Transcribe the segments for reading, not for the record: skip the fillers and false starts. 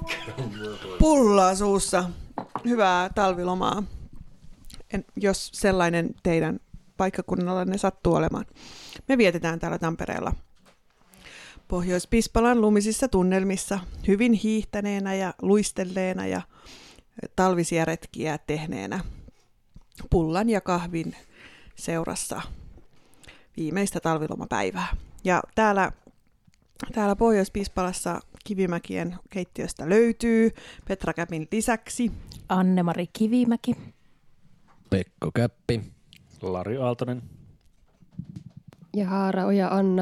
Pullaa suussa. Hyvää talvilomaa, jos sellainen teidän paikkakunnallanne sattuu olemaan. Me vietetään täällä Tampereella Pohjois-Pispalan lumisissa tunnelmissa hyvin hiihtäneenä ja luistelleena ja talvisia retkiä tehneenä pullan ja kahvin seurassa viimeistä talvilomapäivää. Ja täällä Pohjois-Pispalassa Kivimäkien keittiöstä löytyy Petra Käpin lisäksi Anne-Mari Kivimäki, Pekko Käppi, Lari Aaltonen ja Haaraoja Anna.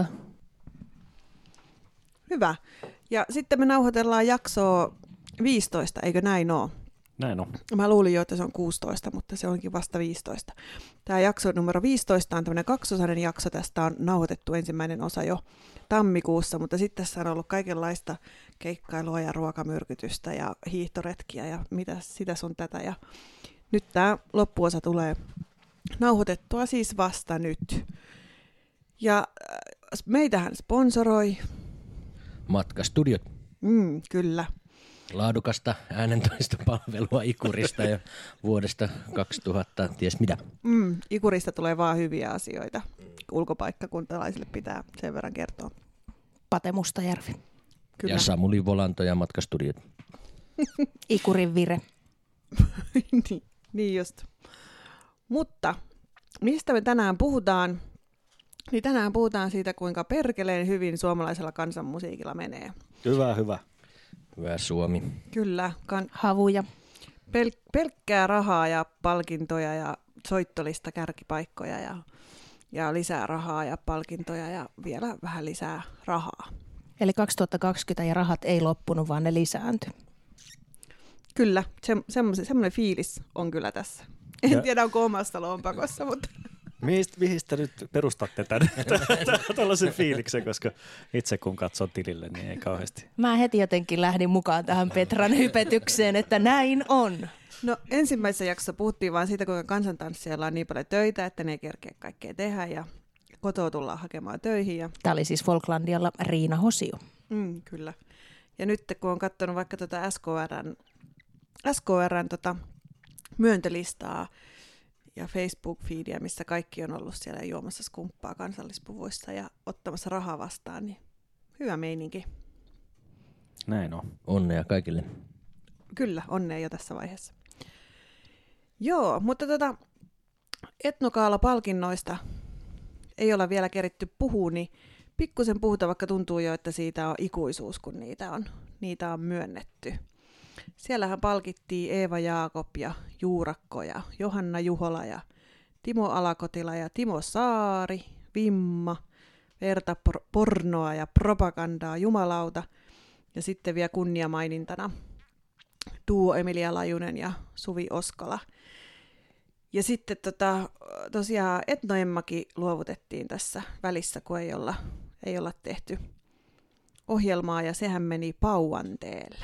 Hyvä. Ja sitten me nauhoitellaan jaksoa 15, eikö näin ole? Näin on. Mä luulin jo, että se on 16, mutta se onkin vasta 15. Tämä jakso numero 15 on tämmöinen kaksosainen jakso. Tästä on nauhoitettu ensimmäinen osa jo tammikuussa, mutta sitten tässä on ollut kaikenlaista keikkailua ja ruokamyrkytystä ja hiihtoretkiä ja mitä sitä sun tätä. Ja nyt tämä loppuosa tulee nauhoitettua siis vasta nyt. Ja meitähän sponsoroi. Matkastudiot. Kyllä. Laadukasta äänentoistopalvelua Ikurista ja vuodesta 2000, ties mitä. Ikurista tulee vaan hyviä asioita. Ulkopaikkakuntalaisille pitää sen verran kertoa. Pate Mustajärvi. Kyllä. Ja Samuli Volanto ja Matkastudiot. Ikurin Vire. niin just. Mutta mistä me tänään puhutaan? Niin tänään puhutaan siitä, kuinka perkeleen hyvin suomalaisella kansanmusiikilla menee. Hyvä. Hyvä Suomi. Kyllä. Havuja. Pelkkää rahaa ja palkintoja ja soittolista kärkipaikkoja ja lisää rahaa ja palkintoja ja vielä vähän lisää rahaa. Eli 2020 ja rahat ei loppunut, vaan ne lisääntyi. Kyllä, semmoinen fiilis on kyllä tässä. En tiedä, onko omassa lompakossa, mutta... Mihin te nyt perustatte tällaisen fiiliksen, koska itse kun katson tilille, niin ei kauheasti. Mä heti jotenkin lähdin mukaan tähän Petran hypetykseen, että näin on. No ensimmäisessä jaksossa puhuttiin vaan siitä, kuinka kansantanssijoilla on niin paljon töitä, että ne ei kerkeä kaikkea tehdä ja kotoa tullaan hakemaan töihin. Tämä oli siis Folklandialla Riina Hosio. Kyllä. Ja nyt kun on katsonut vaikka tuota SKR:n myöntölistaa ja Facebook-feedia, missä kaikki on ollut siellä juomassa skumppaa kansallispuvuissa ja ottamassa rahaa vastaan, niin hyvä meininki. Näin on. Onnea kaikille. Kyllä, onnea jo tässä vaiheessa. Joo, mutta Etnokaala-palkinnoista ei olla vielä keritty puhua, niin pikkusen puhuta, vaikka tuntuu jo, että siitä on ikuisuus, kun niitä on myönnetty. Siellähän palkittiin Eeva Jaakob ja Juurakko ja Johanna Juhola ja Timo Alakotila ja Timo Saari, Vimma, verta pornoa ja propagandaa jumalauta. Ja sitten vielä kunniamainintana Duo Emilia Lajunen ja Suvi Oskala. Ja sitten tosiaan Etnoemmakin luovutettiin tässä välissä, kun ei olla tehty ohjelmaa, ja sehän meni Pauanteelle.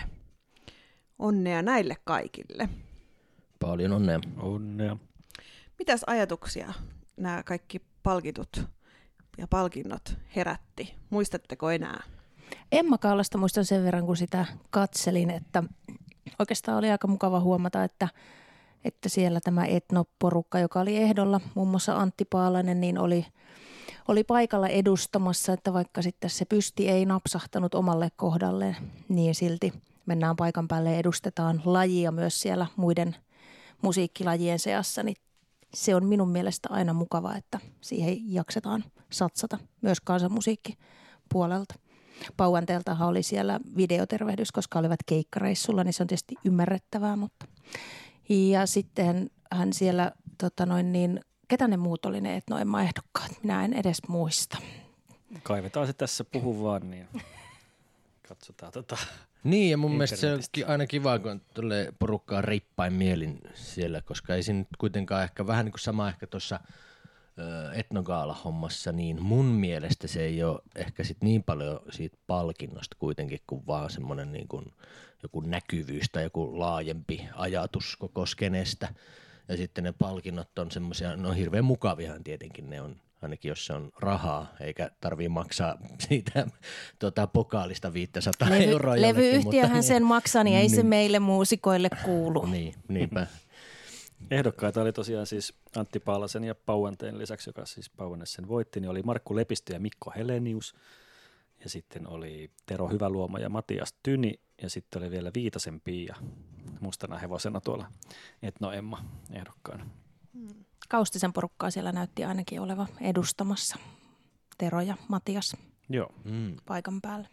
Onnea näille kaikille. Paljon onnea. Onnea. Mitäs ajatuksia nämä kaikki palkitut ja palkinnot herätti? Muistatteko enää? Emma Kaalasta muistan sen verran, kun sitä katselin, että oikeastaan oli aika mukava huomata, että siellä tämä etnoporukka, joka oli ehdolla, muun muassa Antti Paalainen, niin oli paikalla edustamassa, että vaikka sitten se pysti ei napsahtanut omalle kohdalleen, niin silti mennään paikan päälle ja edustetaan lajia myös siellä muiden musiikkilajien seassa, niin se on minun mielestä aina mukava, että siihen jaksetaan satsata myös kansanmusiikkipuolelta. Pauanteeltahan oli siellä videotervehdys, koska olivat keikkareissulla, niin se on tietysti ymmärrettävää, mutta ja sitten hän siellä, ketä ne muut oli ne Etnoemma-ehdokkaat? Minä en edes muista. Kaivetaan se tässä puhu vaan, niin katsotaan Niin, ja mun mielestä se on aina kiva, kun tulee porukkaa reippain mielin siellä, koska ei siinä nyt kuitenkaan ehkä vähän niin kuin sama ehkä tuossa Etnogaala-hommassa, niin mun mielestä se ei ole ehkä sit niin paljon siitä palkinnosta kuitenkin, kuin vaan semmoinen niin kuin joku näkyvyys tai joku laajempi ajatus koko skenestä. Ja sitten ne palkinnot on semmoisia, no hirveän mukaviahan tietenkin ne on ainakin jos se on rahaa, eikä tarvii maksaa siitä pokaalista 500 euroa. Levyyhtiöhän sen maksaa, niin ei se meille muusikoille kuulu. Niin, niinpä. Ehdokkaita oli tosiaan siis Antti Paalasen ja Pauanteen lisäksi, joka siis Pauanne sen voitti, niin oli Markku Lepistö ja Mikko Helenius. Ja sitten oli Tero Hyväluoma ja Matias Tyni. Ja sitten oli vielä Viitasen Pia mustana hevosena tuolla Etno Emma ehdokkaana. Kaustisen porukkaa siellä näytti ainakin olevan edustamassa. Tero ja Matias paikan päällä.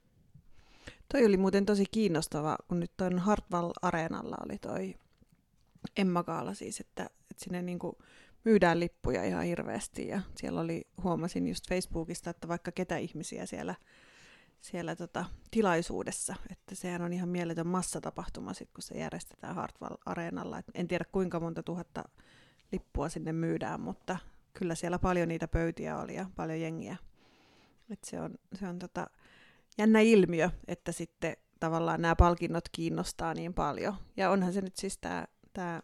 Toi oli muuten tosi kiinnostava, kun nyt tuon Hartwall Areenalla oli toi Emma-gaala siis, että sinne niinku myydään lippuja ihan hirveästi ja siellä oli, huomasin just Facebookista, että vaikka ketä ihmisiä siellä tilaisuudessa, että sehän on ihan mieletön massatapahtuma sit, kun se järjestetään Hartwall Areenalla. Et en tiedä kuinka monta tuhatta lippua sinne myydään, mutta kyllä siellä paljon niitä pöytiä oli ja paljon jengiä. Et se on jännä ilmiö, että sitten tavallaan nämä palkinnot kiinnostaa niin paljon. Ja onhan se nyt siis tämä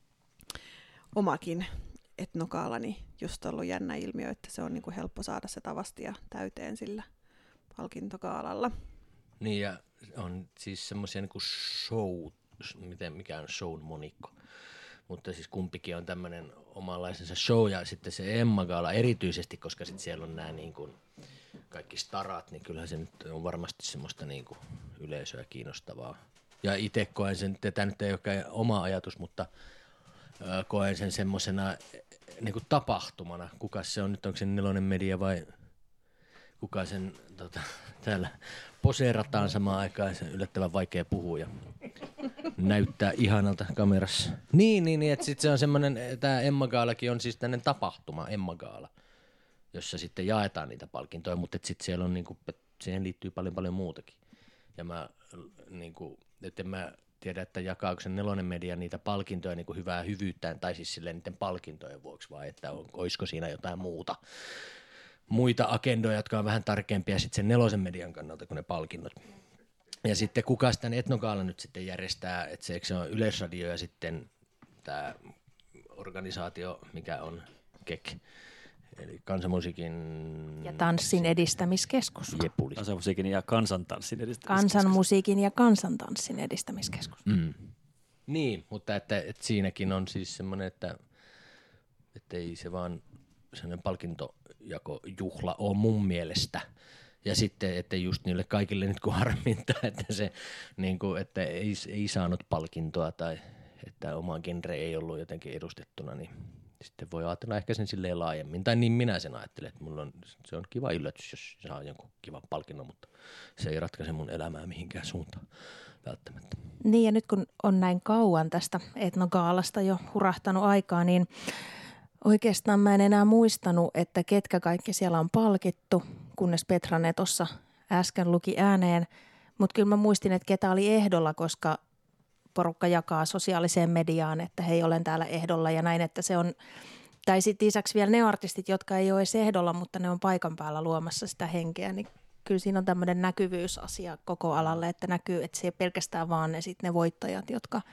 omakin etnogaalani just ollut jännä ilmiö, että se on niinku helppo saada se tavastia täyteen sillä palkintogaalalla. Niin ja on siis semmoisia niinku mikä on shown monikko. Mutta siis kumpikin on tämmöinen omanlaisensa show ja sitten se Emma-gaala erityisesti, koska sitten siellä on nämä niin kuin kaikki starat, niin kyllähän se nyt on varmasti semmoista niin kuin yleisöä kiinnostavaa. Ja itse koen sen, tämä nyt ei ole oma ajatus, mutta koen sen semmoisena niin kuin tapahtumana. Kuka se on nyt, onko se Nelonen Media vai kuka sen täällä poseerataan samaan aikaan, se on yllättävän vaikea puhua ja näyttää ihanalta kamerassa. Niin, että sitten se on semmoinen, tämä Emma-gaalakin on siis tämmöinen tapahtuma, Emma-gaala, jossa sitten jaetaan niitä palkintoja, mutta sitten siellä on niinku, siihen liittyy paljon muutakin. Ja mä niinku, että mä tiedä, että jakaako se Nelonen Media niitä palkintoja niinku hyvää hyvyyttään, tai siis silleen niiden palkintojen vuoksi, vai että olisiko siinä jotain muita agendoja, jotka on vähän tarkempia sitten sen Nelosen Median kannalta kuin ne palkinnot. Ja sitten kuka sitä etnogaala nyt sitten järjestää, että se on Yleisradio ja sitten tämä organisaatio, mikä on KEK, eli Kansanmusiikin ja tanssin edistämiskeskus. Jepuli. Kansanmusiikin ja kansantanssin edistämiskeskus. Kansanmusiikin ja kansantanssin edistämiskeskus. Niin, mutta että siinäkin on siis semmoinen, että ei se vaan sellainen palkintojakojuhla ole mun mielestä. Ja sitten, että just niille kaikille nyt kun harmintaa, että se niin kuin, että ei saanut palkintoa tai että oma genre ei ollut jotenkin edustettuna, niin sitten voi ajatella ehkä sen silleen laajemmin. Tai niin minä sen ajattelen, että se on kiva yllätys, jos saa jonkun kivan palkinnon, mutta se ei ratkaise mun elämää mihinkään suuntaan välttämättä. Niin ja nyt kun on näin kauan tästä etnogaalasta jo hurahtanut aikaa, niin oikeastaan mä en enää muistanut, että ketkä kaikki siellä on palkittu, kunnes Petra ne tuossa äsken luki ääneen. Mutta kyllä mä muistin, että ketä oli ehdolla, koska porukka jakaa sosiaaliseen mediaan, että hei, olen täällä ehdolla ja näin, että se on, tai sitten lisäksi vielä ne artistit, jotka ei ole edes ehdolla, mutta ne on paikan päällä luomassa sitä henkeä, niin kyllä siinä on tämmöinen näkyvyysasia koko alalle, että näkyy, että se ei pelkästään vaan ne voittajat, jotka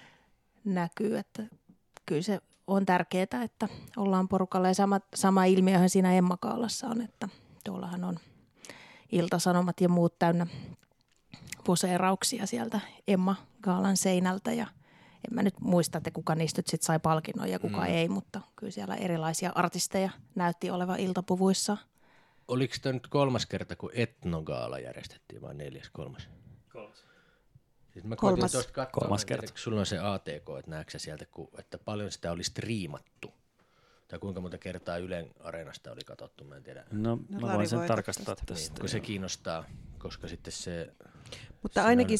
näkyy, että kyllä se on tärkeää, että ollaan porukalla ja sama ilmiöhän siinä Emma-gaalassa on, että tuollahan on Ilta-Sanomat ja muut täynnä poseerauksia sieltä Emma-gaalan seinältä ja en mä nyt muista, että kuka niistä nyt sit sai palkinnon ja kuka ei, mutta kyllä siellä erilaisia artisteja näytti olevan iltapuvuissa. Oliko tämä nyt 3. kerta, kun etnogaala järjestettiin vai 4., 3.? 3. Siis mä koitin tuosta katsoa, 3. kerta. Kun sulla on se ATK, että näetkö sä sieltä, että paljon sitä oli striimattu. Tai kuinka monta kertaa Ylen Areenasta oli katsottu, mä en tiedä. No mä voin sen tarkastaa tästä. Niin, kun se kiinnostaa, koska sitten se... Mutta ainakin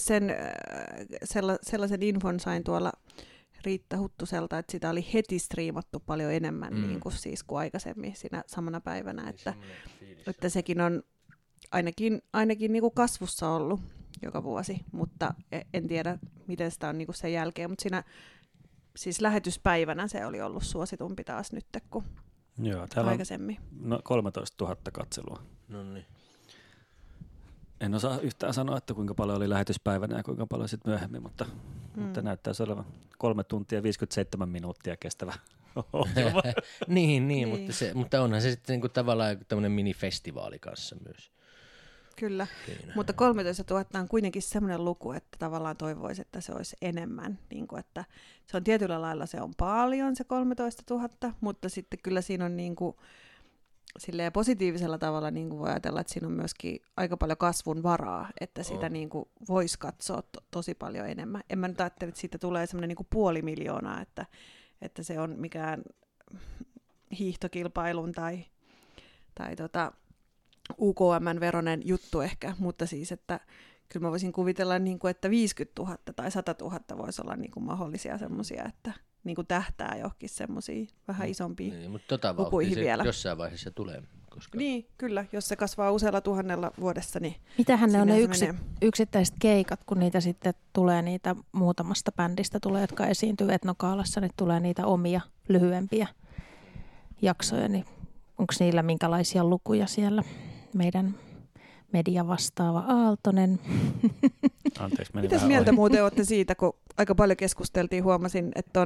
sellaisen infon sain tuolla Riitta Huttuselta, että sitä oli heti striimattu paljon enemmän niin kuin aikaisemmin siinä samana päivänä. Että sekin on ainakin niin kuin kasvussa ollut joka vuosi, mutta en tiedä, miten sitä on niin kuin sen jälkeen. Mutta siinä siis lähetyspäivänä se oli ollut suositumpi taas nyt kuin aikaisemmin. No 13 000 katselua. No niin. En osaa yhtään sanoa, että kuinka paljon oli lähetyspäivänä ja kuinka paljon sitten myöhemmin, mutta näyttää olevan 3 tuntia 57 minuuttia kestävä niin. Mutta onhan se sitten niinku tavallaan tämmöinen minifestivaali kanssa myös. Kyllä, Siinä. mutta 13 000 on kuitenkin semmoinen luku, että tavallaan toivoisi, että se olisi enemmän. Niin kuin, että se on tietyllä lailla se on paljon se 13 000, mutta sitten kyllä siinä on niin kuin, silleen positiivisella tavalla niin kuin voi ajatella, että siinä on myöskin aika paljon kasvun varaa, että sitä niin kuin voisi katsoa tosi paljon enemmän. En mä nyt ajattele, että siitä tulee semmoinen niin kuin 500 000, että se on mikään hiihtokilpailun tai UKM-veronen juttu ehkä, mutta siis, että kyllä mä voisin kuvitella, niin kuin, että 50 000 tai 100 000 voisi olla niin kuin mahdollisia semmoisia, että niin kuin tähtää johonkin semmoisiin vähän isompiin niin, mutta lukuihin vielä. Jossain vaiheessa tulee. Koska... Niin, kyllä. Jos se kasvaa usealla 1000 vuodessa, niin mitähän ne on ne yksittäiset keikat, kun niitä sitten tulee niitä muutamasta bändistä, tulee, jotka esiintyy Etnokaalassa, niin tulee niitä omia lyhyempiä jaksoja, niin onko niillä minkälaisia lukuja siellä? Meidän media vastaava Aaltonen. Anteeksi, meni mitäs mieltä muuten olette siitä, kun aika paljon keskusteltiin, huomasin, että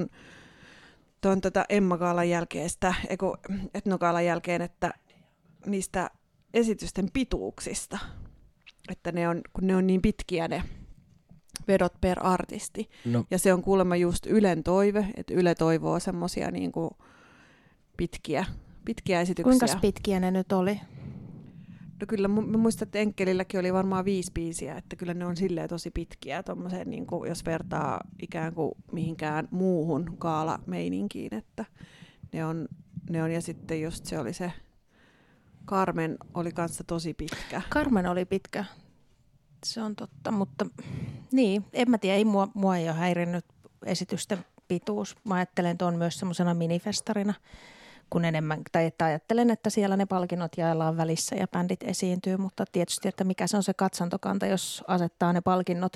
on Emma-gaalan jälkeen, Etnogaalan jälkeen, että niistä esitysten pituuksista, että kun ne on niin pitkiä ne vedot per artisti. No. Ja se on kuulemma just Ylen toive, että Yle toivoo semmoisia niin kuin pitkiä esityksiä. Kuinka pitkiä ne nyt oli? No kyllä, mä muistan, että Enkkelilläkin oli varmaan 5 biisiä, että kyllä ne on silleen tosi pitkiä, tommoseen, niin kuin, jos vertaa ikään kuin mihinkään muuhun gaala-meininkiin, että ne on, ja sitten just se oli se, Carmen oli kanssa tosi pitkä. Carmen oli pitkä, se on totta, mutta niin, en mä tiedä, mua ei ole häirinnyt esitysten pituus. Mä ajattelen tuon myös semmoisena minifestarina, kun enemmän, tai että ajattelen, että siellä ne palkinnot jaellaan välissä ja bändit esiintyy, mutta tietysti, että mikä se on se katsantokanta, jos asettaa ne palkinnot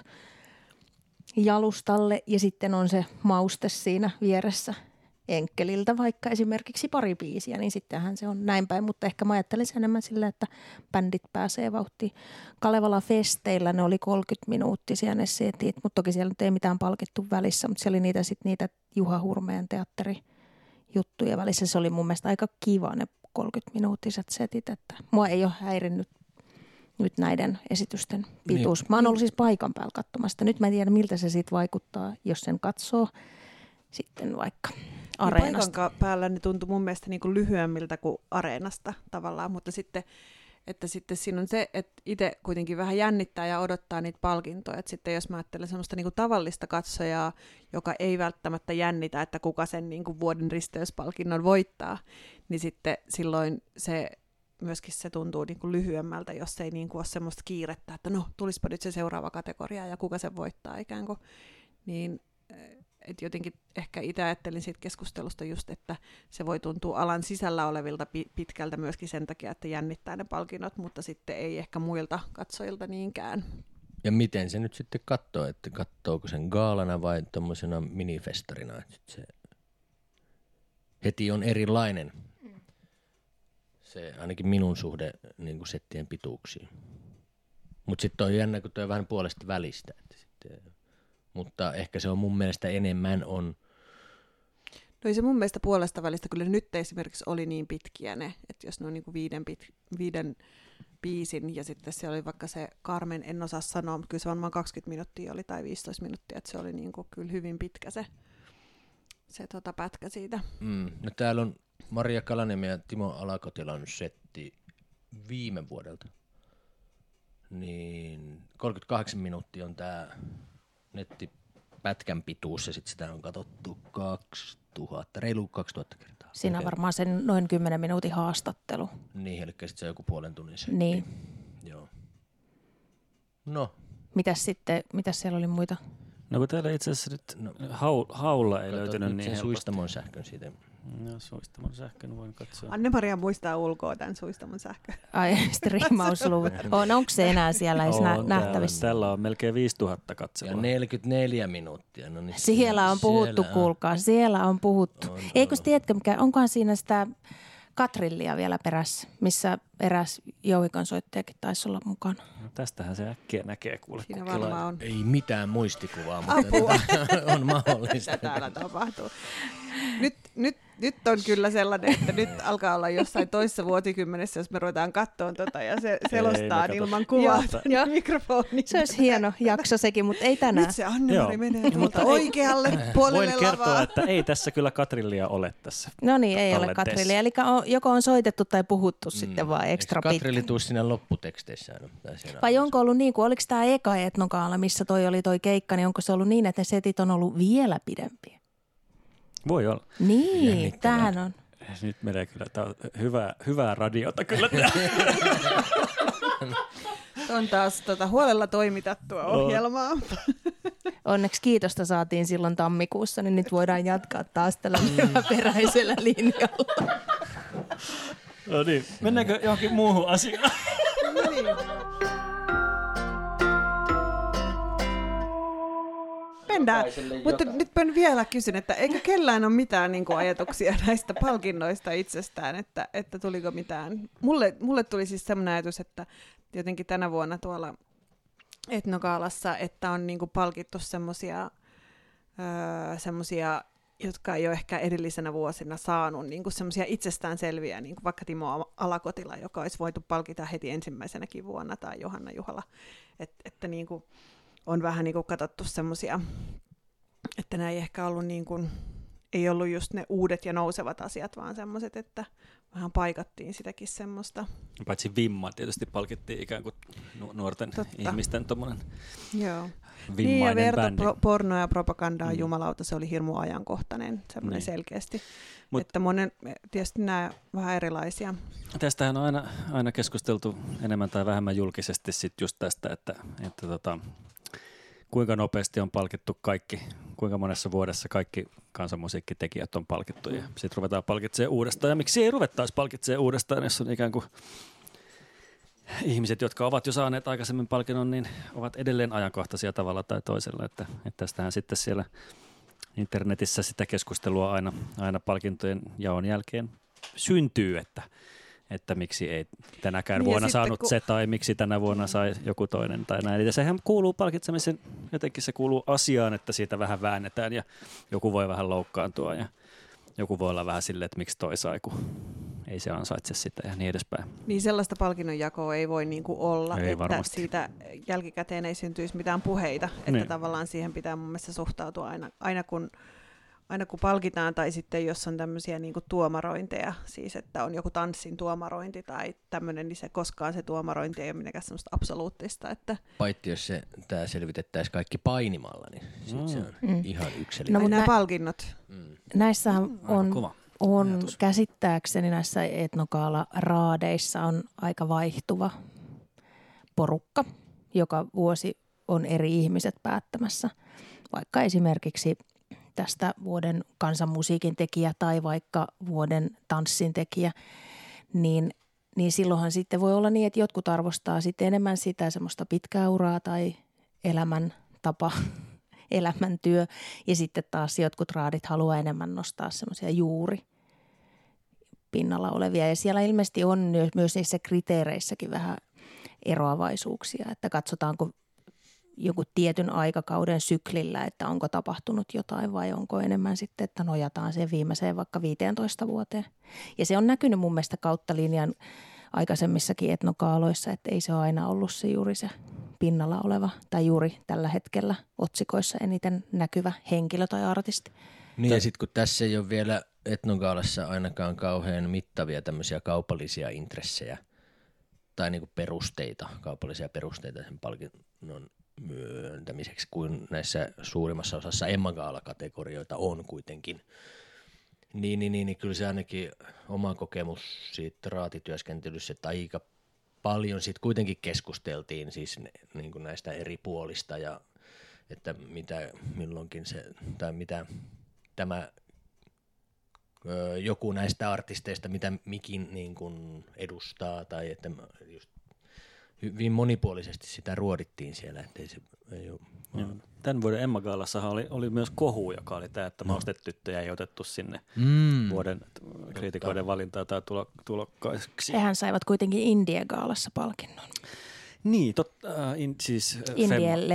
jalustalle ja sitten on se mauste siinä vieressä Enkkeliltä vaikka esimerkiksi 2 biisiä, niin sittenhän se on näin päin, mutta ehkä mä ajattelisin enemmän sillä, että bändit pääsee vauhtiin. Kalevala Festeillä ne oli 30-minuuttisia ne setit, mutta toki siellä nyt ei mitään palkittu välissä, mutta siellä oli niitä Juha Hurmeen teatterijuttuja välissä. Se oli mun mielestä aika kiva ne 30-minuuttiset setit, että mua ei ole häirinnyt nyt näiden esitysten pituus. Niin. Mä oon ollut siis paikan päällä katsomassa. Nyt mä en tiedä, miltä se siitä vaikuttaa, jos sen katsoo sitten vaikka areenasta. Paikan päällä ne tuntui mun mielestä niin kuin lyhyemmiltä kuin areenasta tavallaan, mutta sitten siinä on se, että itse kuitenkin vähän jännittää ja odottaa niitä palkintoja. Että sitten jos mä ajattelen semmoista niin kuin tavallista katsojaa, joka ei välttämättä jännitä, että kuka sen niin kuin vuoden risteyspalkinnon voittaa, niin sitten silloin myöskin se tuntuu niin kuin lyhyemmältä, jos ei niin kuin ole semmoista kiirettä, että no tulispa nyt se seuraava kategoria ja kuka sen voittaa ikään kuin. Niin, että jotenkin ehkä itse ajattelin siitä keskustelusta just, että se voi tuntua alan sisällä olevilta pitkältä myöskin sen takia, että jännittää ne palkinnot, mutta sitten ei ehkä muilta katsojilta niinkään. Ja miten se nyt sitten katsoo, että katsooko sen gaalana vai tommosena minifestarina, että se heti on erilainen. Se ainakin minun suhde niin kuin settien pituuksiin. Mutta sitten on jännä, kun tuo on vähän puolesta välistä. Mutta ehkä se on mun mielestä enemmän on. No ei se mun mielestä puolesta välistä. Kyllä nyt esimerkiksi oli niin pitkiä ne, että jos ne on niin kuin 5 biisin ja sitten siellä oli vaikka se Carmen, en osaa sanoa, mutta kyllä se varmaan 20 minuuttia oli tai 15 minuuttia, että se oli niin kuin kyllä hyvin pitkä se pätkä siitä. No täällä on Maria Kalaniemi ja Timo Alakotilan setti viime vuodelta. Niin 38 minuuttia on tää nettipätkän pituus ja sitten sitä on katsottu reilu 2000 kertaa. Siinä on varmaan sen noin 10 minuutin haastattelu. Niin, eli sitten se on joku puolen tunnin setti. Niin. Joo. No. Mitäs siellä oli muita? No kun täällä itse asiassa nyt haulla ei löytynyt niin helposti. Suistamon sähkön siitä. No Suistamon sähkön voin katsoa. Anne-Maria muistaa ulkoa tämän Suistamon sähkön. Ai, striimausluvut. Onko se enää siellä edes nähtävissä? Täällä on melkein 5000 katselua. Ja 44 minuuttia. No niin, siellä on puhuttu, kuulkaa. Siellä on puhuttu. Eikö tiedätkö, onkohan siinä sitä katrillia vielä perässä, missä eräs jouhikon soittajakin taisi olla mukana? No tästähän se äkkiä näkee, kuule. Siinä varmaan on. Ei mitään muistikuvaa, mutta on mahdollista. Mitä täällä tapahtuu? Nyt nyt on kyllä sellainen, että nyt alkaa olla jossain toisessa vuosikymmenessä, jos me ruvetaan katsoa ja selostaa ilman kuvaa mikrofonia. Se olisi hieno jakso sekin, mutta ei tänään. Nyt se Anne-Mari menee tuolta oikealle puolelle lavaa. Voin kertoa, lavaa. että ei tässä kyllä Katrillia ole tässä. No niin, ei ole Katrillia. Eli joko on soitettu tai puhuttu sitten vaan ekstra pitkä. Katrilli tuu siinä lopputeksteissä? Vai onko ollut niin kuin, oliko tämä eka Etnogaala, missä toi oli toi keikka, niin onko se ollut niin, että ne setit on ollut vielä pidempiä? Voi olla. Niin, tämähän on. Nyt menee kyllä, tämä on hyvää radiota kyllä. On taas huolella toimitettua ohjelmaa. Onneksi kiitosta saatiin silloin tammikuussa, niin nyt voidaan jatkaa taas tällä peräisellä linjalla. No niin, mennäänkö johonkin muuhun asiaan? No niin. Mennään, mutta nyt mä vielä kysyn, että eikö kellään ole mitään niin kuin ajatuksia näistä palkinnoista itsestään, että tuliko mitään. Mulle tuli siis semmoinen ajatus, että jotenkin tänä vuonna tuolla Etnogaalassa, että on niin kuin palkittu semmoisia, jotka ei ole ehkä edellisenä vuosina saanut niin kuin semmoisia itsestäänselviä, niin kuin vaikka Timo Alakotila, joka olisi voitu palkita heti ensimmäisenäkin vuonna, tai Johanna Juhala, että niin kuin on vähän niin kuin katsottu semmoisia, että nämä ei ehkä ollut niin kuin, ei ollut just ne uudet ja nousevat asiat, vaan semmoiset, että vähän paikattiin sitäkin semmoista. Paitsi Vimma tietysti palkittiin ikään kuin nuorten ihmisten tommoinen vimmainen niin, ja bändi. Pornoa ja propagandaa, jumalauta, se oli hirmu ajankohtainen, semmoinen selkeästi. Että tietysti nämä vähän erilaisia. Tästähän on aina keskusteltu enemmän tai vähemmän julkisesti sit just tästä, että kuinka nopeasti on palkittu kaikki, kuinka monessa vuodessa kaikki kansanmusiikkitekijät on palkittu ja sitten ruvetaan palkitsemaan uudestaan. Ja miksi ei ruvettaisi palkitsemaan uudestaan, jos on ikään kuin ihmiset, jotka ovat jo saaneet aikaisemmin palkinnon, niin ovat edelleen ajankohtaisia tavalla tai toisella. Että tästähän sitten siellä internetissä sitä keskustelua aina palkintojen jaon jälkeen syntyy, että miksi ei tänäkään niin vuonna saanut se tai miksi tänä vuonna sai joku toinen tai näin. Eli sehän kuuluu palkitsemisen, jotenkin se kuuluu asiaan, että siitä vähän väännetään ja joku voi vähän loukkaantua ja joku voi olla vähän silleen, että miksi toi sai, kun ei se ansaitse sitä ja niin edespäin. Niin sellaista palkinnonjakoa ei voi niinku olla, ei että varmasti. Siitä jälkikäteen ei syntyisi mitään puheita, että niin. Tavallaan siihen pitää mun mielestä suhtautua aina kun palkitaan, tai sitten jos on tämmöisiä niinku tuomarointeja, siis että on joku tanssin tuomarointi tai tämmöinen, niin se koskaan se tuomarointi ei ole mitenkään semmoista absoluuttista. Että Paitsi jos tämä selvitettäisiin kaikki painimalla, niin sit se on ihan yksilöllinen. No, mutta nämä palkinnot. Näissähän on käsittääkseni näissä Etnogaala-raadeissa on aika vaihtuva porukka, joka vuosi on eri ihmiset päättämässä. Vaikka esimerkiksi tästä vuoden kansanmusiikin tekijä tai vaikka vuoden tanssin tekijä, niin silloinhan sitten voi olla niin, että jotkut arvostaa sitten enemmän sitä semmoista pitkää uraa tai elämäntapa, elämäntyö ja sitten taas jotkut raadit haluaa enemmän nostaa semmoisia juuri pinnalla olevia. Ja siellä ilmeisesti on myös niissä kriteereissäkin vähän eroavaisuuksia, että katsotaanko joku tietyn aikakauden syklillä, että onko tapahtunut jotain vai onko enemmän sitten, että nojataan sen viimeiseen vaikka 15 vuoteen. Ja se on näkynyt mun mielestä kautta linjan aikaisemmissakin etnogaaloissa, että ei se ole aina ollut se juuri se pinnalla oleva tai juuri tällä hetkellä otsikoissa eniten näkyvä henkilö tai artisti. Niin ja sitten kun tässä ei ole vielä Etnogaalassa ainakaan kauhean mittavia tämmöisiä kaupallisia intressejä tai niinku perusteita, kaupallisia perusteita sen palkinnon myöntämiseksi, kuin näissä suurimmassa osassa Emma-gaala-kategorioita on kuitenkin. Niin kyllä se ainakin oma kokemus siitä raatityöskentelyssä, että aika paljon siitä kuitenkin keskusteltiin siis niin kuin näistä eri puolista ja että mitä milloinkin se tai mitä tämä joku näistä artisteista, mitä mikin niin kuin edustaa tai että just hyvin monipuolisesti sitä ruodittiin siellä, ettei se ei ole. Tämän vuoden Emma-gaalassahan oli myös kohu, joka oli tämä, että maustetyttöjä ei otettu sinne vuoden kriitikoiden valintaa tai tulokkaiksi. Hehän saivat kuitenkin Indie-gaalassa palkinnon. Niin, siis Indien levy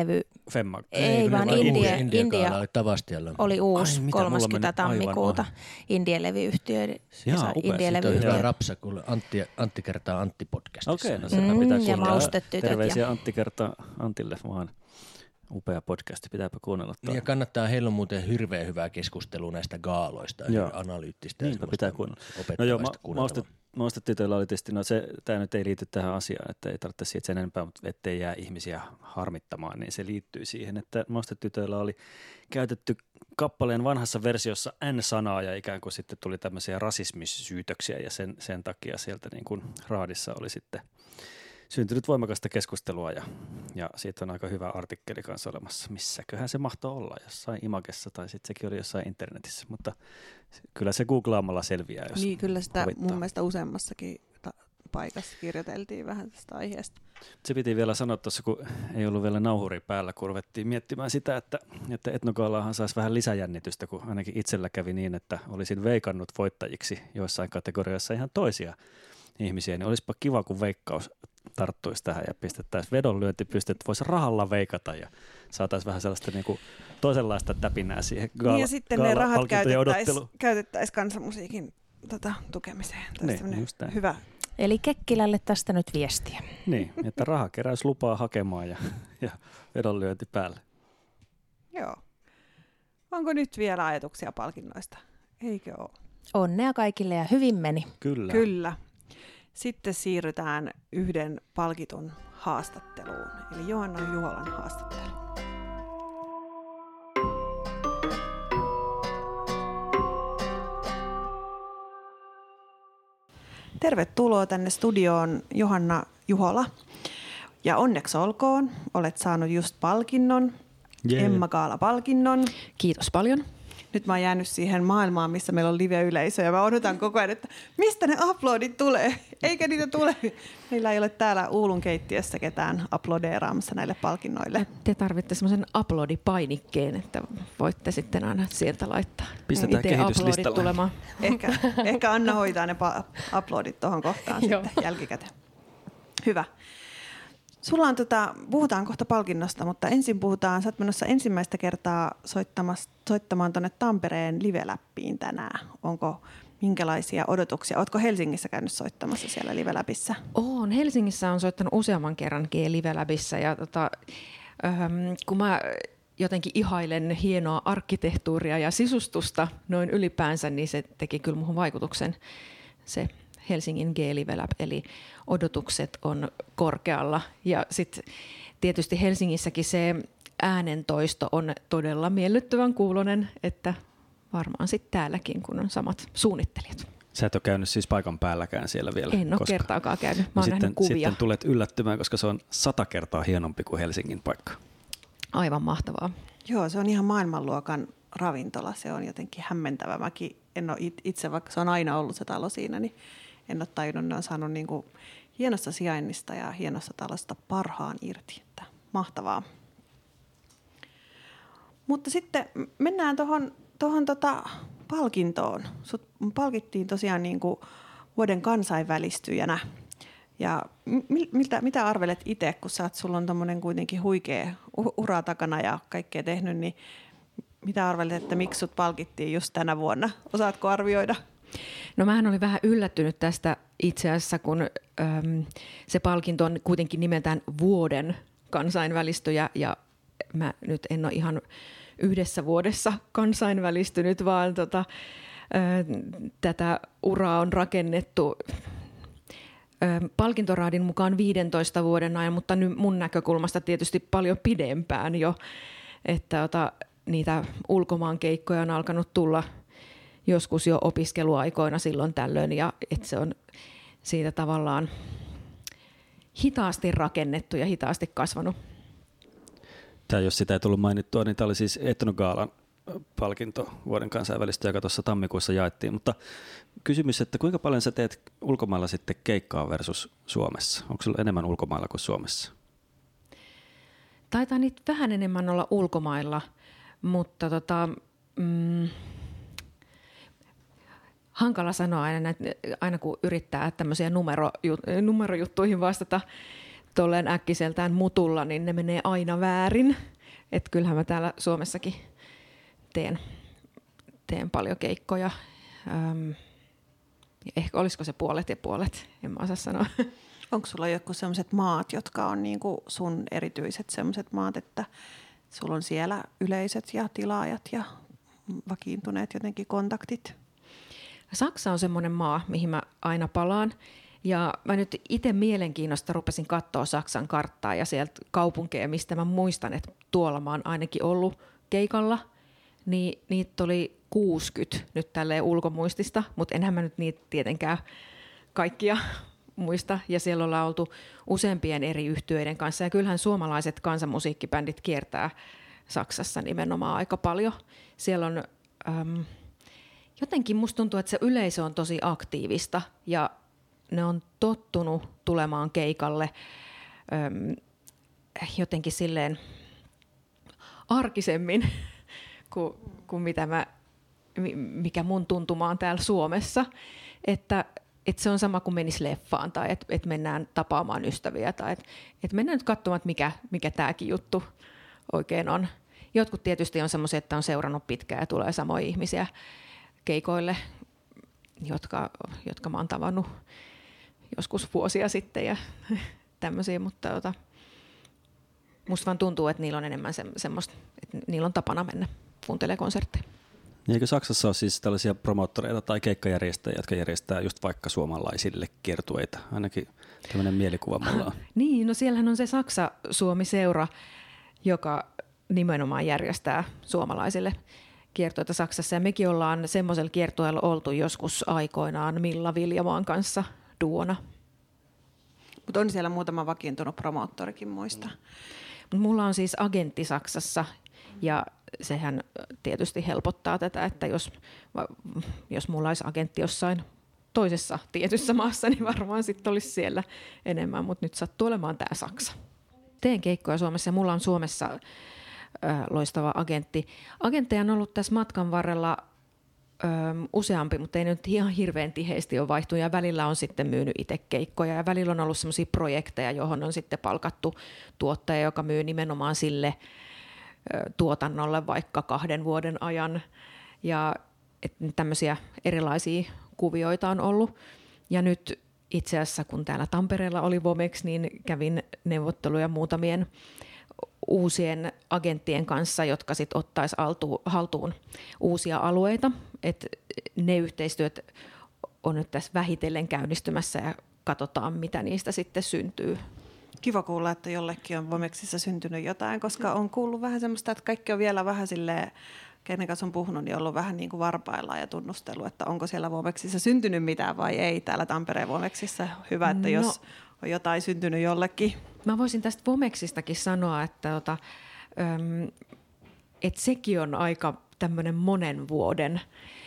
Femma? Ei vaan India oli Tavastialla. oli uusi Ai, mitä, 30. tammikuuta. Indien levyyhtiö. Jaa, upea. Sitten on hyvä rapsa, kun Antti kertaa Antti-podcastissa. Okei, no sehän pitää ja kuunnella. maustetytöt. Terveisiä Antti kertaa Antille vaan. Upea podcasti, pitääpä kuunnella. Niin ja kannattaa, heillä on muuten hirveän hyvää keskustelua näistä gaaloista ja analyyttistä. Niinpä pitää kuunnella. No joo, maustetytöillä oli tietysti, tämä nyt ei liity tähän asiaan, että ei tarvitse siitä sen enempää, mutta ettei jää ihmisiä harmittamaan, niin se liittyy siihen, että maustetytöillä oli käytetty kappaleen vanhassa versiossa N-sanaa ja ikään kuin sitten tuli tämmöisiä rasismisyytöksiä ja sen takia sieltä niin kuin raadissa oli sitten syntynyt voimakasta keskustelua ja siitä on aika hyvä artikkeli kanssa olemassa. Missäköhän se mahtoi olla, jossain Imagessa tai sitten sekin oli jossain internetissä, mutta kyllä se googlaamalla selviää, jos niin, kyllä sitä huvittaa. mun mielestä useammassakin paikassa kirjoiteltiin vähän tästä aiheesta. Se piti vielä sanoa tuossa, kun ei ollut vielä nauhuri päällä, kun ruvettiin miettimään sitä, että Etnogaalahan saisi vähän lisäjännitystä, kun ainakin itsellä kävi niin, että olisin veikannut voittajiksi joissain kategoriassa ihan toisia ihmisiä, niin olisipa kiva, kun Veikkaus tarttuisi tähän ja pistettäisiin vedonlyöntipistet, että voisi rahalla veikata ja saataisiin vähän sellaista niin kuin toisenlaista täpinää siihen ja sitten ne rahat käytettäisiin kansanmusiikin tukemiseen. Niin, hyvä. Eli Kekkilälle tästä nyt viestiä. Niin, että rahakeräys lupaa hakemaan ja vedonlyönti päälle. Joo. Onko nyt vielä ajatuksia palkinnoista? Eikö ole? Onnea kaikille ja hyvin meni. Kyllä. Sitten siirrytään yhden palkitun haastatteluun, eli Johanna Juholan haastattelu. Tervetuloa tänne studioon, Johanna Juhola. Ja onneksi olkoon, olet saanut just palkinnon, Emma Gaala-palkinnon. Kiitos paljon. Nyt mä oon jäänyt siihen maailmaan, missä meillä on live-yleisö ja mä odotan koko ajan, että mistä ne uploadit tulee, eikä niitä tule. Meillä ei ole täällä Uulun keittiössä ketään uploadeeraamassa näille palkinnoille. Te tarvitte semmoisen uploadipainikkeen, että voitte sitten aina sieltä laittaa. Pistetään kehityslistalle. Tulemaan. Ehkä Anna hoitaa ne uploadit tuohon kohtaan sitten jälkikäteen. Hyvä. Sulla on puhutaan kohta palkinnosta, mutta ensin sä oot menossa ensimmäistä kertaa soittamaan tuonne Tampereen live-läppiin tänään. Onko minkälaisia odotuksia? Ootko Helsingissä käynyt soittamassa siellä live-läpissä? Oon. Helsingissä on soittanut useamman kerran live-läpissä ja kun mä jotenkin ihailen hienoa arkkitehtuuria ja sisustusta noin ylipäänsä, niin se teki kyllä muhun vaikutuksen se Helsingin G-Live Lab, eli odotukset on korkealla. Ja sitten tietysti Helsingissäkin se äänentoisto on todella miellyttävän kuulonen, että varmaan sitten täälläkin, kun on samat suunnittelijat. Sä et ole käynyt siis paikan päälläkään siellä vielä? En ole kertaakaan käynyt. Mä oon nähnyt kuvia. Sitten tulet yllättymään, koska se on 100 kertaa hienompi kuin Helsingin paikka. Aivan mahtavaa. Joo, se on ihan maailmanluokan ravintola. Se on jotenkin hämmentävä. Mäkin en ole itse, vaikka se on aina ollut se talo siinä, niin en ole tajunnut. Ne on saanut niin kuin hienosta sijainnista ja hienosta talosta parhaan irti. Että mahtavaa. Mutta sitten mennään tuohon palkintoon. Sut palkittiin tosiaan niin kuin vuoden kansainvälistyjänä. Ja mitä arvelet itse, kun sulla on tommonen kuitenkin huikea ura takana ja kaikkea tehnyt, niin mitä arvelet, että miksi sut palkittiin just tänä vuonna? Osaatko arvioida? No mähän olin vähän yllättynyt tästä itse asiassa, kun se palkinto on kuitenkin nimeltään vuoden kansainvälistyjä ja mä nyt en ole ihan yhdessä vuodessa kansainvälistynyt, vaan tätä uraa on rakennettu palkintoraadin mukaan 15 vuoden ajan, mutta nyt mun näkökulmasta tietysti paljon pidempään jo, että niitä ulkomaankeikkoja on alkanut tulla joskus jo opiskeluaikoina silloin tällöin, ja että se on siitä tavallaan hitaasti rakennettu ja hitaasti kasvanut. Tämä, jos sitä ei tullut mainittua, niin tämä oli siis Etnogaalan palkinto vuoden kansainvälistä, joka tuossa tammikuussa jaettiin, mutta kysymys, että kuinka paljon sä teet ulkomailla sitten keikkaa versus Suomessa? Onko sulla enemmän ulkomailla kuin Suomessa? Taitaa niitä vähän enemmän olla ulkomailla, mutta hankala sanoa aina kun yrittää tämmöisiä numerojuttuihin vastata tolleen äkkiseltään mutulla, niin ne menee aina väärin. Että kyllähän mä täällä Suomessakin teen paljon keikkoja. Ehkä olisiko se puolet ja puolet, en mä osaa sanoa. Onko sulla joku sellaiset maat, jotka on niinku sun erityiset sellaiset maat, että sulla on siellä yleisöt ja tilaajat ja vakiintuneet jotenkin kontaktit? Saksa on semmoinen maa, mihin mä aina palaan. Ja mä nyt itse mielenkiinnosta rupesin katsoa Saksan karttaa ja sieltä kaupunkeja, mistä mä muistan, että tuolla mä oon ainakin ollut keikalla. Niin niitä oli 60 nyt tälleen ulkomuistista, mutta enhän mä nyt niitä tietenkään kaikkia muista. Ja siellä ollaan oltu useampien eri yhtyeiden kanssa. Ja kyllähän suomalaiset kansanmusiikkibändit kiertää Saksassa nimenomaan aika paljon. Siellä on jotenkin musta tuntuu, että se yleisö on tosi aktiivista ja ne on tottunut tulemaan keikalle jotenkin silleen arkisemmin kuin mikä mun tuntuma on täällä Suomessa. Että se on sama kuin menisi leffaan tai että mennään tapaamaan ystäviä tai että mennään nyt katsomaan, että mikä tämäkin juttu oikein on. Jotkut tietysti on semmoisia, että on seurannut pitkään ja tulee samoja ihmisiä keikoille, jotka mä oon tavannut joskus vuosia sitten ja tämmöisiä, mutta musta vaan tuntuu, että niillä on enemmän semmoista, että niillä on tapana mennä kuuntelemaan konsertteja. Eikö Saksassa ole siis tällaisia promoottoreita tai keikkajärjestäjiä, jotka järjestää just vaikka suomalaisille kiertueita? Ainakin tämmöinen mielikuva mulla on. Niin, no siellähän on se Saksa-Suomi-seura, joka nimenomaan järjestää suomalaisille kiertueita Saksassa. Ja mekin ollaan semmoisella kiertueella oltu joskus aikoinaan Milla Viljamaan kanssa duona. Mutta on siellä muutama vakiintunut promoottorikin muista. Mulla on siis agentti Saksassa ja sehän tietysti helpottaa tätä, että jos mulla olisi agentti jossain toisessa tietyssä maassa, niin varmaan sitten olisi siellä enemmän, mutta nyt sattuu olemaan tämä Saksa. Teen keikkoja Suomessa ja mulla on Suomessa loistava agentti. Agentteja on ollut tässä matkan varrella useampi, mutta ei nyt ihan hirveän tiheesti ole vaihtunut ja välillä on sitten myynyt itse keikkoja ja välillä on ollut sellaisia projekteja, johon on sitten palkattu tuottaja, joka myy nimenomaan sille tuotannolle vaikka 2 vuoden ajan ja tämmöisiä erilaisia kuvioita on ollut ja nyt itse asiassa kun täällä Tampereella oli Womex, niin kävin neuvotteluja muutamien uusien agenttien kanssa, jotka sitten ottaisi haltuun uusia alueita. Et ne yhteistyöt on nyt tässä vähitellen käynnistymässä ja katsotaan, mitä niistä sitten syntyy. Kiva kuulla, että jollekin on Womexissa syntynyt jotain, koska on kuullut vähän semmoista, että kaikki on vielä vähän silleen, kenen kanssa on puhunut, niin on ollut vähän niin kuin varpaillaan ja tunnustelu, että onko siellä Womexissa syntynyt mitään vai ei täällä Tampereen Womexissa. Hyvä, että jos on jotain syntynyt jollekin. Mä voisin tästä Womexistakin sanoa, että sekin on aika tämmöinen monen vuoden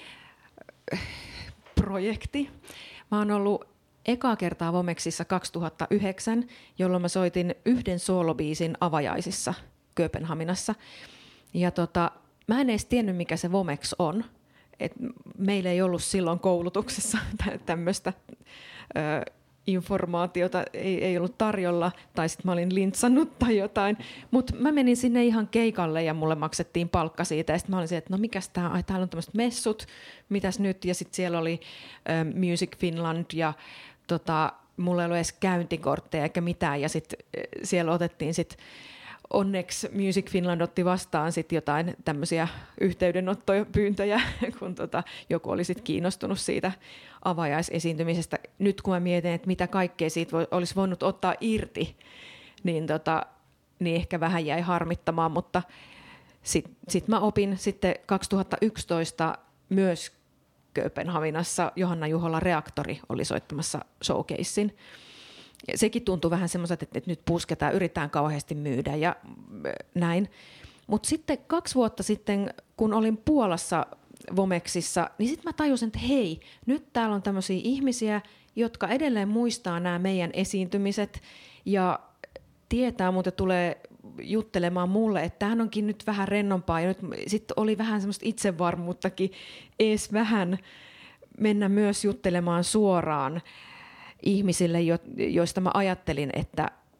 projekti. Mä oon ollut ekaa kertaa Womexissa 2009, jolloin mä soitin 1 soolobiisin avajaisissa Kööpenhaminassa. Ja mä en edes tiennyt, mikä se Womex on. Et meillä ei ollut silloin koulutuksessa tämmöistä informaatiota, ei ollut tarjolla, tai sitten mä olin lintsannut tai jotain. Mutta mä menin sinne ihan keikalle ja mulle maksettiin palkka siitä. Ja sitten mä olin että no mikäs tää on? Ai, täällä on tämmöiset messut, mitäs nyt? Ja sitten siellä oli Music Finland ja mulla ei ollut edes käyntikortteja eikä mitään. Ja sitten siellä otettiin sitten onneksi Music Finland otti vastaan sit jotain tämmöisiä yhteydenottopyyntöjä, kun joku oli sit kiinnostunut siitä avajaisesiintymisestä. Nyt kun mä mietin, että mitä kaikkea siitä olisi voinut ottaa irti, niin ehkä vähän jäi harmittamaan, mutta sit mä opin sitten 2011 myös Kööpenhaminassa Johanna Juhola Reaktori oli soittamassa showcasein. Sekin tuntui vähän semmoiselta, että nyt pusketaan, yritetään kauheasti myydä ja näin. Mutta sitten 2 vuotta sitten, kun olin Puolassa Womexissa, niin sitten mä tajusin, että hei, nyt täällä on tämmöisiä ihmisiä, jotka edelleen muistaa nämä meidän esiintymiset ja tietää, mutta tulee juttelemaan mulle, että tämähän onkin nyt vähän rennompaa ja nyt sitten oli vähän semmoista itsevarmuuttakin ees vähän mennä myös juttelemaan suoraan ihmisille, joista mä ajattelin,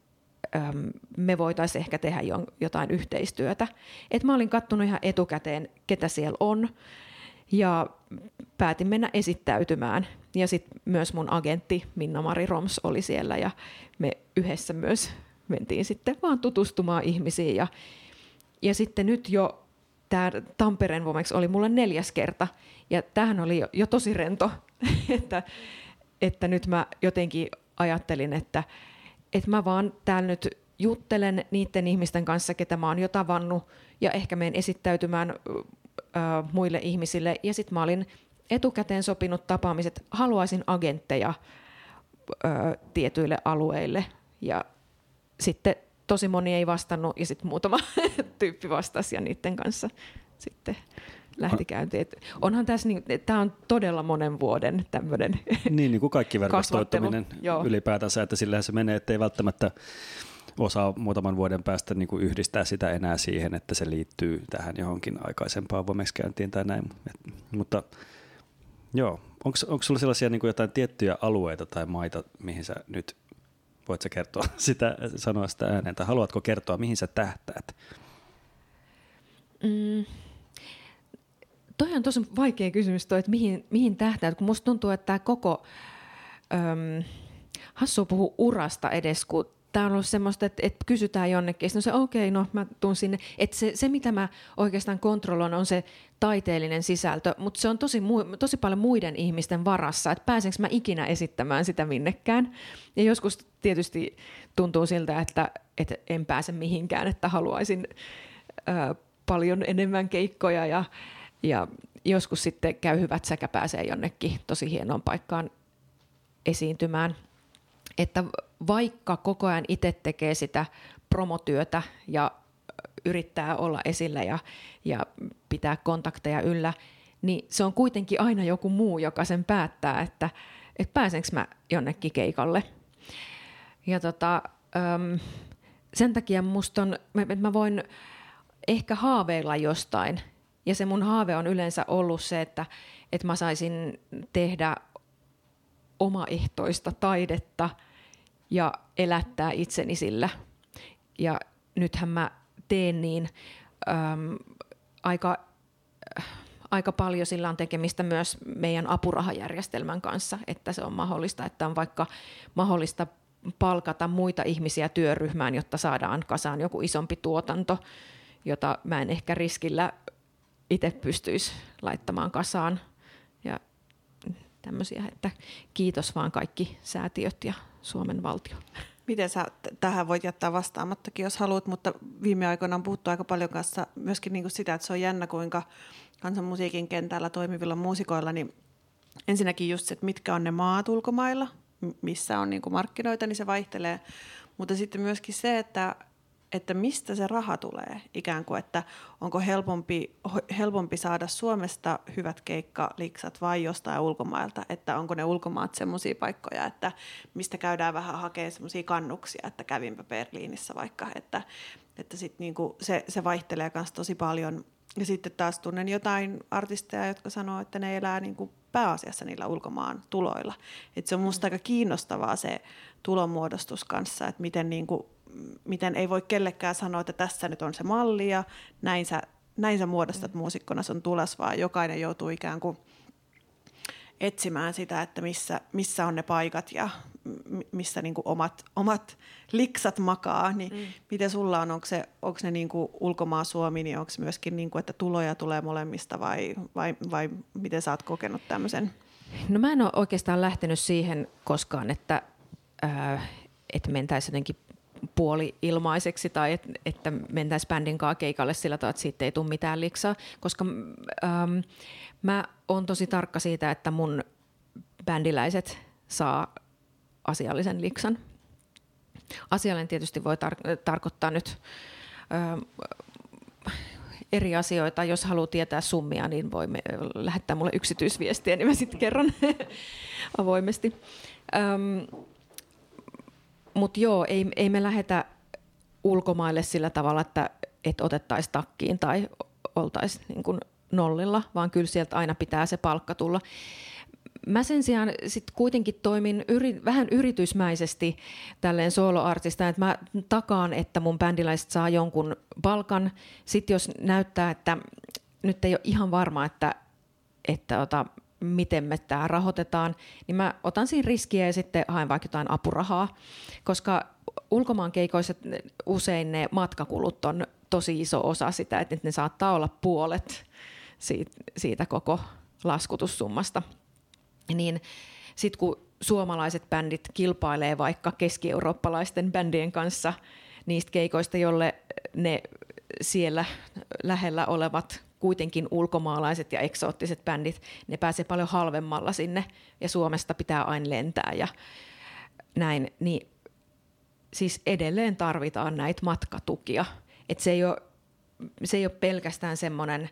me voitaisiin ehkä tehdä jotain yhteistyötä. Et mä olin katsonut ihan etukäteen, ketä siellä on, ja päätin mennä esittäytymään. Ja sitten myös mun agentti Minna-Mari Roms oli siellä, ja me yhdessä myös mentiin sitten vaan tutustumaan ihmisiin. Ja sitten nyt jo tämä Tampereen Womex oli mulle 4. kerta, ja tämähän oli jo tosi rento, että nyt mä jotenkin ajattelin, että mä vaan täällä nyt juttelen niiden ihmisten kanssa, ketä mä oon jo tavannut, ja ehkä menen esittäytymään muille ihmisille. Ja sitten mä olin etukäteen sopinut tapaamiset, haluaisin agentteja tietyille alueille, ja sitten tosi moni ei vastannut, ja sitten muutama tyyppi vastasi, ja niiden kanssa sitten lähti käyntiin. Onhan tässä, tämä on todella monen vuoden tämmöinen niin kuin kaikki verkostoituminen ylipäätänsä, että sillähän se menee, ettei välttämättä osaa muutaman vuoden päästä niin kuin yhdistää sitä enää siihen, että se liittyy tähän johonkin aikaisempaan Womex-käyntiin tai näin. Mutta joo, onko sulla sellaisia niin kuin jotain tiettyjä alueita tai maita, mihin sä nyt, voit sä kertoa sitä, sanoa sitä ääneen, tai haluatko kertoa, mihin sä tähtäät? Toi on tosi vaikea kysymys toi, että mihin tähtäät, kun musta tuntuu, että tämä koko hassua puhua urasta edes, kun tämä on ollut semmoista, että kysytään jonnekin, no se okei, no mä tuun sinne. Että se, mitä mä oikeastaan kontrolloin, on se taiteellinen sisältö, mutta se on tosi paljon muiden ihmisten varassa, että pääsenkö mä ikinä esittämään sitä minnekään. Ja joskus tietysti tuntuu siltä, että en pääse mihinkään, että haluaisin paljon enemmän keikkoja ja joskus sitten käy hyvät säkä pääsee jonnekin tosi hienoon paikkaan esiintymään. Että vaikka koko ajan itse tekee sitä promotyötä ja yrittää olla esillä ja pitää kontakteja yllä, niin se on kuitenkin aina joku muu, joka sen päättää, että pääsenkö mä jonnekin keikalle. Ja sen takia musta on, mä voin ehkä haaveilla jostain. Ja se mun haave on yleensä ollut se, että mä saisin tehdä omaehtoista taidetta ja elättää itseni sillä. Ja nythän mä teen niin aika paljon, sillä on tekemistä myös meidän apurahajärjestelmän kanssa, että se on mahdollista, että on vaikka mahdollista palkata muita ihmisiä työryhmään, jotta saadaan kasaan joku isompi tuotanto, jota mä en ehkä riskillä itse pystyisi laittamaan kasaan. Ja tämmöisiä, että kiitos vaan kaikki säätiöt ja Suomen valtio. Miten sä tähän voit jättää vastaamattakin, jos haluat, mutta viime aikoina on puhuttu aika paljon kanssa myöskin niin kuin sitä, että se on jännä, kuinka kansanmusiikin kentällä toimivilla muusikoilla, niin ensinnäkin just se, että mitkä on ne maat ulkomailla, missä on niin kuin markkinoita, niin se vaihtelee, mutta sitten myöskin se, että mistä se raha tulee, ikään kuin, että onko helpompi saada Suomesta hyvät keikkaliksat vai jostain ulkomailta, että onko ne ulkomaat semmoisia paikkoja, että mistä käydään vähän hakemaan semmoisia kannuksia, että kävinpä Berliinissä vaikka, että sit niinku se vaihtelee myös tosi paljon. Ja sitten taas tunnen jotain artisteja, jotka sanoo, että ne elää niinku pääasiassa niillä ulkomaan tuloilla. Et se on musta aika kiinnostavaa se tulonmuodostus kanssa, että miten ei voi kellekään sanoa, että tässä nyt on se malli ja näin sä muodostat muusikkona sun tulos, vaan jokainen joutuu ikään kuin etsimään sitä, että missä on ne paikat ja missä niin kuin omat liksat makaa. Niin miten sulla on, onko ne niin kuin ulkomaan Suomi, niin onko myöskin, niin kuin, että tuloja tulee molemmista vai miten sä oot kokenut tämmöisen? No mä en ole oikeastaan lähtenyt siihen koskaan, että mentäisiin jotenkin puoli-ilmaiseksi tai että mentäisiin bändin kanssa keikalle sillä tavalla, että siitä ei tule mitään liksaa, koska mä oon tosi tarkka siitä, että mun bändiläiset saa asiallisen liksan. Asiallinen tietysti voi tarkoittaa nyt eri asioita. Jos haluaa tietää summia, niin voi lähettää mulle yksityisviestiä, niin mä sitten kerron avoimesti. Mutta joo, ei me lähetä ulkomaille sillä tavalla, että otettaisiin takkiin tai oltaisiin niin kuin nollilla, vaan kyllä sieltä aina pitää se palkka tulla. Mä sen sijaan sit kuitenkin toimin vähän yritysmäisesti tälleen soloartista, että mä takaan, että mun bändiläiset saa jonkun palkan. Sitten jos näyttää, että nyt ei ole ihan varma, että miten me tämä rahoitetaan, niin mä otan siinä riskiä ja sitten haen vaikka jotain apurahaa, koska ulkomaan keikoissa usein ne matkakulut on tosi iso osa sitä, että ne saattaa olla puolet siitä koko laskutussummasta. Niin sitten kun suomalaiset bändit kilpailee vaikka keski-eurooppalaisten bändien kanssa niistä keikoista, jolle ne siellä lähellä olevat kuitenkin ulkomaalaiset ja eksoottiset bändit, ne pääsee paljon halvemmalla sinne ja Suomesta pitää aina lentää ja näin, niin siis edelleen tarvitaan näitä matkatukia. Et se ei ole pelkästään semmoinen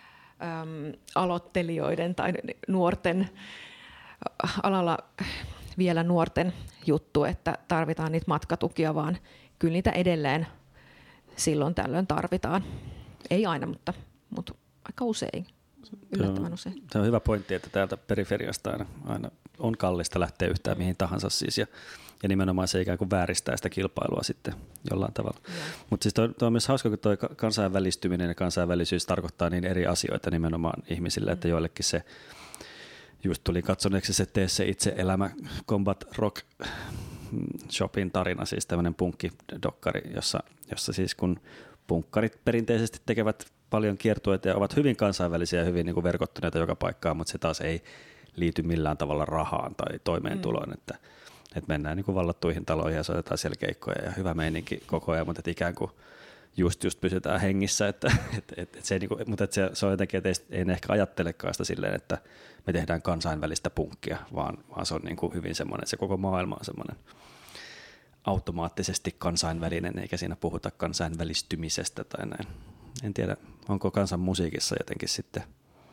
aloittelijoiden tai nuorten, alalla vielä nuorten juttu, että tarvitaan niitä matkatukia, vaan kyllä niitä edelleen silloin tällöin tarvitaan. Ei aina, mutta aika usein. Yllättävän usein. Se on hyvä pointti, että täältä periferiasta aina on kallista lähteä yhtään mihin tahansa siis, ja nimenomaan se ikään kuin vääristää sitä kilpailua sitten jollain tavalla. Mutta siis toi on myös hauska, kun toi kansainvälistyminen ja kansainvälisyys tarkoittaa niin eri asioita nimenomaan ihmisille, että joillekin se, just tuli katsoneeksi se Tee se itse elämä Combat Rock Shopin tarina, siis tämmöinen punkkidokkari, jossa siis kun punkkarit perinteisesti tekevät paljon kiertueita ja ovat hyvin kansainvälisiä ja hyvin niin kuin verkottuneita joka paikkaan, mutta se taas ei liity millään tavalla rahaan tai toimeentuloon, että mennään niin kuin vallattuihin taloihin ja soitetaan siellä keikkoja ja hyvä meininki koko ajan, mutta ikään kuin just pysytään hengissä, mutta se on jotenkin, että ei ne ehkä ajattelekaan sitä silleen, että me tehdään kansainvälistä punkkia, vaan se on niin kuin hyvin semmoinen, että se koko maailma on semmoinen automaattisesti kansainvälinen, eikä siinä puhuta kansainvälistymisestä tai näin. En tiedä, onko kansan musiikissa jotenkin sitten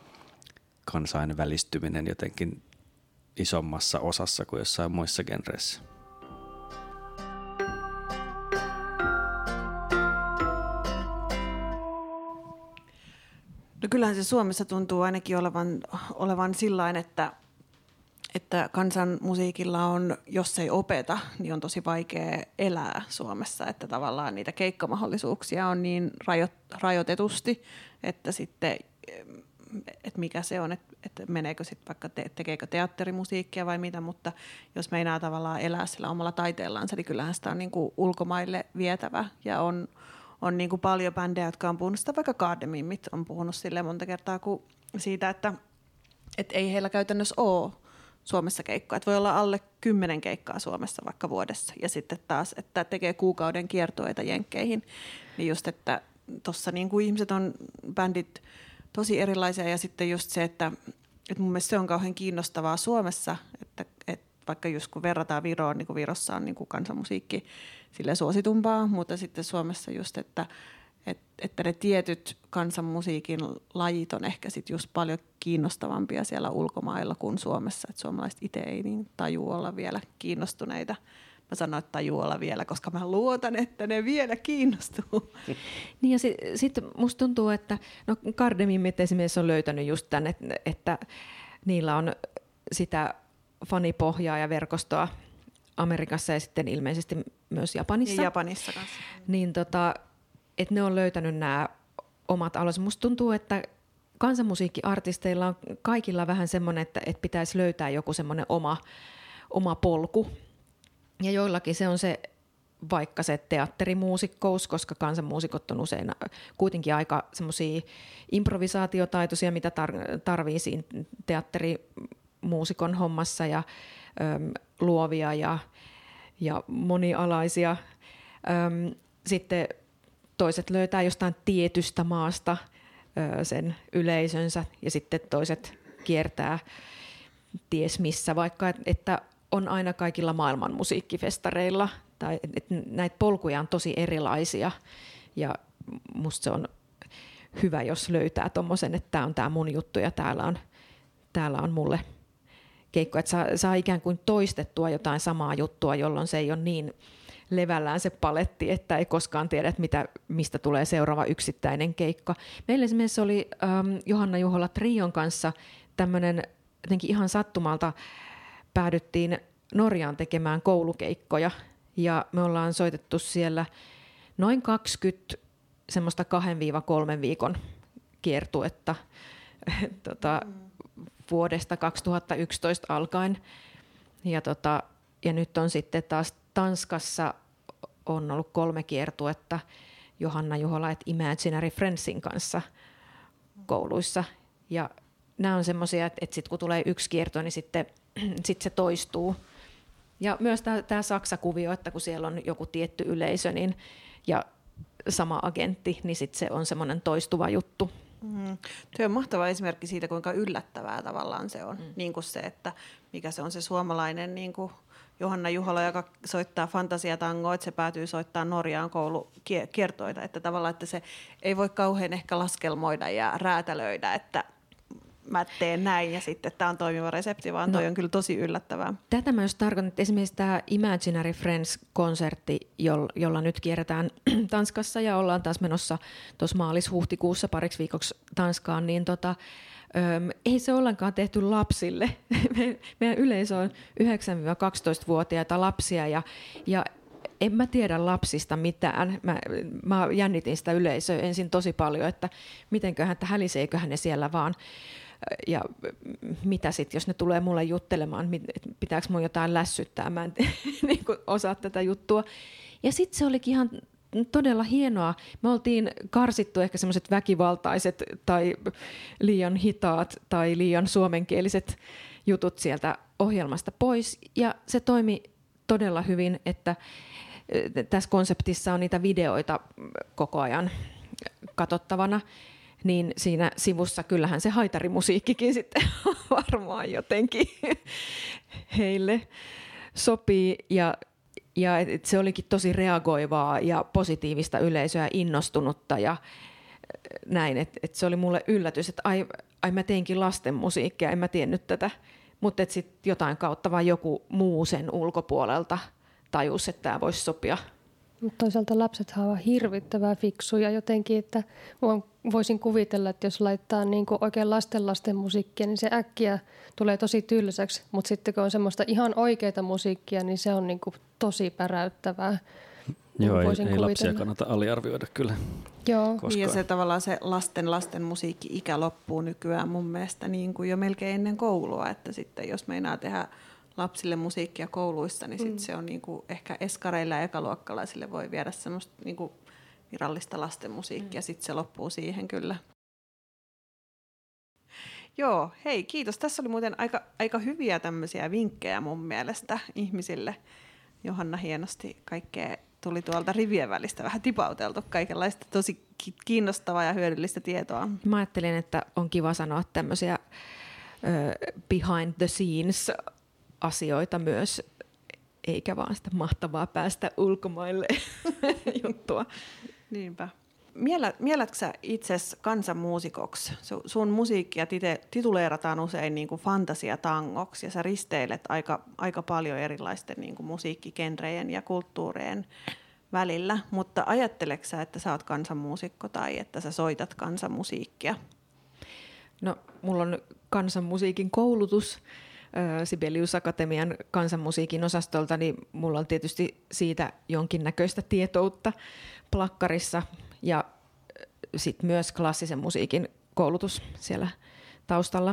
kansainvälistyminen jotenkin isommassa osassa kuin jossain muissa genreissä. No kyllähän se Suomessa tuntuu ainakin olevan sillain, että kansan musiikilla on, jos ei opeta, niin on tosi vaikea elää Suomessa, että tavallaan niitä keikkamahdollisuuksia on niin rajoitetusti, että sitten, että mikä se on, että meneekö sitten vaikka, tekeekö teatterimusiikkia vai mitä, mutta jos meinaa tavallaan elää sillä omalla taiteellaan, niin kyllähän sitä on niin kuin ulkomaille vietävä ja on niin kuin paljon bändejä, jotka on puhunut sitä, vaikka Kardemimmit on puhunut silleen monta kertaa siitä, että ei heillä käytännössä ole Suomessa keikkoa. Että voi olla alle 10 keikkaa Suomessa vaikka vuodessa. Ja sitten taas, että tekee kuukauden kiertueita jenkkeihin. Niin just, että tuossa niin kuin ihmiset on bändit tosi erilaisia. Ja sitten just se, että mun mielestä se on kauhean kiinnostavaa Suomessa, että vaikka just kun verrataan Viroon, niin kuin Virossa on niin kuin kansanmusiikki sille suositumpaa, mutta sitten Suomessa just, että ne tietyt kansanmusiikin lajit on ehkä sit just paljon kiinnostavampia siellä ulkomailla kuin Suomessa, että suomalaiset itse ei niin taju olla vielä kiinnostuneita. Mä sanoin, että taju olla vielä, koska mä luotan, että ne vielä kiinnostuu. Niin ja sitten musta tuntuu, että Kardemimmit esimerkiksi on löytänyt just tämän, että niillä on sitä fanipohjaa ja verkostoa Amerikassa ja sitten ilmeisesti myös Japanissa. Ja Japanissa kanssa. Niin että ne on löytänyt nämä omat alonsa. Musta tuntuu, että kansanmusiikkiartisteilla on kaikilla vähän semmoinen, että pitäisi löytää joku semmoinen oma polku. Ja joillakin se on se vaikka se teatterimuusikkous, koska kansanmuusikot on usein kuitenkin aika semmoisia improvisaatiotaitoisia, mitä tarvii siinä teatterimuusikon hommassa ja luovia ja monialaisia. Sitten toiset löytää jostain tietystä maasta sen yleisönsä ja sitten toiset kiertää ties missä, vaikka että on aina kaikilla maailman musiikkifestareilla. Tai että näitä polkuja on tosi erilaisia ja musta se on hyvä, jos löytää tommosen, että tämä on tämä mun juttu ja täällä on mulle keikko, että saa ikään kuin toistettua jotain samaa juttua, jolloin se ei ole niin levällään se paletti, että ei koskaan tiedä, mistä tulee seuraava yksittäinen keikka. Meillä esimerkiksi oli Johanna Juhola Trion kanssa tämmöinen jotenkin ihan sattumalta päädyttiin Norjaan tekemään koulukeikkoja ja me ollaan soitettu siellä noin 20 semmoista 2-3 viikon kiertuetta vuodesta 2011 alkaen. Ja nyt on sitten taas Tanskassa on ollut 3 kiertuetta Johanna Juhola et Imaginary Friendsin kanssa kouluissa. Ja nämä on semmoisia, että sit kun tulee yksi kierto, niin sitten se toistuu. Ja myös tämä Saksa-kuvio, että kun siellä on joku tietty yleisö ja sama agentti, niin sitten se on semmoinen toistuva juttu. Tuo on mahtava esimerkki siitä, kuinka yllättävää tavallaan se on. Niin kuin se, että mikä se on se suomalainen niin kuin Johanna Juhola, joka soittaa fantasiatangoa, että se päätyy soittaa Norjaan koulukiertoita. Että tavallaan, että se ei voi kauhean ehkä laskelmoida ja räätälöidä, että mä teen näin ja sitten tämä on toimiva resepti, vaan toi on kyllä tosi yllättävää. Tätä mä just tarkoitan, että esimerkiksi tämä Imaginary Friends-konsertti, jolla nyt kierretään Tanskassa ja ollaan taas menossa tuossa maalis-huhtikuussa pariksi viikoksi Tanskaan, niin ei se ollenkaan tehty lapsille. Meidän yleisö on 9-12-vuotiaita lapsia ja en mä tiedä lapsista mitään. Mä jännitin sitä yleisöä ensin tosi paljon, että mitenköhän, että häliseiköhän ne siellä vaan. Ja mitä sitten, jos ne tulee mulle juttelemaan, pitääkö mun jotain lässyttää, mä en niin osaa tätä juttua. Ja sitten se olikin ihan todella hienoa. Me oltiin karsittu ehkä semmoiset väkivaltaiset tai liian hitaat tai liian suomenkieliset jutut sieltä ohjelmasta pois. Ja se toimi todella hyvin, että tässä konseptissa on niitä videoita koko ajan katsottavana. Niin siinä sivussa kyllähän se haitarimusiikkikin sitten varmaan jotenkin heille sopii. Ja se olikin tosi reagoivaa ja positiivista yleisöä, innostunutta ja näin. Et se oli mulle yllätys, että ai mä teinkin lasten musiikkia, en mä tiennyt tätä. Mutta sitten jotain kautta vaan joku muu sen ulkopuolelta tajusi, että tämä voisi sopia. Mutta toisaalta lapsethan ovat hirvittävää fiksuja jotenkin, että voisin kuvitella, että jos laittaa niinku oikein lasten musiikkia, niin se äkkiä tulee tosi tylsäksi. Mutta sitten kun on semmoista ihan oikeaa musiikkia, niin se on niinku tosi päräyttävää. Joo, ei lapsia kannata aliarvioida kyllä. Joo. Koskaan. Ja se tavallaan se lasten musiikki-ikä loppuu nykyään mun mielestä niin kuin jo melkein ennen koulua, että sitten jos meinaa tehdä lapsille musiikkia kouluissa, niin sit se on niinku ehkä eskareilla ja ekaluokkalaisille voi viedä semmoista niinku virallista lasten musiikkia, sitten se loppuu siihen kyllä. Joo, hei, kiitos. Tässä oli muuten aika hyviä tämmöisiä vinkkejä mun mielestä ihmisille. Johanna, hienosti kaikkea tuli tuolta rivien välistä vähän tipauteltu, kaikenlaista tosi kiinnostavaa ja hyödyllistä tietoa. Mä ajattelin, että on kiva sanoa tämmöisiä behind the scenes asioita myös, eikä vaan sitä mahtavaa päästä ulkomaille juttua. Niinpä. Mielätkö sä itsesi kansanmuusikoksi? Sun musiikkia tituleerataan usein niin kuin fantasiatangoksi ja sä risteilet aika paljon erilaisten niin kuin musiikkigenrejen ja kulttuurien välillä, mutta ajatteleksä sä, että sä oot kansanmuusikko tai että sä soitat kansanmusiikkia? No, mulla on kansanmusiikin koulutus Sibelius Akatemian kansanmusiikin osastolta, niin mulla on tietysti siitä jonkinnäköistä tietoutta plakkarissa ja sitten myös klassisen musiikin koulutus siellä taustalla.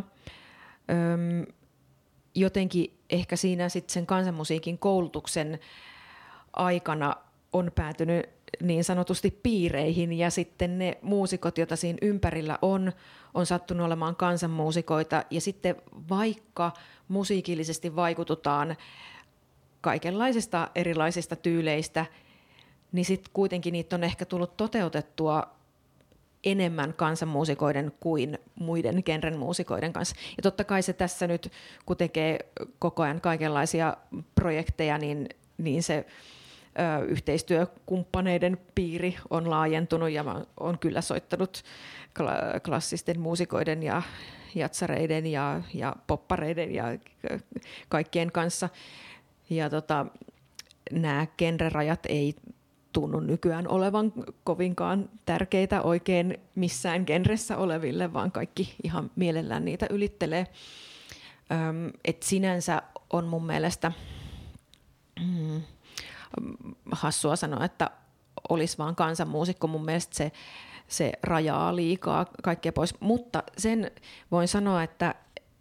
Jotenkin ehkä siinä sitten sen kansanmusiikin koulutuksen aikana on päätynyt niin sanotusti piireihin ja sitten ne muusikot, joita siinä ympärillä on sattunut olemaan kansanmuusikoita ja sitten vaikka musiikillisesti vaikututaan kaikenlaisista erilaisista tyyleistä, niin sitten kuitenkin niitä on ehkä tullut toteutettua enemmän kansanmuusikoiden kuin muiden genren muusikoiden kanssa. Ja totta kai se tässä nyt, kun tekee koko ajan kaikenlaisia projekteja, niin se yhteistyökumppaneiden piiri on laajentunut ja mä oon kyllä soittanut klassisten muusikoiden ja jatsareiden ja poppareiden ja kaikkien kanssa. Ja nämä genrerajat ei tunnu nykyään olevan kovinkaan tärkeitä oikein missään genressä oleville, vaan kaikki ihan mielellään niitä ylittelee. että sinänsä on mun mielestä hassua sanoa, että olisi vaan kansanmuusikko. Mun mielestä se rajaa liikaa kaikkea pois, mutta sen voin sanoa, että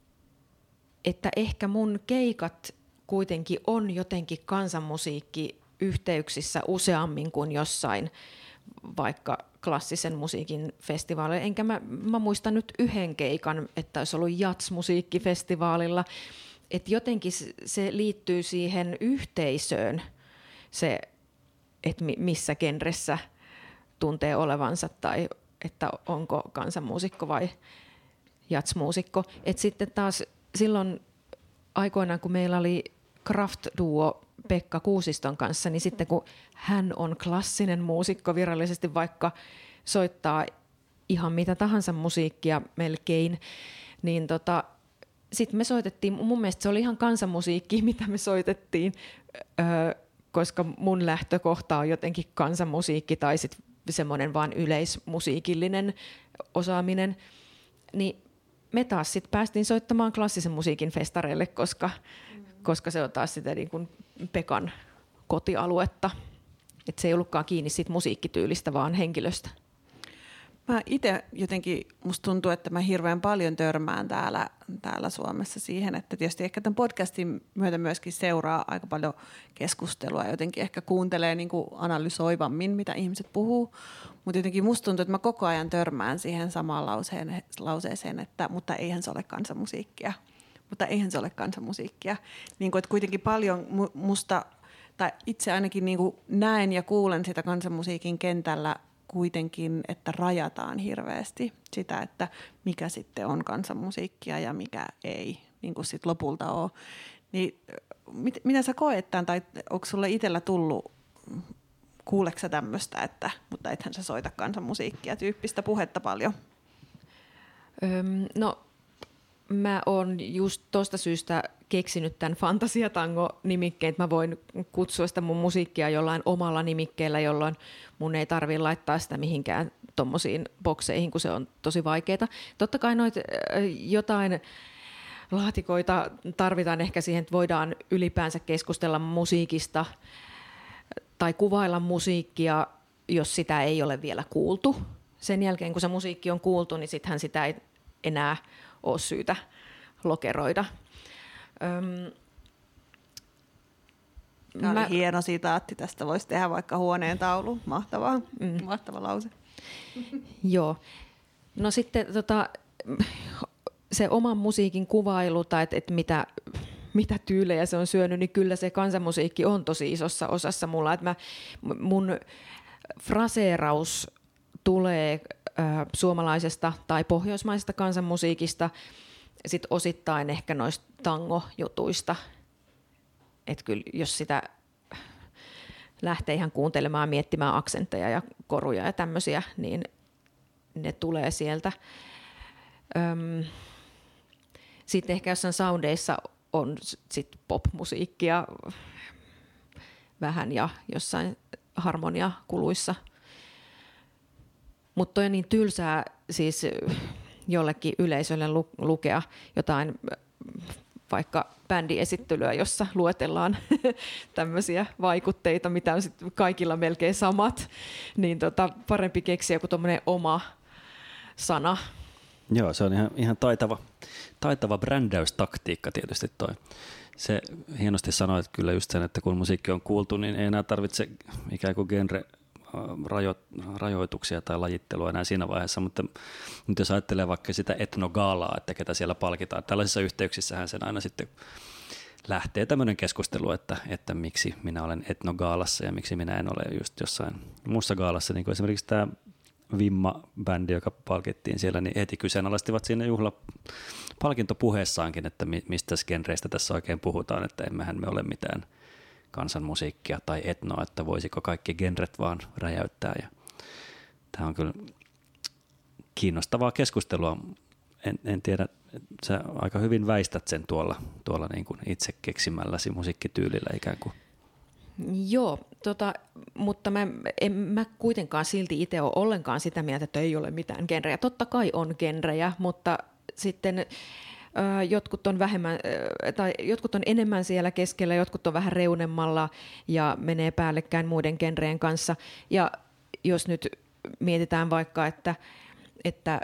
ehkä mun keikat kuitenkin on jotenkin kansanmusiikki yhteyksissä useammin kuin jossain vaikka klassisen musiikin festivaaleilla. Enkä mä muistan nyt yhden keikan, että olisi ollut jazzmusiikkifestivaalilla. Että jotenkin se liittyy siihen yhteisöön, se, että missä genressä tuntee olevansa tai että onko kansanmuusikko vai jazzmuusikko. Et sitten taas silloin aikoinaan, kun meillä oli Kraft-duo Pekka Kuusiston kanssa, niin sitten kun hän on klassinen muusikko virallisesti, vaikka soittaa ihan mitä tahansa musiikkia melkein, niin sitten me soitettiin, mun mielestä se oli ihan kansanmusiikki, mitä me soitettiin, koska mun lähtökohta on jotenkin kansanmusiikki tai sitten semmoinen vaan yleismusiikillinen osaaminen, niin me taas sitten päästiin soittamaan klassisen musiikin festareille, koska se on taas sitä niin kuin Pekan kotialuetta. Et se ei ollutkaan kiinni siitä musiikkityylistä, vaan henkilöstä. Mä itse jotenkin, musta tuntuu, että mä hirveän paljon törmään täällä Suomessa siihen, että tietysti ehkä tämän podcastin myötä myöskin seuraa aika paljon keskustelua, jotenkin ehkä kuuntelee niin kuin analysoivammin, mitä ihmiset puhuu, mutta jotenkin musta tuntuu, että mä koko ajan törmään siihen samaan lauseeseen, että mutta eihän se ole kansanmusiikkia. Mutta eihän se ole kansanmusiikkia. Niin kuin, että kuitenkin paljon musta, tai itse ainakin niin kuin näen ja kuulen sitä kansanmusiikin kentällä kuitenkin, että rajataan hirveästi sitä, että mikä sitten on kansanmusiikkia ja mikä ei niin kuin sit lopulta ole. Niin, mitä sä koet tämän, tai onko sulle itsellä tullut, kuuleeko sä tämmöistä, että mutta ethän sä soita kansanmusiikkia tyyppistä puhetta paljon? No mä oon just tosta syystä keksinyt tämän Fantasiatango-nimikkeen, että mä voin kutsua sitä mun musiikkia jollain omalla nimikkeellä, jolloin mun ei tarvitse laittaa sitä mihinkään tommosiin bokseihin, kun se on tosi vaikeaa. Totta kai noita jotain laatikoita tarvitaan ehkä siihen, että voidaan ylipäänsä keskustella musiikista tai kuvailla musiikkia, jos sitä ei ole vielä kuultu. Sen jälkeen, kun se musiikki on kuultu, niin sittenhän sitä ei enää ole syytä lokeroida. Tämä oli hieno sitaatti. Tästä voisi tehdä vaikka huoneen taulu. Mahtavaa. Mahtava lause. Joo. No sitten se oman musiikin kuvailu tai että mitä tyylejä se on syönyt, niin kyllä se kansanmusiikki on tosi isossa osassa mulla. Että mun fraseeraus tulee suomalaisesta tai pohjoismaisesta kansanmusiikista, sitten osittain ehkä noista tango-jutuista. Että kyllä jos sitä lähtee ihan kuuntelemaan, miettimään aksentteja ja koruja ja tämmöisiä, niin ne tulee sieltä. Sitten ehkä jossain soundeissa on sit pop-musiikkia vähän ja jossain harmoniakuluissa. Mutta toi on niin tylsää siis jollekin yleisölle lukea jotain vaikka bändiesittelyä, jossa luetellaan tämmöisiä vaikutteita, mitä on sit kaikilla melkein samat, niin parempi keksiä joku tommoinen oma sana. Joo, se on ihan taitava brändäystaktiikka tietysti toi. Se hienosti sanoi, että kyllä just sen, että kun musiikki on kuultu, niin ei enää tarvitse ikään kuin rajoituksia tai lajittelua enää siinä vaiheessa, mutta nyt jos ajattelee vaikka sitä etnogaalaa, että ketä siellä palkitaan, tällaisissa yhteyksissähän sen aina sitten lähtee tämmöinen keskustelu, että miksi minä olen etnogaalassa ja miksi minä en ole just jossain muussa gaalassa, niin kuin esimerkiksi tämä Vimma-bändi, joka palkittiin siellä, niin heti kyseenalaistivat siinä juhlapalkintopuheessaankin, että mistä genreistä tässä oikein puhutaan, että emmehän me ole mitään kansanmusiikkia tai etnoa, että voisiko kaikki genret vaan räjäyttää. Ja tämä on kyllä kiinnostavaa keskustelua. En tiedä, sä aika hyvin väistät sen tuolla niin kuin itse keksimälläsi musiikkityylillä ikään kuin. Joo, mutta mä kuitenkaan silti itse ole ollenkaan sitä mieltä, että ei ole mitään genrejä. Totta kai on genrejä, mutta sitten Jotkut on vähemmän, tai jotkut on enemmän siellä keskellä, jotkut on vähän reunemmalla ja menee päällekkäin muiden genreen kanssa. Ja jos nyt mietitään vaikka, että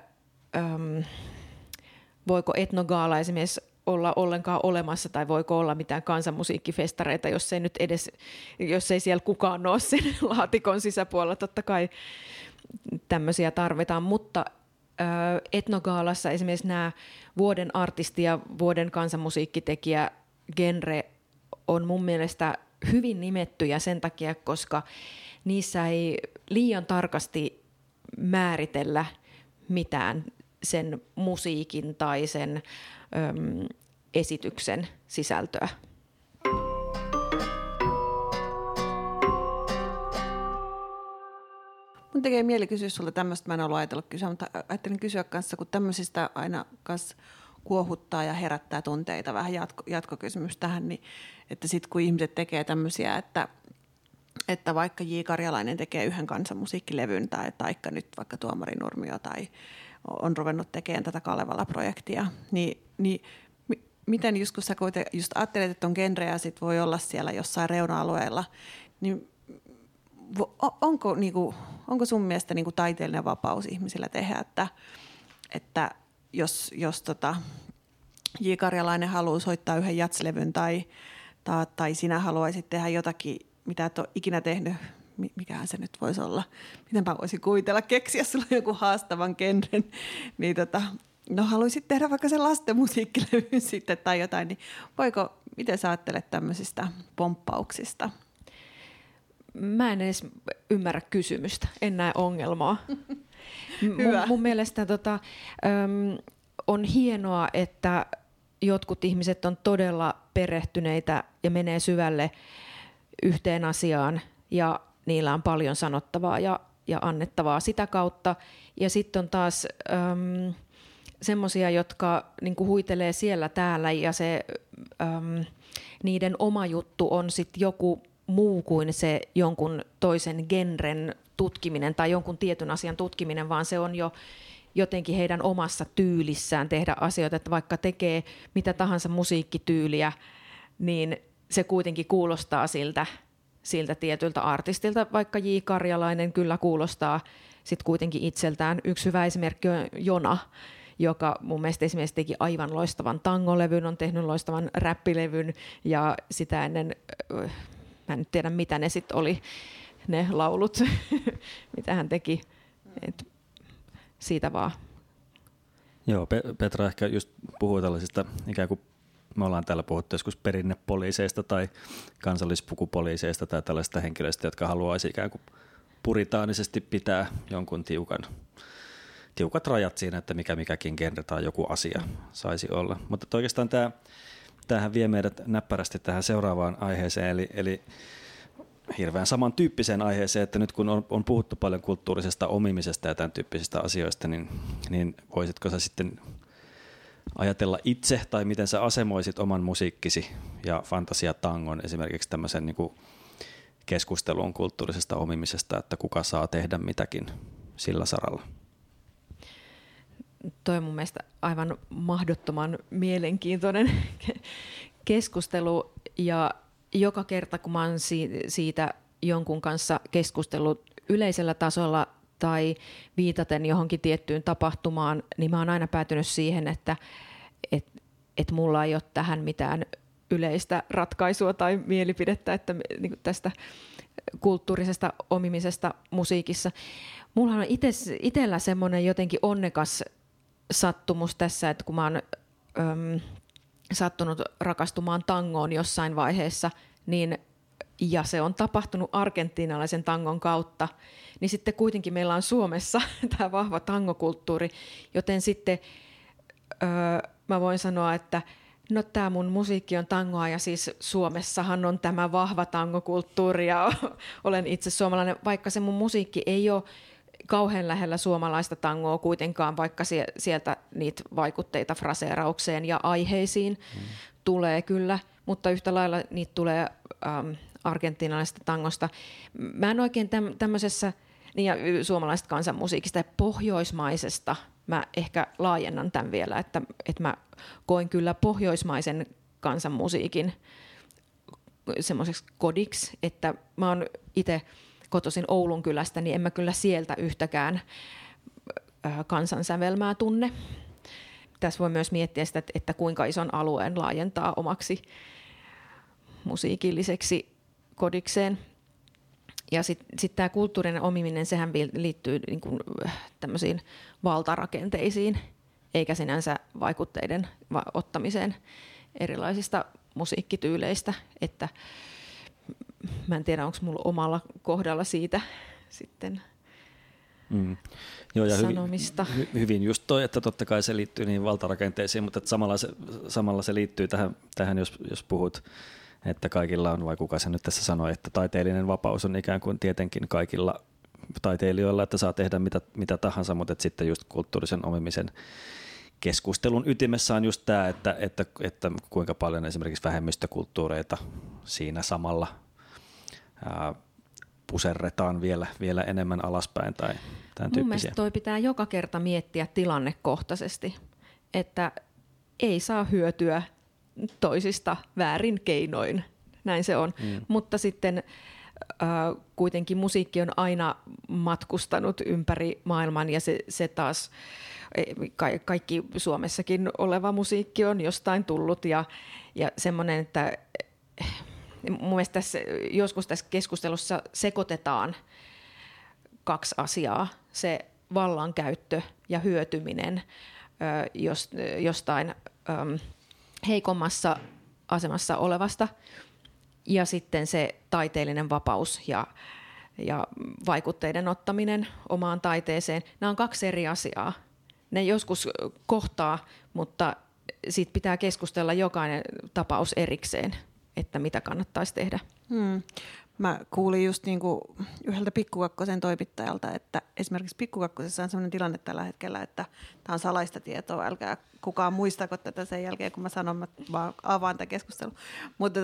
voiko etnogaala esimerkiksi olla ollenkaan olemassa tai voiko olla mitään kansanmusiikkifestareita, jos ei siellä kukaan ole sen laatikon sisäpuolella. Totta kai tämmöisiä tarvitaan, mutta etnogaalassa esimerkiksi nämä vuoden artisti ja vuoden kansanmusiikkitekijä genre on mun mielestä hyvin nimettyjä sen takia, koska niissä ei liian tarkasti määritellä mitään sen musiikin tai sen esityksen sisältöä. Mun tekee mieli kysyä sulle tämmöistä, mä en ollut ajatellut kysyä, mutta ajattelin kysyä kanssa, kun tämmöisistä aina kanssa kuohuttaa ja herättää tunteita, vähän jatkokysymys tähän, niin että sitten kun ihmiset tekee tämmöisiä, että vaikka J. Karjalainen tekee yhden kansanmusiikkilevyn tai taikka nyt vaikka Tuomari Nurmio tai on ruvennut tekemään tätä Kalevala-projektia, niin miten just kun sä just ajattelet, että on genreä sit voi olla siellä jossain reuna-alueella, niin onko sun mielestä niinku taiteellinen vapaus ihmisillä tehdä, että jos J. Karjalainen haluaa soittaa yhden jatslevyn tai sinä haluaisit tehdä jotakin, mitä et ole ikinä tehnyt, mikähän se nyt voisi olla, miten mä voisin kuvitella, keksiä sulla joku haastavan genren, niin haluaisit tehdä vaikka sen lasten musiikkilevyn sitten tai jotain, niin miten sä ajattelet tämmöisistä pomppauksista? Mä en edes ymmärrä kysymystä, en näe ongelmaa. Hyvä. Mun mielestä on hienoa, että jotkut ihmiset on todella perehtyneitä ja menee syvälle yhteen asiaan ja niillä on paljon sanottavaa ja annettavaa sitä kautta. Ja sitten on taas semmoisia, jotka niinku huitelee siellä täällä ja se niiden oma juttu on sitten joku muu kuin se jonkun toisen genren tutkiminen tai jonkun tietyn asian tutkiminen, vaan se on jo jotenkin heidän omassa tyylissään tehdä asioita, että vaikka tekee mitä tahansa musiikkityyliä, niin se kuitenkin kuulostaa siltä tietyltä artistilta, vaikka J. Karjalainen kyllä kuulostaa sitten kuitenkin itseltään. Yksi hyvä esimerkki on Jona, joka mun mielestä esimerkiksi teki aivan loistavan tangolevyn, on tehnyt loistavan räppilevyn ja sitä ennen, mä en tiedä mitä ne sitten oli, ne laulut, mitä hän teki, et siitä vaan. Joo, Petra ehkä just puhui tällaisista ikään kuin me ollaan täällä puhuttu joskus perinnepoliiseista tai kansallispukupoliiseista tai tällaisista henkilöistä, jotka haluaisi ikään kuin puritaanisesti pitää jonkun tiukat rajat siinä, että mikäkin genre tai joku asia saisi olla. Mutta oikeastaan tämähän vie meidät näppärästi tähän seuraavaan aiheeseen, eli hirveän samantyyppiseen aiheeseen, että nyt kun on puhuttu paljon kulttuurisesta omimisesta ja tämän tyyppisistä asioista, niin voisitko sä sitten ajatella itse tai miten sä asemoisit oman musiikkisi ja fantasiatangon esimerkiksi tämmöisen niin kuin keskusteluun kulttuurisesta omimisesta, että kuka saa tehdä mitäkin sillä saralla? Toi on mun mielestä aivan mahdottoman mielenkiintoinen keskustelu ja joka kerta kun mä oon siitä jonkun kanssa keskustellut yleisellä tasolla tai viitaten johonkin tiettyyn tapahtumaan, niin mä oon aina päätynyt siihen, että mulla ei ole tähän mitään yleistä ratkaisua tai mielipidettä että, niin kuin tästä kulttuurisesta omimisesta musiikissa. Mullahan on itsellä semmoinen jotenkin onnekas sattumus tässä, että kun mä oon sattunut rakastumaan tangoon jossain vaiheessa, niin, ja se on tapahtunut argentiinalaisen tangon kautta, niin sitten kuitenkin meillä on Suomessa tämä vahva tangokulttuuri, joten sitten mä voin sanoa, että no tämä mun musiikki on tangoa ja siis Suomessahan on tämä vahva tangokulttuuri ja olen itse suomalainen, vaikka se mun musiikki ei ole kauhean lähellä suomalaista tangoa kuitenkaan, vaikka sieltä niitä vaikutteita fraseeraukseen ja aiheisiin tulee kyllä, mutta yhtä lailla niitä tulee argentiinalaisesta tangosta. Mä en oikein tämmöisessä, niin ja suomalaisesta kansanmusiikista ja pohjoismaisesta mä ehkä laajennan tämän vielä, että mä koen kyllä pohjoismaisen kansanmusiikin semmoiseksi kodiksi, että mä oon itse kotoisin Oulun kylästä, niin en mä kyllä sieltä yhtäkään kansansävelmää tunne. Tässä voi myös miettiä sitä, että kuinka ison alueen laajentaa omaksi musiikilliseksi kodikseen. Ja sitten tämä kulttuurinen omiminen, sehän liittyy niin kuin tämmöisiin valtarakenteisiin, eikä sinänsä vaikutteiden ottamiseen erilaisista musiikkityyleistä. Että mä en tiedä, onko mulla omalla kohdalla siitä sitten Joo, ja sanomista. Hyvin just toi, että totta kai se liittyy niihin valtarakenteisiin, mutta että samalla se liittyy tähän jos puhut, että kaikilla on, vai kuka se nyt tässä sanoi, että taiteellinen vapaus on ikään kuin tietenkin kaikilla taiteilijoilla, että saa tehdä mitä tahansa, mutta että sitten just kulttuurisen omimisen keskustelun ytimessä on just tämä, että kuinka paljon esimerkiksi vähemmistökulttuureita siinä samalla puserretaan vielä enemmän alaspäin tai tämän tyyppisiä. Mun mielestä toi pitää joka kerta miettiä tilannekohtaisesti, että ei saa hyötyä toisista väärin keinoin, näin se on. Mutta sitten kuitenkin musiikki on aina matkustanut ympäri maailman ja se taas kaikki Suomessakin oleva musiikki on jostain tullut ja semmoinen, että mun mielestä joskus tässä keskustelussa sekoitetaan kaksi asiaa, se vallankäyttö ja hyötyminen jostain heikommassa asemassa olevasta ja sitten se taiteellinen vapaus ja vaikutteiden ottaminen omaan taiteeseen. Nämä on kaksi eri asiaa. Ne joskus kohtaa, mutta siitä pitää keskustella jokainen tapaus erikseen, että mitä kannattaisi tehdä. Mä kuulin just niinku yhdeltä Pikku Kakkosen toimittajalta, että esimerkiksi Pikku Kakkosessa on sellainen tilanne tällä hetkellä, että tämä on salaista tietoa, älkää kukaan muistako tätä sen jälkeen, kun mä sanon, mä vaan avaan tämän keskustelun. Mutta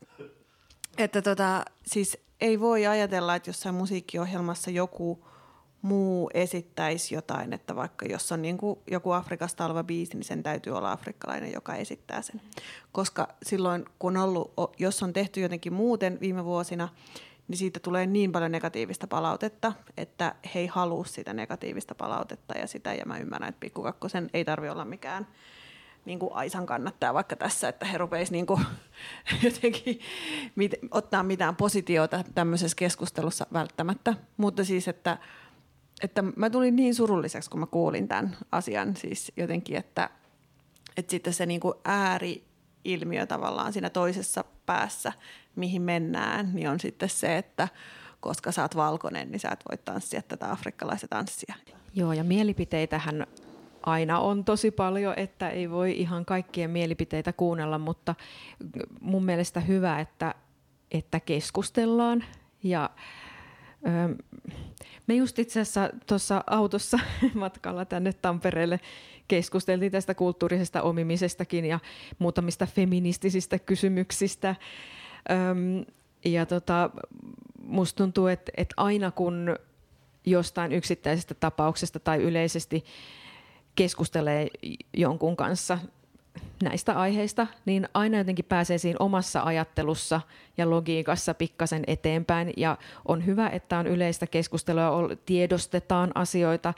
siis ei voi ajatella, että jossain musiikkiohjelmassa joku muu esittäisi jotain, että vaikka jos on niin kuin joku Afrikasta oleva biisi, niin sen täytyy olla afrikkalainen, joka esittää sen. Koska silloin, kun jos on tehty jotenkin muuten viime vuosina, niin siitä tulee niin paljon negatiivista palautetta, että he ei halua sitä negatiivista palautetta ja mä ymmärrän, että Pikku Kakkosen ei tarvitse olla mikään niin kuin Aisan kannattaa vaikka tässä, että he rupeisivat niin kuin jotenkin ottaa mitään positiota tämmöisessä keskustelussa välttämättä, mutta siis, että mä tulin niin surulliseksi, kun mä kuulin tämän asian siis jotenkin, että sitten se niin kuin ääriilmiö tavallaan siinä toisessa päässä, mihin mennään, niin on sitten se, että koska sä oot valkoinen, niin sä et voi tanssia tätä afrikkalaista tanssia. Joo, ja mielipiteitähän aina on tosi paljon, että ei voi ihan kaikkien mielipiteitä kuunnella, mutta mun mielestä hyvä, että keskustellaan ja me just itse asiassa tuossa autossa matkalla tänne Tampereelle keskusteltiin tästä kulttuurisesta omimisestakin ja muutamista feministisistä kysymyksistä. Ja musta tuntuu, että aina kun jostain yksittäisestä tapauksesta tai yleisesti keskustelee jonkun kanssa näistä aiheista, niin aina jotenkin pääsee siinä omassa ajattelussa ja logiikassa pikkasen eteenpäin. Ja on hyvä, että on yleistä keskustelua, tiedostetaan asioita.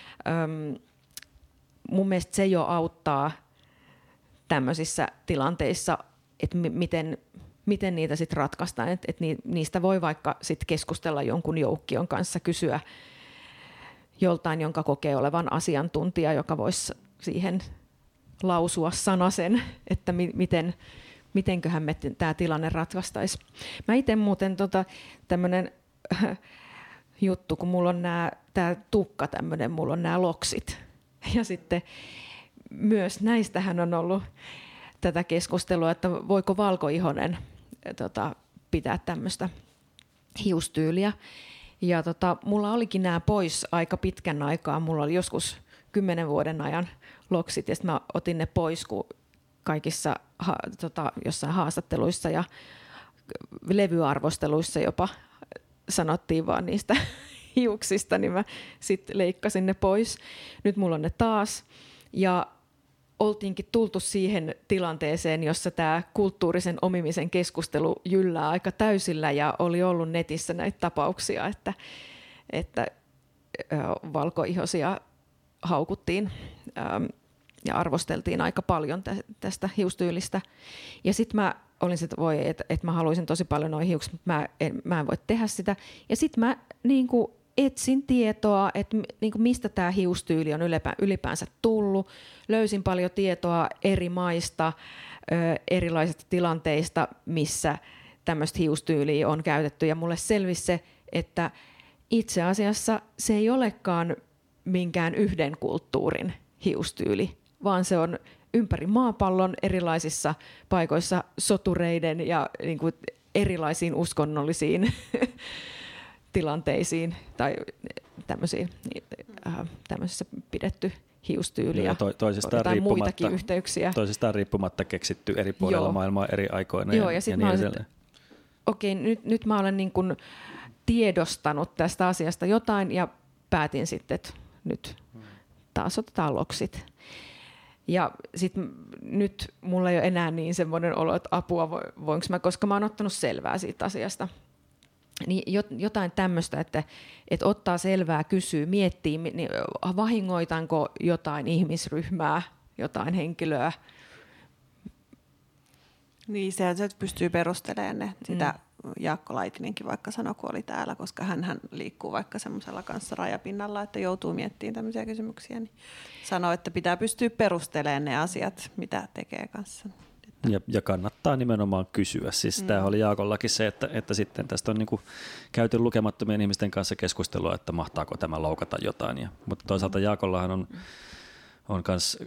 Mun mielestä se jo auttaa tämmöisissä tilanteissa, että miten niitä sitten ratkaistaan. Että niistä voi vaikka sit keskustella jonkun joukkion kanssa, kysyä joltain, jonka kokee olevan asiantuntija, joka voisi siihen lausua sanasen, että mitenköhän me tämä tilanne ratkaistaisi. Mä itse muuten tämmöinen juttu, kun mulla on tämä tukka tämmöinen, mulla on nämä loksit. Ja sitten myös näistähän on ollut tätä keskustelua, että voiko valkoihoinen pitää tämmöistä hiustyyliä. Ja mulla olikin nämä pois aika pitkän aikaa. Mulla oli joskus 10 vuoden ajan loksit, ja sitten mä otin ne pois, kun kaikissa jossain haastatteluissa ja levyarvosteluissa jopa sanottiin vaan niistä hiuksista, niin mä sitten leikkasin ne pois. Nyt mulla on ne taas. Ja oltiinkin tultu siihen tilanteeseen, jossa tämä kulttuurisen omimisen keskustelu jyllää aika täysillä ja oli ollut netissä näitä tapauksia, että valkoihoisia haukuttiin ja arvosteltiin aika paljon tästä hiustyylistä. Ja sitten mä olin että voi, että mä haluaisin tosi paljon nuo hiukset, mutta mä en voi tehdä sitä. Ja sitten mä niinku etsin tietoa, että niinku mistä tämä hiustyyli on ylipäänsä tullut. Löysin paljon tietoa eri maista, erilaisista tilanteista, missä tämmöistä hiustyyliä on käytetty. Ja mulle selvisi se, että itse asiassa se ei olekaan minkään yhden kulttuurin hiustyyli, vaan se on ympäri maapallon erilaisissa paikoissa sotureiden ja niin kuin erilaisiin uskonnollisiin tilanteisiin tai tämmöisissä pidetty hiustyyli ja toisistaan muitakin yhteyksiä. Toisistaan riippumatta keksitty eri puolilla maailmaa eri aikoina. Joo, ja sitten niin edelleen. Okei, nyt mä olen niin kuin tiedostanut tästä asiasta jotain ja päätin sitten, että nyt taas otetaan loksit. Ja sitten nyt mulla ei ole enää niin semmoinen olo, että apua voinko mä, koska mä oon ottanut selvää siitä asiasta. Niin jotain tämmöistä, että ottaa selvää, kysyy, miettii, niin vahingoitanko jotain ihmisryhmää, jotain henkilöä. Niin, se pystyy perustelemaan ne. Sitä Jaakko Laitinenkin vaikka sanoi, kun oli täällä, koska hän liikkuu vaikka semmoisella kanssa rajapinnalla, että joutuu miettimään tämmöisiä kysymyksiä, niin sanoi, että pitää pystyä perustelemaan ne asiat, mitä tekee kanssa. Ja kannattaa nimenomaan kysyä. Siis tämähän oli Jaakollakin se, että sitten tästä on niinku käyty lukemattomien ihmisten kanssa keskustelua, että mahtaako tämä loukata jotain. Mutta toisaalta Jaakollahan on kans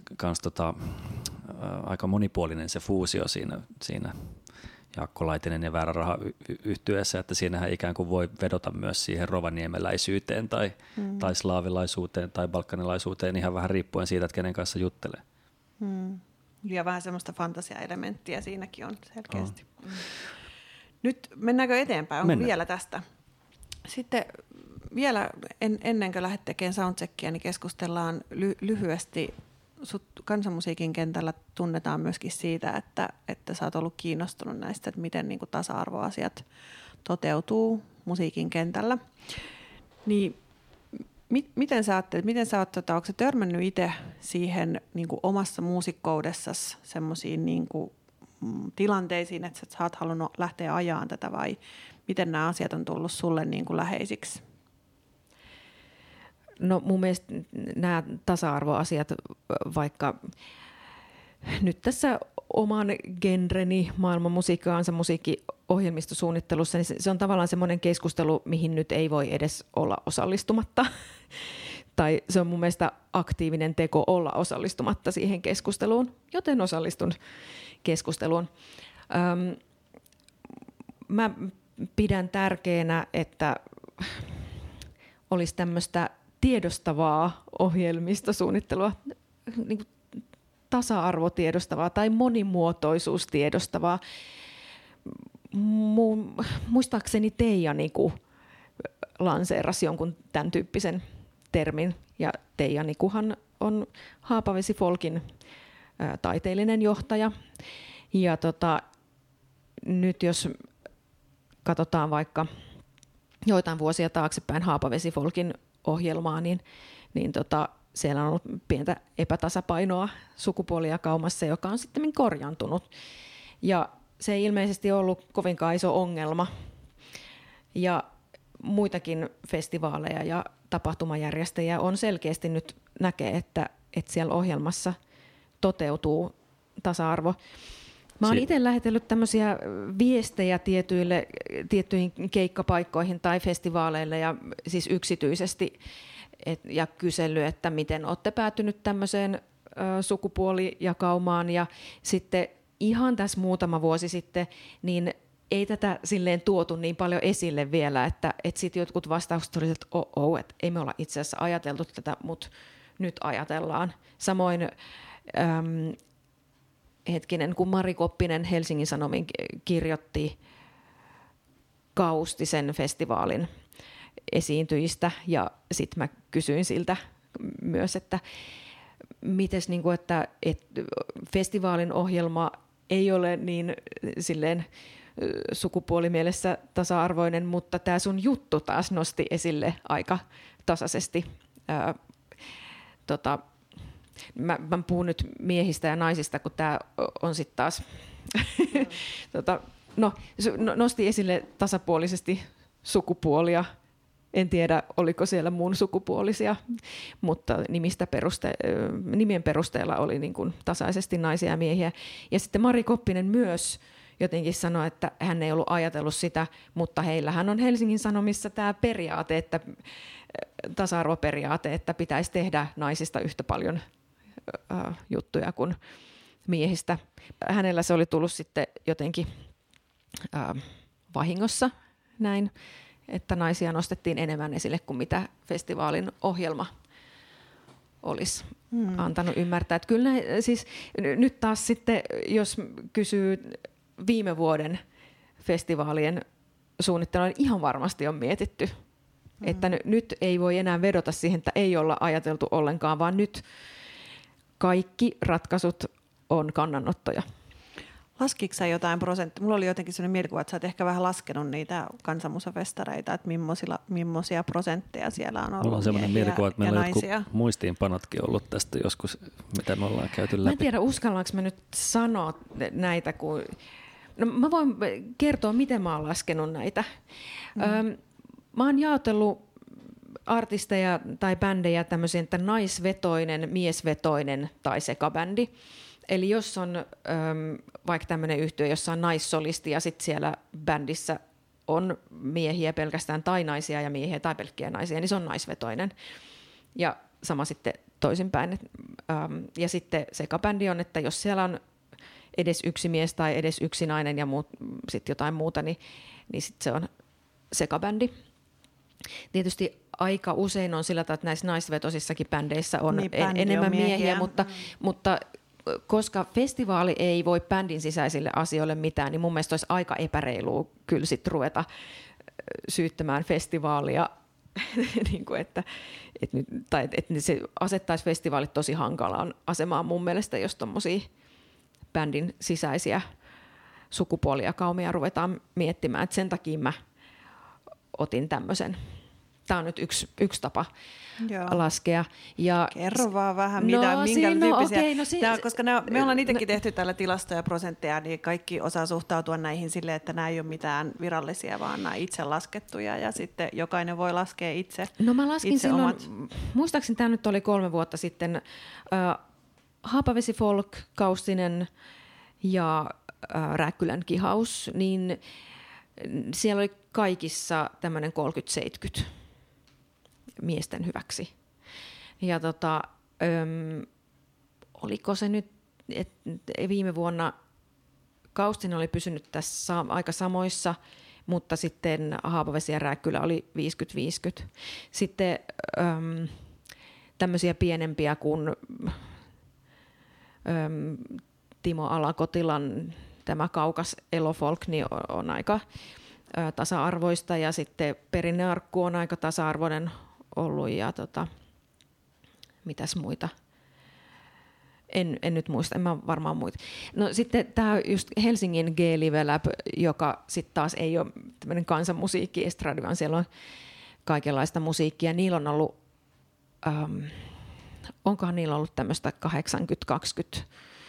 aika monipuolinen se fuusio siinä Jaakko Laitinen ja Väärä Raha yhtyeessä, että siinähän ikään kuin voi vedota myös siihen rovaniemeläisyyteen tai slaavilaisuuteen tai balkanilaisuuteen ihan vähän riippuen siitä, että kenen kanssa juttelee. Ja vähän semmoista fantasiaelementtiä siinäkin on selkeästi. Nyt mennäänkö eteenpäin? Onko vielä tästä? Sitten vielä ennen kuin lähdet tekemään soundcheckia, niin keskustellaan lyhyesti. Sut kansanmusiikin kentällä tunnetaan myöskin siitä, että sä oot ollut kiinnostunut näistä, että miten niin kuin tasa-arvoasiat toteutuu musiikin kentällä. Niin miten sä ajattelet, onko sä törmännyt itse siihen niin kuin omassa muusikkoudessasi semmoisiin niin kuin tilanteisiin, että sä oot halunnut lähteä ajaan tätä, vai miten nämä asiat on tullut sulle niin kuin läheisiksi? No mun mielestä nämä tasa-arvoasiat, vaikka nyt tässä oman genreni maailman musiikki- ja kansanmusiikkiohjelmistosuunnittelussa, niin se on tavallaan semmoinen keskustelu, mihin nyt ei voi edes olla osallistumatta. Tai se on mun mielestä aktiivinen teko olla osallistumatta siihen keskusteluun, joten osallistun keskusteluun. Mä pidän tärkeänä, että olisi tämmöistä tiedostavaa ohjelmistosuunnittelua, niin kuin tasa-arvotiedostavaa tai monimuotoisuustiedostavaa. Muistaakseni Teija Niku lanseerasi jonkun tämän tyyppisen termin, ja Teija Nikuhan on Haapavesi Folkin taiteellinen johtaja. Ja nyt jos katsotaan vaikka joitain vuosia taaksepäin Haapavesi Folkin ohjelmaa, niin siellä on ollut pientä epätasapainoa sukupuolijakaumassa, joka on sitten korjaantunut. Ja se ei ilmeisesti ollut kovinkaan iso ongelma. Ja muitakin festivaaleja ja tapahtumajärjestäjiä on selkeästi nyt näkee, että siellä ohjelmassa toteutuu tasa-arvo. Mä oon itse lähetellyt tämmöisiä viestejä tiettyihin keikkapaikkoihin tai festivaaleille ja siis yksityisesti ja kysellyt, että miten olette päätynyt tämmöiseen sukupuolijakaumaan. Ja sitten ihan tässä muutama vuosi sitten, niin ei tätä silleen tuotu niin paljon esille vielä, että sitten jotkut vastaukset olivat, että että ei me olla itse asiassa ajateltu tätä, mutta nyt ajatellaan. Samoin kun Mari Koppinen Helsingin Sanomin kirjoitti Kaustisen festivaalin esiintyjistä ja sitten mä kysyin siltä myös, että mites niin kuin, että festivaalin ohjelma ei ole niin silleen sukupuolimielessä tasa-arvoinen, mutta tämä sun juttu taas nosti esille aika tasaisesti. Mä puhun nyt miehistä ja naisista, kun tämä on sitten taas nosti esille tasapuolisesti sukupuolia. En tiedä, oliko siellä muun sukupuolisia, mutta nimien perusteella oli niin kuin tasaisesti naisia ja miehiä. Ja sitten Mari Koppinen myös jotenkin sanoi, että hän ei ollut ajatellut sitä, mutta heillähän on Helsingin Sanomissa tämä periaate, että tasa-arvoperiaate, että pitäisi tehdä naisista yhtä paljon juttuja kuin miehistä. Hänellä se oli tullut sitten jotenkin vahingossa näin, että naisia nostettiin enemmän esille kuin mitä festivaalin ohjelma olisi antanut ymmärtää. Että kyllä siis nyt taas sitten, jos kysyy viime vuoden festivaalien suunnittelua, niin ihan varmasti on mietitty. Että nyt ei voi enää vedota siihen, että ei olla ajateltu ollenkaan, vaan nyt kaikki ratkaisut on kannanottoja. Laskitko sä jotain prosenttia? Mulla oli jotenkin sellainen mielikuva, että sä oot ehkä vähän laskenut niitä kansanmusafestareita, että millaisia prosentteja siellä on ollut. Mulla on sellainen mielikuva, että meillä on jotkut muistiinpanotkin ollut tästä joskus, mitä me ollaan käyty läpi. Mä en tiedä, uskallanko mä nyt sanoa näitä, kun... No, mä voin kertoa, miten mä oon laskenut näitä. Mä oon jaotellut artisteja tai bändejä tämmöisiin, että naisvetoinen, miesvetoinen tai sekabändi. Eli jos on vaikka tämmöinen yhtye, jossa on naissolisti ja sitten siellä bändissä on miehiä pelkästään tai naisia ja miehiä tai pelkkiä naisia, niin se on naisvetoinen. Ja sama sitten toisinpäin. Ja sitten sekabändi on, että jos siellä on edes yksi mies tai edes yksi nainen ja sitten jotain muuta, niin sitten se on sekabändi. Tietysti aika usein on sillä tavalla, että näissä naisvetosissakin bändeissä on enemmän miehiä, mutta koska festivaali ei voi bändin sisäisille asioille mitään, niin mun mielestä olisi aika epäreilua kyllä sit ruveta syyttämään festivaalia, niin kuin että se asettaisi festivaalit tosi hankalaan asemaan mun mielestä, jos tommosia bändin sisäisiä sukupuoliakaumia ruvetaan miettimään. Et sen takia mä otin tämmöisen. Tämä on nyt yksi tapa laskea. Ja kerro vaan vähän, minkä tyyppisiä. Koska me ollaan itsekin tehty tällä tilastoja ja prosentteja, niin kaikki osaa suhtautua näihin silleen, että nämä ei ole mitään virallisia, vaan nämä itse laskettuja, ja sitten jokainen voi laskea itse. No mä laskin silloin, muistaakseni tämä nyt oli 3 vuotta sitten, Haapavesi Folk, Kaustinen ja Rääkkylän Kihaus, niin siellä oli kaikissa tämmöinen 30-70 miesten hyväksi. Ja oliko se nyt, että viime vuonna Kaustinen oli pysynyt tässä aika samoissa, mutta sitten Haapavesi ja Rääkkylä oli 50-50. Sitten tämmöisiä pienempiä kuin Timo Alakotilan tämä Kaukas Elofolk niin on aika tasa-arvoista, ja sitten Perinnearkku on aika tasa-arvoinen ollut, ja mitäs muita? En nyt muista, en mä varmaan muita. No sitten tämä just Helsingin G-Live Lab, joka sitten taas ei ole tämmöinen kansanmusiikki, estradi, vaan siellä on kaikenlaista musiikkia. Niillä on ollut, onkohan niillä ollut tämmöistä 80-20,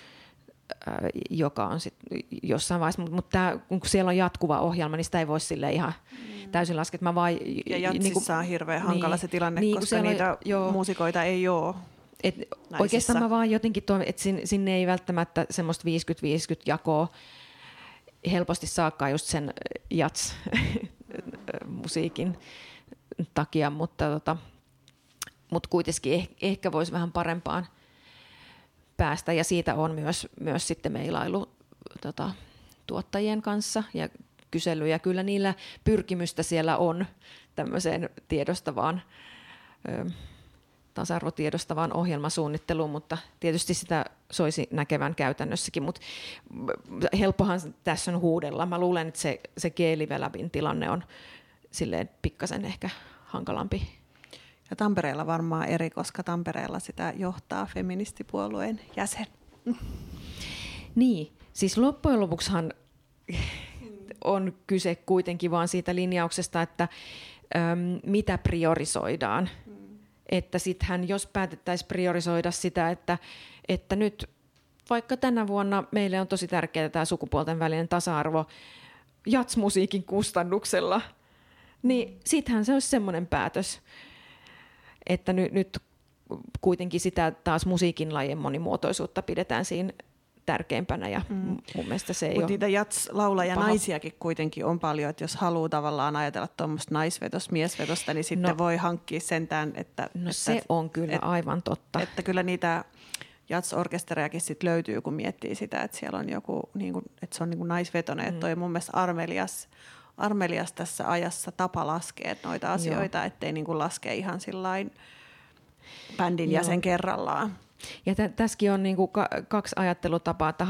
joka on sitten jossain vaiheessa, mutta kun siellä on jatkuva ohjelma, niin sitä ei voi sille ihan täysin laskea. Ja jatsissa on hirveän hankala se tilanne, koska niitä muusikoita ei ole. Oikeastaan mä vaan jotenkin toivon, että sinne ei välttämättä semmoista 50-50 jakoa helposti saakaan just sen jats-musiikin takia, mutta kuitenkin ehkä voisi vähän parempaan päästä, ja siitä on myös sitten meilailu tuottajien kanssa ja kyselyjä. Kyllä niillä pyrkimystä siellä on tämmöiseen tasa-arvotiedostavaan ohjelmasuunnitteluun, mutta tietysti sitä soisi näkevän käytännössäkin, mutta helppohan tässä on huudella. Mä luulen, että se G-Live Labin tilanne on silleen pikkasen ehkä hankalampi. Ja Tampereella varmaan eri, koska Tampereella sitä johtaa feministipuolueen jäsen. Niin, siis loppujen lopuksihan on kyse kuitenkin vaan siitä linjauksesta, että mitä priorisoidaan. Että sittenhän jos päätettäisiin priorisoida sitä, että nyt vaikka tänä vuonna meille on tosi tärkeää tämä sukupuolten välinen tasa-arvo jazzmusiikin kustannuksella, niin sittenhän se olisi semmoinen päätös, että nyt kuitenkin sitä taas musiikin lajien monimuotoisuutta pidetään siinä tärkeimpänä ja mun mielestä se ei ole. Mutta niitä jats-laulajia naisiakin kuitenkin on paljon, että jos haluaa tavallaan ajatella tuommoista naisvetosta, miesvetosta, niin sitten voi hankkia sentään, että... No se on kyllä aivan totta. Että kyllä niitä jats-orkesterejakin sit löytyy, kun miettii sitä, että siellä on joku, niin kuin, että se on niin kuin naisvetoinen, että toi mun mielestä armelias tässä ajassa tapa laskea noita asioita, ettei niin kuin laske ihan sillain bändin jäsen kerrallaan. Ja tässäkin on niinku kaksi ajattelutapaa, että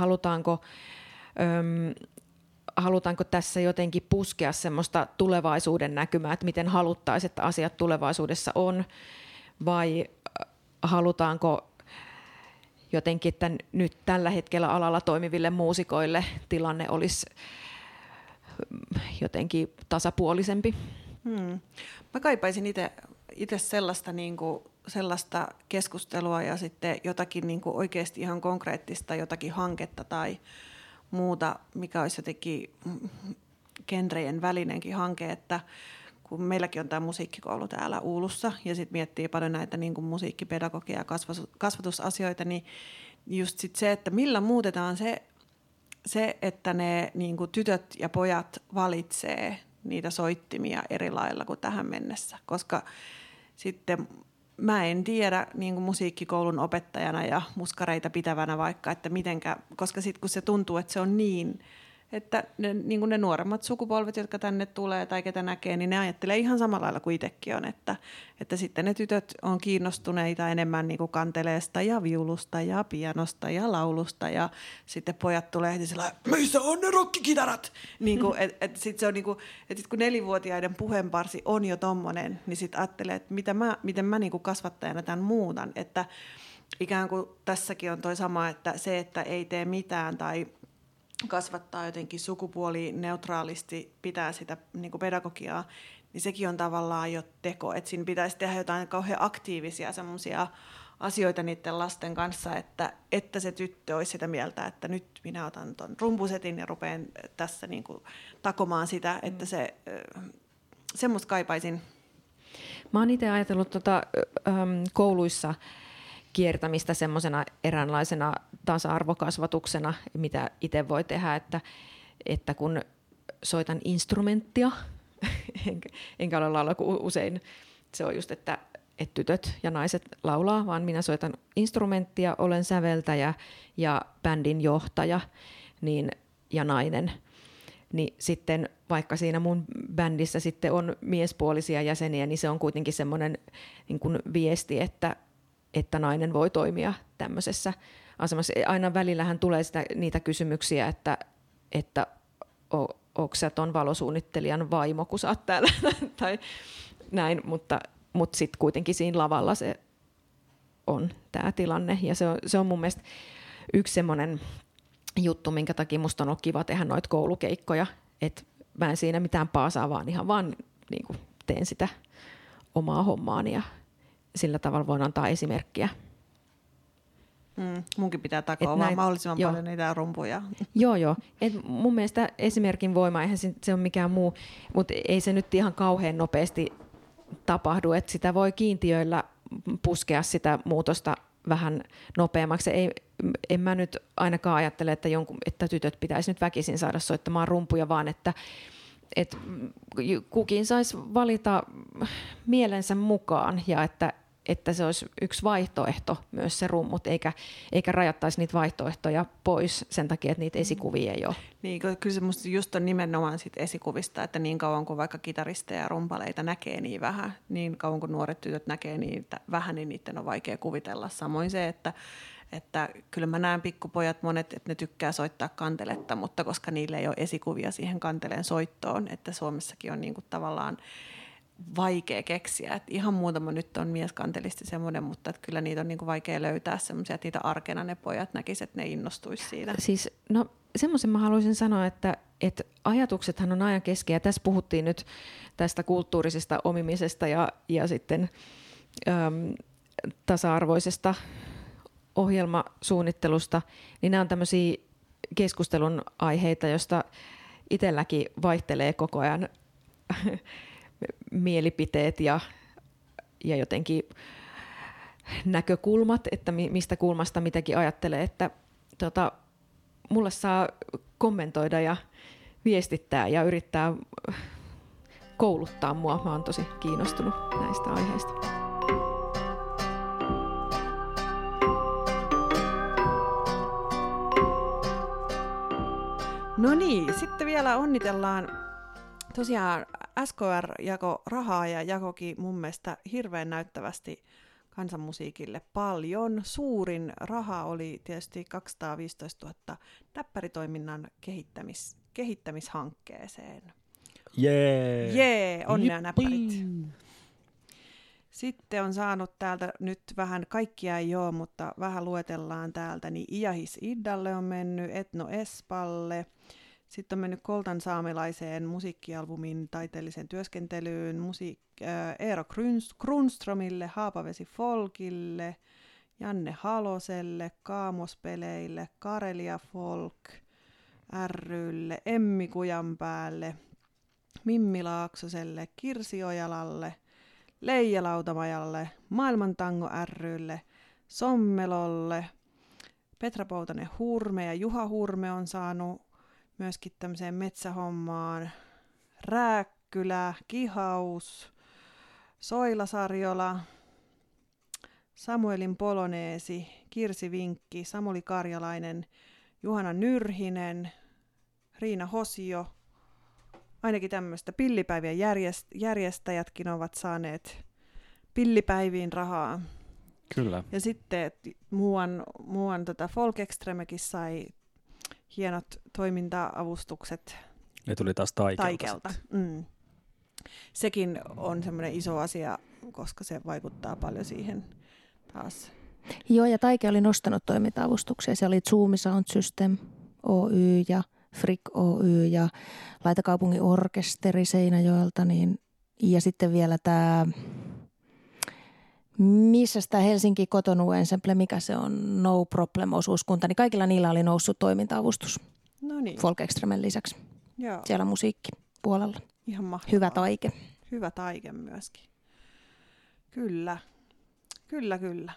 halutaanko tässä jotenkin puskea semmoista tulevaisuuden näkymää, että miten haluttaisiin, että asiat tulevaisuudessa on, vai halutaanko jotenkin, että nyt tällä hetkellä alalla toimiville muusikoille tilanne olisi jotenkin tasapuolisempi. Mä kaipaisin itse sellaista keskustelua ja sitten jotakin niin kuin oikeasti ihan konkreettista, jotakin hanketta tai muuta, mikä olisi jotenkin genrejen välinenkin hanke, että kun meilläkin on tämä musiikkikoulu täällä Oulussa ja sitten miettii paljon näitä niin kuin musiikkipedagogia ja kasvatusasioita, niin just sit se, että millä muutetaan se että ne niin kuin tytöt ja pojat valitsee niitä soittimia eri lailla kuin tähän mennessä, koska sitten mä en tiedä niin kuin musiikkikoulun opettajana ja muskareita pitävänä vaikka, että mitenkä, koska sitten kun se tuntuu, että se on niin, että niin kuin ne nuoremmat sukupolvet, jotka tänne tulee tai ketä näkee, niin ne ajattelee ihan samalla lailla kuin itsekin on, että sitten ne tytöt on kiinnostuneita enemmän niin kuin kanteleesta ja viulusta ja pianosta ja laulusta ja sitten pojat tulee heti sellainen, missä on ne rokkikitarat? Niin kuin, sitten se on niin kuin, että kun 4-vuotiaiden puheenparsi on jo tommonen, niin sitten ajattelee, että miten mä niin kuin kasvattajana tämän muutan, että ikään kuin tässäkin on toi sama, että se, että ei tee mitään tai kasvattaa jotenkin sukupuolineutraalisti, pitää sitä niin kuin pedagogiaa, niin sekin on tavallaan jo teko. Että siinä pitäisi tehdä jotain kauhean aktiivisia semmoisia asioita niiden lasten kanssa, että se tyttö olisi sitä mieltä, että nyt minä otan ton rumpusetin ja rupean tässä niin kuin takomaan sitä, että semmoista kaipaisin. Mä oon itse ajatellut kouluissa kiertämistä semmoisena eräänlaisena tasa-arvokasvatuksena, mitä itse voi tehdä, että kun soitan instrumenttia, enkä ole laulaa, kun usein se on just, että tytöt ja naiset laulaa, vaan minä soitan instrumenttia, olen säveltäjä ja bändin johtaja ja nainen. Niin sitten vaikka siinä mun bändissä sitten on miespuolisia jäseniä, niin se on kuitenkin semmoinen niin kuin viesti, että nainen voi toimia tämmöisessä asemassa. Aina välillähän tulee niitä kysymyksiä, että onko sä ton valosuunnittelijan vaimo, kun sä oot täällä tai näin, mutta sitten kuitenkin siinä lavalla se on tämä tilanne. Ja se on mun mielestä yksi semmoinen juttu, minkä takia musta on ollut kiva tehdä noita koulukeikkoja, että mä en siinä mitään paasaa, vaan ihan vaan niin kuin teen sitä omaa hommaani ja sillä tavalla voin antaa esimerkkiä. Munkin pitää takoa vaan mahdollisimman paljon niitä rumpuja. Joo. Et mun mielestä esimerkin voima, eihän se ole mikään muu, mutta ei se nyt ihan kauhean nopeasti tapahdu, että sitä voi kiintiöillä puskea sitä muutosta vähän nopeammaksi. En mä nyt ainakaan ajattele, että tytöt pitäisi nyt väkisin saada soittamaan rumpuja, vaan että kukin saisi valita mielensä mukaan ja että se olisi yksi vaihtoehto myös se rummut, eikä rajattaisi niitä vaihtoehtoja pois sen takia, että niitä esikuvia ei ole. Niin, kyllä se musta just on nimenomaan sit esikuvista, että niin kauan kuin vaikka kitaristeja ja rumpaleita näkee niin vähän, niin kauan kuin nuoret tytöt näkee niitä vähän, niin niiden on vaikea kuvitella. Samoin se, että kyllä mä näen pikkupojat monet, että ne tykkää soittaa kanteletta, mutta koska niillä ei ole esikuvia siihen kanteleen soittoon, että Suomessakin on niin kuin tavallaan vaikea keksiä. Et ihan muutama nyt on mieskantelisti semmoinen, mutta että kyllä niitä on niinku vaikea löytää semmoisia, että niitä arkena ne pojat näkisivät, että ne innostuisi siitä. Siis, no semmoisen mä haluaisin sanoa, että ajatuksethan on ajan kesken, ja tässä puhuttiin nyt tästä kulttuurisesta omimisesta ja sitten tasa-arvoisesta ohjelmasuunnittelusta, niin nämä on tämmöisiä keskustelun aiheita, joista itselläkin vaihtelee koko ajan mielipiteet ja jotenkin näkökulmat, että mistä kulmasta mitäkin ajattelee, että mulle saa kommentoida ja viestittää ja yrittää kouluttaa mua. Mä oon tosi kiinnostunut näistä aiheista. No niin, sitten vielä onnitellaan. Tosiaan SKR jako rahaa ja jakokin mun mielestä hirveän näyttävästi kansanmusiikille paljon. Suurin raha oli tietysti 215 000 näppäritoiminnan kehittämishankkeeseen. Jee, onnea näppärit. Sitten on saanut täältä nyt vähän, kaikkia ei ole, mutta vähän luetellaan täältä, niin Iahis Iddalle on mennyt, Etno Espalle, sitten on mennyt Koltan saamelaiseen musiikkialbumin taiteelliseen työskentelyyn, Eero Grunströmille, Haapavesi Folkille, Janne Haloselle, Kaamospeleille, Karelia Folk rylle, Emmi Kujanpäälle, Mimmi Laaksoselle, Kirsi Ojalalle, Leija Lautamajalle, Maailman Tango rylle, Sommelolle, Petra Poutanen Hurme ja Juha Hurme on saanut myöskin tämmöiseen metsähommaan, Rääkkylä, Kihaus, Soila Sarjola, Samuelin Poloneesi, Kirsi Vinkki, Samuli Karjalainen, Juhana Nyrhinen, Riina Hosio, ainakin tämmöistä pillipäivien järjestäjätkin ovat saaneet pillipäiviin rahaa. Kyllä. Ja sitten muuan Folk Extremekin sai hienot toiminta-avustukset Ne tuli taas Taikelta. Sekin on semmoinen iso asia, koska se vaikuttaa paljon siihen taas. Joo, ja Taike oli nostanut toiminta-avustuksia. Se oli Zoom Sound System Oy ja Frick Oy ja Laitakaupungin orkesteri Seinäjoelta. Ja sitten vielä tämä, missä tämä Helsinki Kotonu Ensemble, mikä se on, No Problem-osuuskunta, niin kaikilla niillä oli noussut toiminta-avustus. No niin. Folk Extremen lisäksi. Joo. Siellä musiikkipuolella. Ihan mahtavaa. Hyvä Taike. Hyvä Taike myöskin. Kyllä. Kyllä.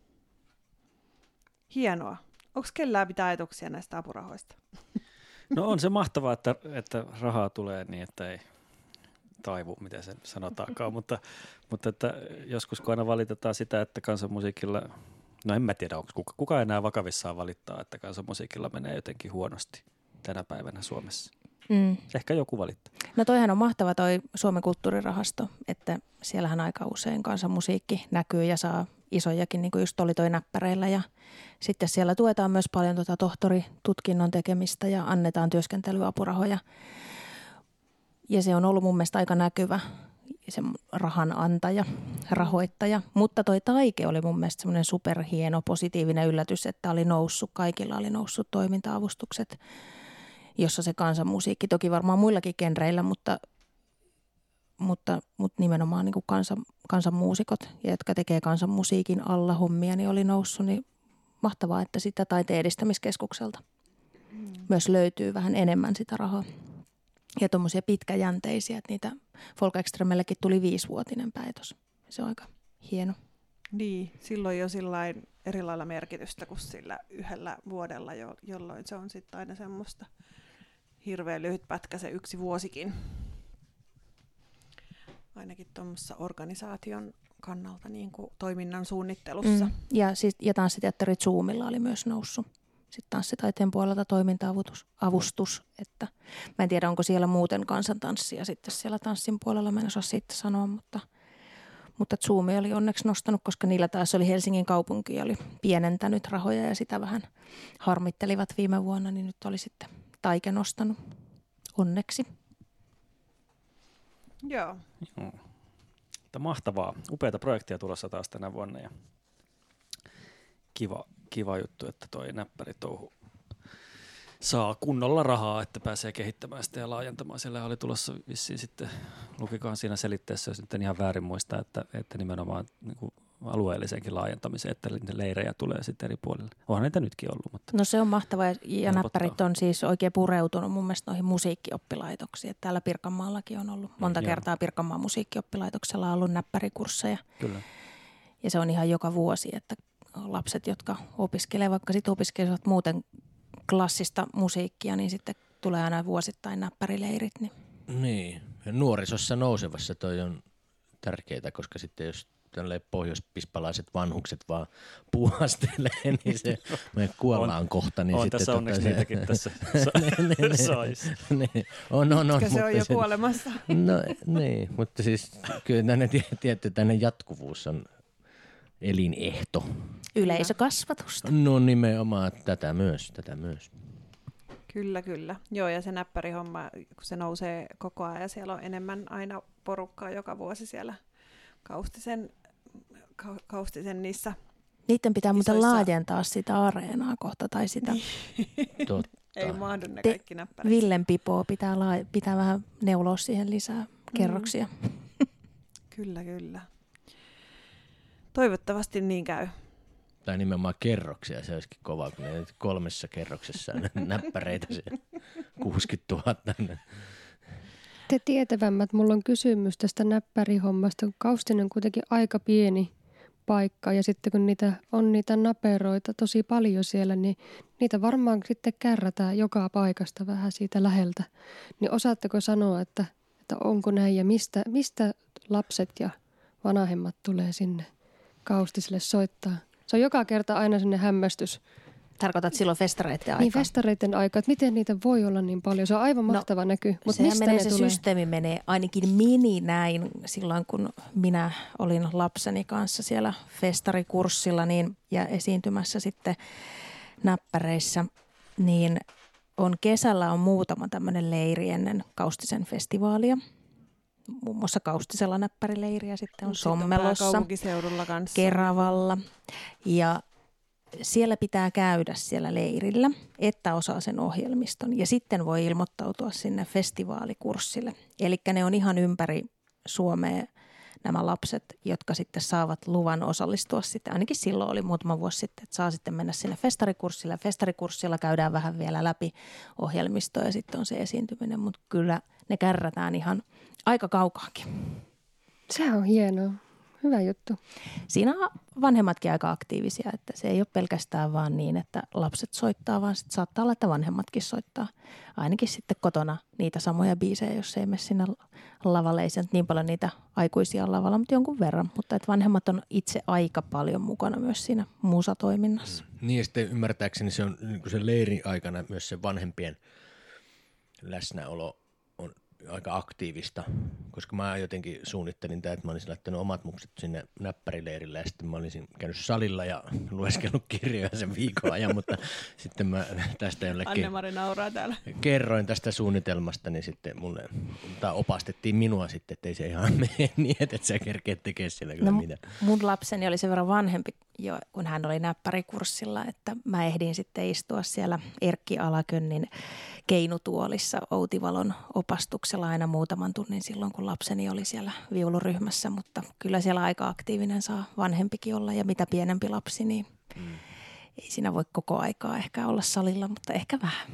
Hienoa. Onko kellään pitää ajatuksia näistä apurahoista? No on se mahtavaa, että rahaa tulee niin, että ei taivu, miten sen sanotaankaan, mutta että joskus kun aina valitetaan sitä, että kansanmusiikilla, no en mä tiedä, onko kuka enää vakavissaan valittaa, että kansanmusiikilla menee jotenkin huonosti tänä päivänä Suomessa. Ehkä joku valittaa. No toihan on mahtava toi Suomen kulttuurirahasto, että siellähän aika usein kansanmusiikki näkyy ja saa isojakin, niin kuin just oli toi näppäreillä. Ja sitten siellä tuetaan myös paljon tohtoritutkinnon tekemistä ja annetaan työskentelyapurahoja. Ja se on ollut mun mielestä aika näkyvä se rahan antaja, rahoittaja. Mutta toi Taike oli mun mielestä semmoinen superhieno positiivinen yllätys, että kaikilla oli noussut toiminta-avustukset, jossa se kansanmusiikki, toki varmaan muillakin genreillä, mutta nimenomaan niin kuin kansanmuusikot, jotka tekee kansanmusiikin alla hommia, niin oli noussut. Niin mahtavaa, että sitä Taiteen edistämiskeskukselta myös löytyy vähän enemmän sitä rahaa. Ja tuommoisia pitkäjänteisiä, että niitä Folk Extremellekin tuli 5-vuotinen päätös. Se on aika hieno. Niin, silloin jo sillain eri lailla merkitystä kuin sillä yhdellä vuodella, jolloin se on sitten aina semmoista hirveän lyhyt pätkä se yksi vuosikin. Ainakin tuommoissa organisaation kannalta niin kuin toiminnan suunnittelussa. Ja tanssiteatteri Zoomilla oli myös noussut. Sitten tanssitaiteen puolelta toiminta-avustus, että mä en tiedä, onko siellä muuten kansantanssia sitten siellä tanssin puolella, mä en osaa siitä sanoa, mutta Zoom oli onneksi nostanut, koska niillä taas oli Helsingin kaupunki oli pienentänyt rahoja ja sitä vähän harmittelivat viime vuonna, niin nyt oli sitten Taike nostanut onneksi. Joo. Mutta mahtavaa, upeita projekteja tulossa taas tänä vuonna ja kiva juttu, että toi näppäritouhu saa kunnolla rahaa, että pääsee kehittämään sitä ja laajentamaan. Siellä oli tulossa vissiin sitten, lukikohan siinä selitteessä, jos nyt en ihan väärin muista, että nimenomaan niin kuin alueelliseenkin laajentamiseen, että leirejä tulee sitten eri puolille. Onhan niitä nytkin ollut. Mutta no se on mahtavaa ja näppärit on siis oikein pureutunut mun mielestä noihin musiikkioppilaitoksiin. Että täällä Pirkanmaallakin on ollut monta kertaa Pirkanmaan musiikkioppilaitoksella on ollut näppärikursseja. Kyllä. Ja se on ihan joka vuosi, että lapset, jotka opiskelee, vaikka sitten opiskelevat muuten klassista musiikkia, niin sitten tulee aina vuosittain näppärileirit. Niin, ja nuorisossa nousevassa toi on tärkeää, koska sitten jos tälleen pohjoispispalaiset vanhukset vaan puuhastelee, niin se me kuollaan kohta. Niin on sitten tässä onneksi niitäkin tässä saisi. On. Koska se on jo kuolemassa. No niin, mutta siis kyllä tänne jatkuvuus on elinehto. Yleisökasvatusta. No nimenomaan tätä myös. Kyllä. Joo, ja se näppärihomma, kun se nousee koko ajan, siellä on enemmän aina porukkaa joka vuosi siellä Kaustisen niissä. Niiden pitää muuten laajentaa sitä areenaa kohta tai sitä. Totta. Ei mahdu ne kaikki näppärit. Villen pipoa pitää vähän neuloa siihen lisää kerroksia. Kyllä. Toivottavasti niin käy. Tai nimenomaan kerroksia, se olisikin kova, kun ne 3 kerroksessa näppäreitä se 60 000. Te tietävämmät, mulla on kysymys tästä näppärihommasta, kun Kaustinen on kuitenkin aika pieni paikka ja sitten kun niitä naperoita tosi paljon siellä, niin niitä varmaan sitten kärrätään joka paikasta vähän siitä läheltä. Niin osaatteko sanoa, että onko näin ja mistä lapset ja vanhemmat tulee sinne Kaustiselle soittaa? Se on joka kerta aina sinne hämmästys. Tarkoitat silloin festareiden aikaa? Niin, festareiden aikaa. Että miten niitä voi olla niin paljon? Se on aivan mahtava näky. Mutta mistä menee, ne se tulee? systeemi menee, ainakin meni näin silloin, kun minä olin lapseni kanssa siellä festarikurssilla ja esiintymässä sitten näppäreissä, niin kesällä on muutama tämmöinen leiri ennen Kaustisen festivaalia. Muun muassa Kaustisella näppärileiri ja sitten on Sommelossa, Keravalla ja siellä pitää käydä siellä leirillä, että osaa sen ohjelmiston ja sitten voi ilmoittautua sinne festivaalikurssille. Eli ne on ihan ympäri Suomea nämä lapset, jotka sitten saavat luvan osallistua sitten. Ainakin silloin oli muutama vuosi sitten, että saa sitten mennä sinne festarikurssille. Festarikurssilla käydään vähän vielä läpi ohjelmistoa ja sitten on se esiintyminen, mutta kyllä ne kärrätään ihan aika kaukaakin. Se on hienoa. Hyvä juttu. Siinä on vanhemmatkin aika aktiivisia, että se ei ole pelkästään vaan niin, että lapset soittaa, vaan sit saattaa olla, että vanhemmatkin soittaa. Ainakin sitten kotona niitä samoja biisejä, jos ei mene sinne lavalle. Ei niin paljon niitä aikuisia lavalla, mutta jonkun verran. Mutta että vanhemmat on itse aika paljon mukana myös siinä musatoiminnassa. Niin ja sitten ymmärtääkseni se on niin kuin sen leirin aikana myös se vanhempien läsnäolo on aika aktiivista, koska mä jotenkin suunnittelin tämä, että mä olisin laittanut omat mukset sinne näppärileirille ja sitten mä olisin käynyt salilla ja lueskellut kirjoja sen viikon ajan, mutta sitten mä tästä jollekin Anne-Mari nauraa täällä. Kerroin tästä suunnitelmasta, niin sitten opastettiin minua sitten, että ei se ihan mene niin, että sä kerkeet tekemään siellä kyllä mitään. Mun lapseni oli sen verran vanhempi jo, kun hän oli näppärikurssilla, että mä ehdin sitten istua siellä Erkki Alakönnin keinutuolissa Outivalon opastuksella aina muutaman tunnin silloin, kun lapseni oli siellä viuluryhmässä, mutta kyllä siellä aika aktiivinen saa vanhempikin olla ja mitä pienempi lapsi, niin ei siinä voi koko aikaa ehkä olla salilla, mutta ehkä vähän.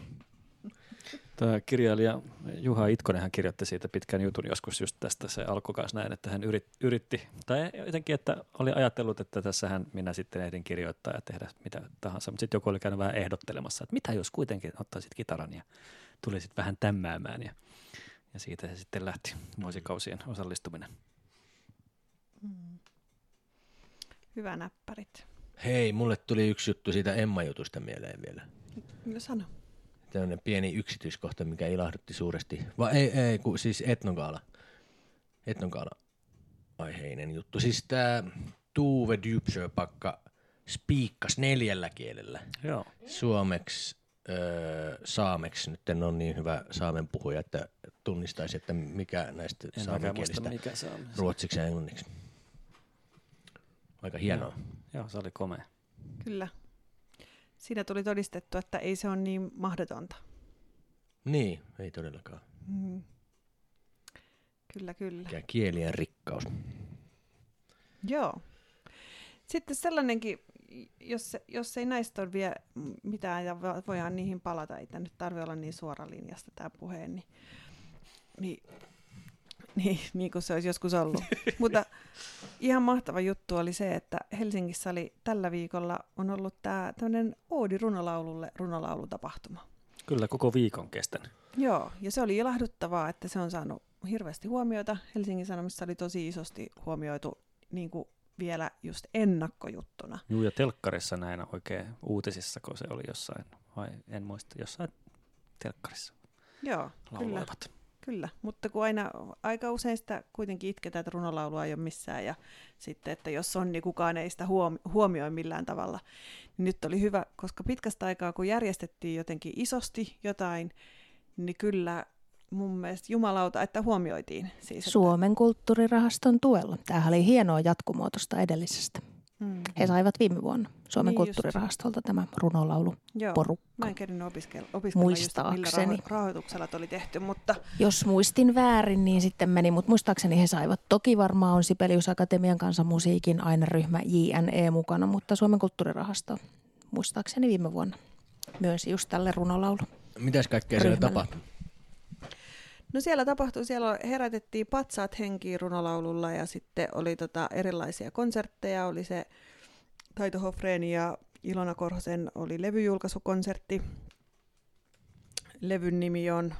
Tämä kirjailija Juha Itkonenhan kirjoitti siitä pitkän jutun joskus just tästä, se alkoi kanssa näin, että hän yritti, tai jotenkin, että oli ajatellut, että tässähän minä sitten ehdin kirjoittaa ja tehdä mitä tahansa, mutta sitten joku oli käynyt vähän ehdottelemassa, että mitä jos kuitenkin ottaisit kitaran ja tulisit vähän tämmäämään ja siitä se sitten lähti vuosikausien osallistuminen. Hyvä näppärit. Hei, mulle tuli yksi juttu siitä Emma-jutusta mieleen vielä. No sano. Tällainen pieni yksityiskohta, mikä ilahdutti suuresti. Siis etnogaala aiheinen juttu. Siis tämä Tuve Dybsjöpakka spiikkas 4 kielellä. Joo. Suomeksi, saameksi, nyt en ole niin hyvä saamen puhuja, että tunnistaisi, että mikä näistä saamenkielistä mikä se on. ruotsiksi ja englanniksi. Aika hienoa. Joo, se oli komea. Kyllä. Siinä tuli todistettu, että ei se ole niin mahdotonta. Niin, ei todellakaan. Kyllä, kyllä. Mikä kielien rikkaus. Joo. Sitten sellainenkin, jos ei näistä ole vielä mitään ja voidaan niihin palata, ei nyt tarvitse olla niin suoralinjasta tämä puheen, niin kuin se olisi joskus ollut. Mutta ihan mahtava juttu oli se, että Helsingissä oli tällä viikolla on ollut tämä tämmöinen oodi runolaululle runolaulutapahtuma. Kyllä, koko viikon kestänyt. Joo, ja se oli ilahduttavaa, että se on saanut hirveästi huomiota. Helsingin Sanomissa oli tosi isosti huomioitu niin kuin vielä just ennakkojuttuna. Juu, ja telkkarissa näin oikein uutisissa, kun se oli jossain, vai en muista, jossain telkkarissa. Joo, kyllä. Mutta kun aika usein sitä kuitenkin itketään, että runolaulua ei ole missään, ja sitten, että jos on, niin kukaan ei sitä huomioi millään tavalla. Niin nyt oli hyvä, koska pitkästä aikaa, kun järjestettiin jotenkin isosti jotain, niin kyllä mun mielestä jumalauta, että huomioitiin. Siis, Suomen kulttuurirahaston tuella. Tämähän oli hienoa jatkumuotosta edellisestä. He saivat viime vuonna Suomen kulttuurirahastolta tämä runolauluporukka. Mä en kerran opiskella muistaakseni. Millä rahoituksella oli tehty, mutta... Jos muistin väärin, niin sitten meni, mutta muistaakseni he saivat. Toki varmaan on Sibelius Akatemian kansanmusiikin aineryhmä JNE mukana, mutta Suomen kulttuurirahasto muistaakseni viime vuonna myönsi just tälle runolaulu. Mitäs kaikkea siellä tapahtui? No siellä herätettiin patsaat henkiin runolaululla ja sitten oli erilaisia konsertteja. Oli se Taito Hofrén ja Ilona Korhosen oli levyjulkaisukonsertti. Levyn nimi on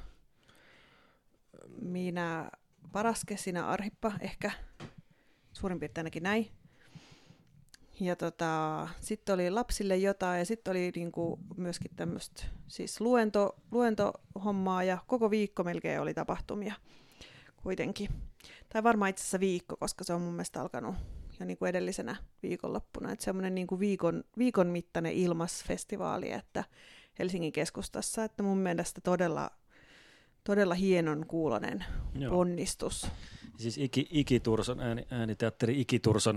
Minä Paraske, sinä Arhippa, ehkä suurin piirtein ainakin näin. Ja sitten oli lapsille jotain ja sitten oli niinku myöskin tämmöistä siis luentohommaa ja koko viikko melkein oli tapahtumia kuitenkin. Tai varmaan itse asiassa viikko, koska se on mun mielestä alkanut jo niinku edellisenä viikonloppuna. Että semmoinen niinku viikon mittainen ilmasfestivaali, että Helsingin keskustassa, että mun mielestä todella hienon kuulonen ponnistus. Siis ääniteatteri Iki Turson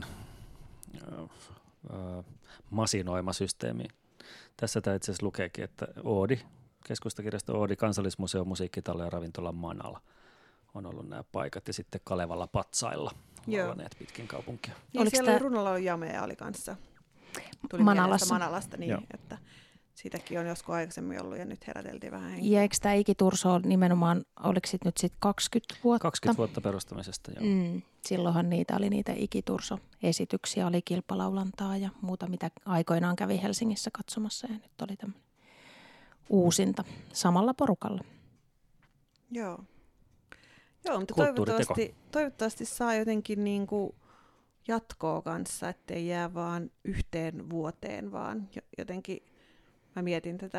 masinoima systeemi. Tässä tämä itse asiassa lukeekin, että Oodi, keskustakirjasto Oodi, Kansallismuseo, musiikkitallo ja ravintola Manala on ollut nämä paikat ja sitten Kalevalla Patsailla laulaneet pitkin kaupunkia. Niin, siellä oli runolaulu Jamea oli kanssa. Tuli Manalasta niin, että siitäkin on joskus aikaisemmin ollut ja nyt heräteltiin vähän henkiä. Ja eikö tämä Iki Turso nimenomaan, oliko sit nyt 20 vuotta? 20 vuotta perustamisesta, joo. Silloinhan oli niitä Iki Turso-esityksiä, oli kilpalaulantaa ja muuta, mitä aikoinaan kävi Helsingissä katsomassa. Ja nyt oli tämmöinen uusinta samalla porukalla. Joo, mutta toivottavasti saa jotenkin niinku jatkoa kanssa, ettei jää vaan yhteen vuoteen, vaan jotenkin mä mietin tätä,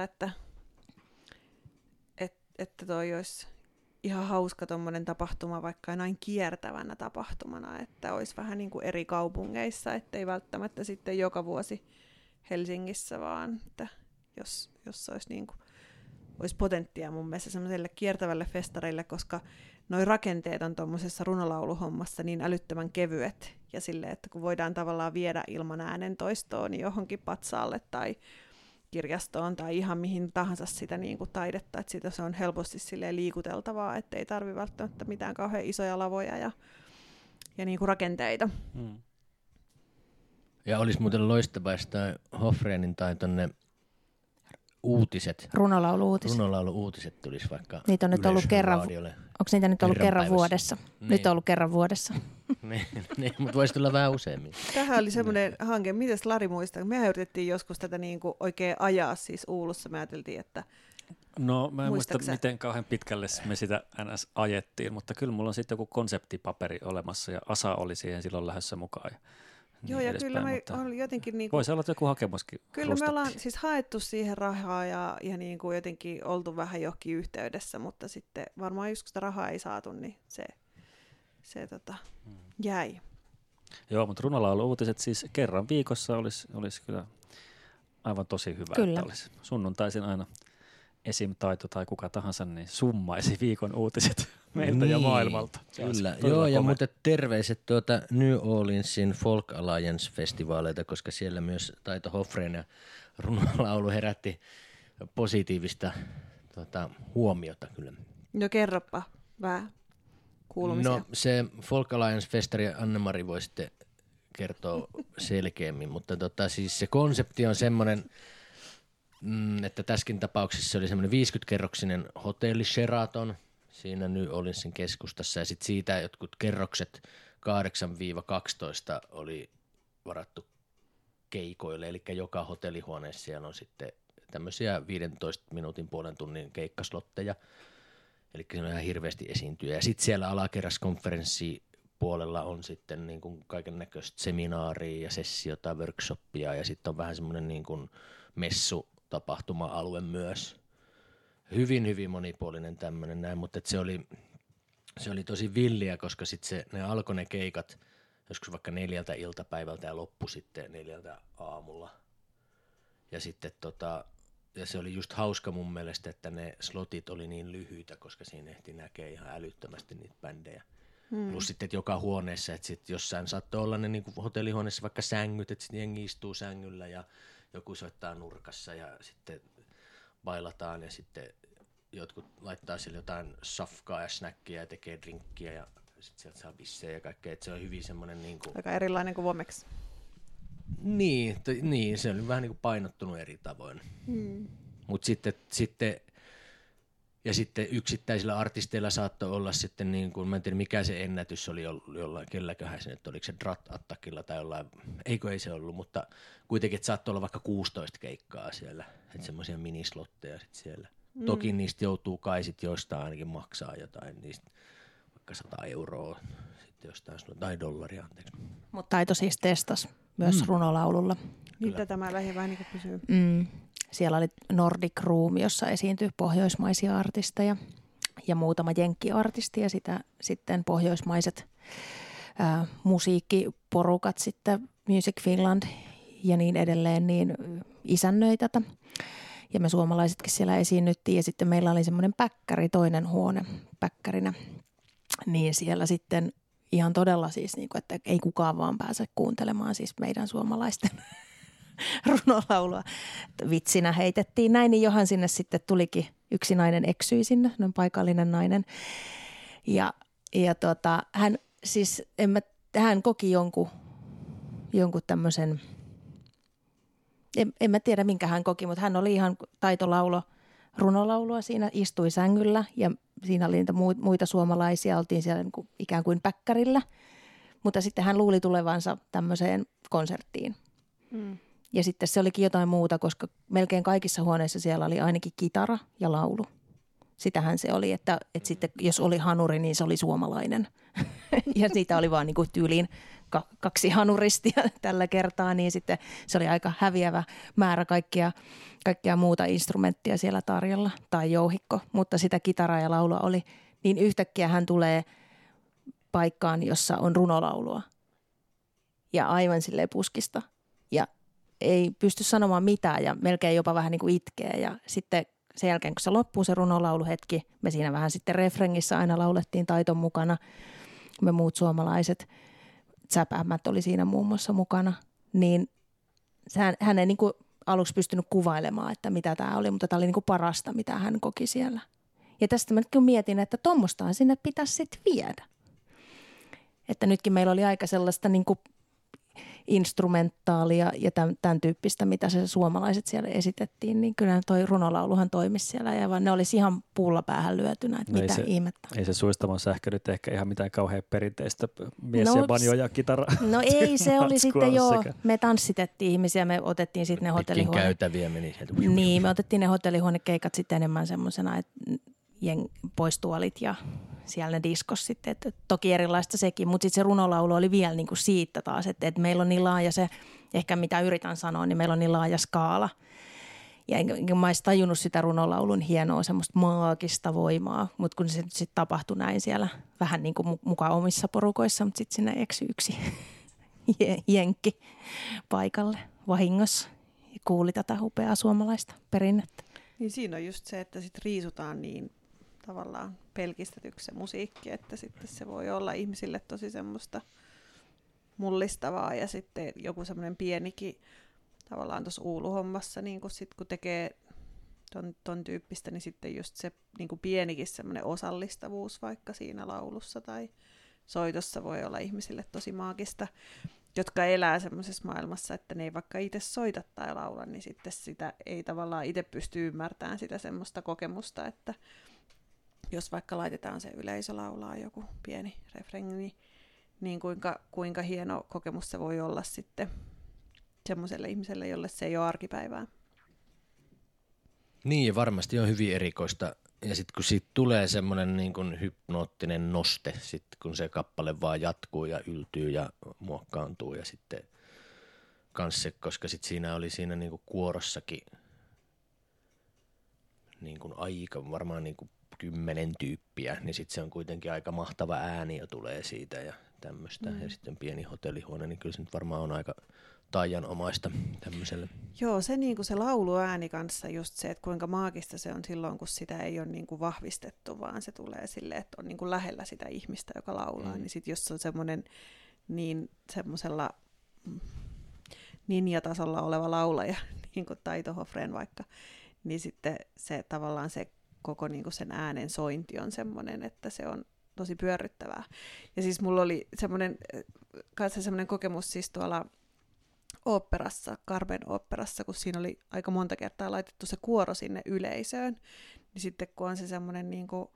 että toi olisi ihan hauska tommonen tapahtuma, vaikka näin kiertävänä tapahtumana, että olisi vähän niin kuin eri kaupungeissa, ettei välttämättä sitten joka vuosi Helsingissä, vaan että jos olisi, niin kuin, olisi potentiaa mun mielestä semmoiselle kiertävälle festareille, koska noi rakenteet on tuommoisessa runolauluhommassa niin älyttömän kevyet, ja silleen, että kun voidaan tavallaan viedä ilman äänentoistoon niin johonkin patsaalle tai kirjastoon tai ihan mihin tahansa sitä niin kuin taidetta, että sitä se on helposti silleen liikuteltavaa, ettei tarvi välttämättä mitään kauhean isoja lavoja ja niin kuin rakenteita. Ja olisi muuten loistavaa, että Hofrénin tai tonne uutiset. Runolaulu-uutiset tulisi vaikka niitä on nyt ollut kerran. Onko niitä nyt ollut kerran vuodessa? Niin. Nyt on ollut kerran vuodessa. niin, mutta voisi tulla vähän useammin. Tähän oli semmoinen hanke, mitäs Lari muistaa? Mehän yritettiin joskus tätä niin kuin oikein ajaa siis Oulussa. Me ajateltiin, että no mä en muista, miten kauhean pitkälle me sitä NS ajettiin, mutta kyllä mulla on sitten joku konseptipaperi olemassa ja Asa oli siihen silloin lähdössä mukaan. Joo, ja kyllä me oli jotenkin niin kuin, voisi olla joku hakemuskin. Kyllä me ollaan siis haettu siihen rahaa ja niin kuin jotenkin oltu vähän johonkin yhteydessä, mutta sitten varmaan just kun sitä rahaa ei saatu, niin se jäi. Joo, mutta runolaulu-uutiset siis kerran viikossa olisi kyllä aivan tosi hyvä, kyllä. Että olisi sunnuntaisin aina esim. Taito tai kuka tahansa, niin summaisi viikon uutiset. meiltä ja maailmalta. Kyllä, joo, ja muuten terveiset New Orleansin Folk Alliance-festivaaleita, koska siellä myös Taito Hofreen ja runolaulu herätti positiivista huomiota kyllä. No kerropa vähän kuulumisia. No se Folk Alliance-festari Anne-Mari voi sitten kertoa selkeämmin, mutta siis se konsepti on semmoinen, että tässäkin tapauksessa se oli semmoinen 50-kerroksinen hotelli Sheraton siinä New Orleansin keskustassa ja sitten siitä jotkut kerrokset 8-12 oli varattu keikoille, eli joka hotellihuoneessa siellä on sitten tämmöisiä 15 minuutin puolen tunnin keikkaslotteja, eli se on ihan hirveästi esiintyjä. Ja sitten siellä alakerraskonferenssipuolella on sitten niin kuin kaiken näköistä seminaaria ja sessiota, workshoppia ja sitten on vähän semmoinen niin kuin messutapahtuma-alue myös. Hyvin, hyvin monipuolinen tämmöinen näin, mutta se oli tosi villiä, koska sitten ne alkoi ne keikat joskus vaikka 4 iltapäivältä ja loppu sitten 4 aamulla. Ja sitten ja se oli just hauska mun mielestä, että ne slotit oli niin lyhyitä, koska siinä ehti näkee ihan älyttömästi niitä bändejä. Plus sitten, että joka huoneessa, että sitten jossain saattoi olla ne niin kuin hotellihuoneessa vaikka sängyt, että sitten jengi istuu sängyllä ja joku soittaa nurkassa ja sitten bailataan ja sitten jotkut laittaa sille jotain safkaa ja snackia ja tekee drinkkiä ja sitten sieltä saa bissejä ja kaikkea, että se on hyvin semmoinen niinku aika erilainen kuin Womex. Niin, se on vähän niin kuin painottunut eri tavoin. Mutta sitten yksittäisillä artisteilla saattoi olla sitten niin kuin, mä en tiedä mikä se ennätys oli jollain, kelläköhän se nyt, oliko se Drat Attackilla tai jollain, ei se ollut, mutta kuitenkin, että saattoi olla vaikka 16 keikkaa siellä, että semmoisia minislotteja sitten siellä. Toki niistä joutuu kai sitten joistain ainakin maksaa jotain, niistä vaikka 100 € sitten jostain, tai dollaria, anteeksi. Mutta Taito siis testasi myös runolaululla. Niin tätä mä lähdin vähän niin kuin kysyä. Siellä oli Nordic Room, jossa esiintyi pohjoismaisia artisteja ja muutama jenkkiartisti ja sitä sitten pohjoismaiset musiikkiporukat sitten Music Finland ja niin edelleen niin isännöi tätä. Ja me suomalaisetkin siellä esiinnyttiin ja sitten meillä oli semmoinen päkkäri, toinen huone päkkärinä. Niin siellä sitten ihan todella siis, niin kuin, että ei kukaan vaan pääse kuuntelemaan siis meidän suomalaisten runolaulua. Vitsinä heitettiin näin, niin johan sinne sitten tulikin yksi nainen eksyi sinne, noin paikallinen nainen. Ja hän siis, hän koki jonkun tämmöisen, en mä tiedä minkä hän koki, mutta hän oli ihan taitolaulo runolaulua siinä, istui sängyllä ja siinä oli niitä muita suomalaisia, oltiin siellä niin kuin ikään kuin päkkärillä, mutta sitten hän luuli tulevansa tämmöiseen konserttiin. Ja sitten se olikin jotain muuta, koska melkein kaikissa huoneissa siellä oli ainakin kitara ja laulu. Sitähän se oli, että sitten jos oli hanuri, niin se oli suomalainen. Ja niitä oli vaan niin kuin tyyliin 2 hanuristia tällä kertaa, niin sitten se oli aika häviävä määrä kaikkia muuta instrumenttia siellä tarjolla tai jouhikko. Mutta sitä kitaraa ja laulua oli, niin yhtäkkiä hän tulee paikkaan, jossa on runolaulua ja aivan silleen puskista. Ja ei pysty sanomaan mitään ja melkein jopa vähän niin kuin itkee ja sitten sen jälkeen, kun se loppuu se runolauluhetki, me siinä vähän sitten refrengissä aina laulettiin Taiton mukana, me muut suomalaiset, Zap-ämmät oli siinä muun muassa mukana, niin hän ei niin kuin aluksi pystynyt kuvailemaan, että mitä tämä oli, mutta tämä oli niin kuin parasta, mitä hän koki siellä. Ja tästä mä nytkin mietin, että tuommoistaan sinne pitäisi sitten viedä. Että nytkin meillä oli aika sellaista niin kuin instrumentaalia ja tämän tyyppistä, mitä se suomalaiset siellä esitettiin, niin kyllä toi runolauluhan toimisi siellä ja vaan ne olisi ihan puulla päähän lyötynä, että mitä ihmettä. Ei se Suistamon sähkö nyt ehkä ihan mitään kauhean perinteistä mies ja banjo ja kitara. No ei, se oli sitten joo, me tanssitettiin ihmisiä, me otettiin sitten ne hotellihuone. Käytäviä meni sieltä. Niin, me otettiin ne hotellihuonekeikat sitten enemmän semmoisena, että poistuolit ja siellä ne diskos sitten, että toki erilaista sekin, mutta sitten se runolaulu oli vielä niin kuin siitä taas, että meillä on niin laaja se, ehkä mitä yritän sanoa, niin meillä on niin laaja skaala. Ja enkä mä olisi tajunnut sitä runolaulun hienoa semmoista maagista voimaa, mutta kun se sitten tapahtui näin siellä vähän niin kuin mukaan omissa porukoissa, mutta sitten sinne eksyi yksi jenkki paikalle vahingossa ja kuuli tätä upeaa suomalaista perinnettä. Niin siinä on just se, että sitten riisutaan niin tavallaan pelkistetyksi se musiikki, että sitten se voi olla ihmisille tosi semmoista mullistavaa ja sitten joku semmoinen pienikin tavallaan tuossa uuluhommassa, niin kun tekee ton tyyppistä, niin sitten just se niin kuin pienikin semmoinen osallistavuus vaikka siinä laulussa tai soitossa voi olla ihmisille tosi maagista, jotka elää semmoisessa maailmassa, että ne ei vaikka itse soita tai laula, niin sitten sitä ei tavallaan itse pysty ymmärtämään sitä semmoista kokemusta, että jos vaikka laitetaan se yleisö laulaa joku pieni refrengi, niin kuinka hieno kokemus se voi olla sitten semmoiselle ihmiselle, jolle se ei ole arkipäivää. Niin, ja varmasti on hyvin erikoista. Ja sitten kun siitä tulee semmoinen niin kuin hypnoottinen noste, sitten kun se kappale vaan jatkuu ja yltyy ja muokkaantuu ja sitten kanssa, koska sitten siinä oli siinä niin kuin kuorossakin niin kuin aika, varmaan niin kuin 10 tyyppiä, niin sitten se on kuitenkin aika mahtava ääni ja tulee siitä ja tämmöistä. Ja sitten pieni hotellihuone, niin kyllä se nyt varmaan on aika taianomaista tämmöiselle. Joo, se, niin kuin se lauluääni kanssa, just se, että kuinka maagista se on silloin, kun sitä ei ole niin kuin vahvistettu, vaan se tulee silleen, että on niin kuin lähellä sitä ihmistä, joka laulaa. Niin sitten jos se on semmoinen niin semmoisella ninjatasolla oleva laulaja, niin kuin Taito Hofrén vaikka, niin sitten se tavallaan se koko niin kuin sen äänen sointi on semmoinen, että se on tosi pyörryttävää. Ja siis mulla oli semmoinen kokemus siis tuolla oopperassa, Carmen oopperassa, kun siinä oli aika monta kertaa laitettu se kuoro sinne yleisöön, niin sitten kun on se semmoinen niin kuin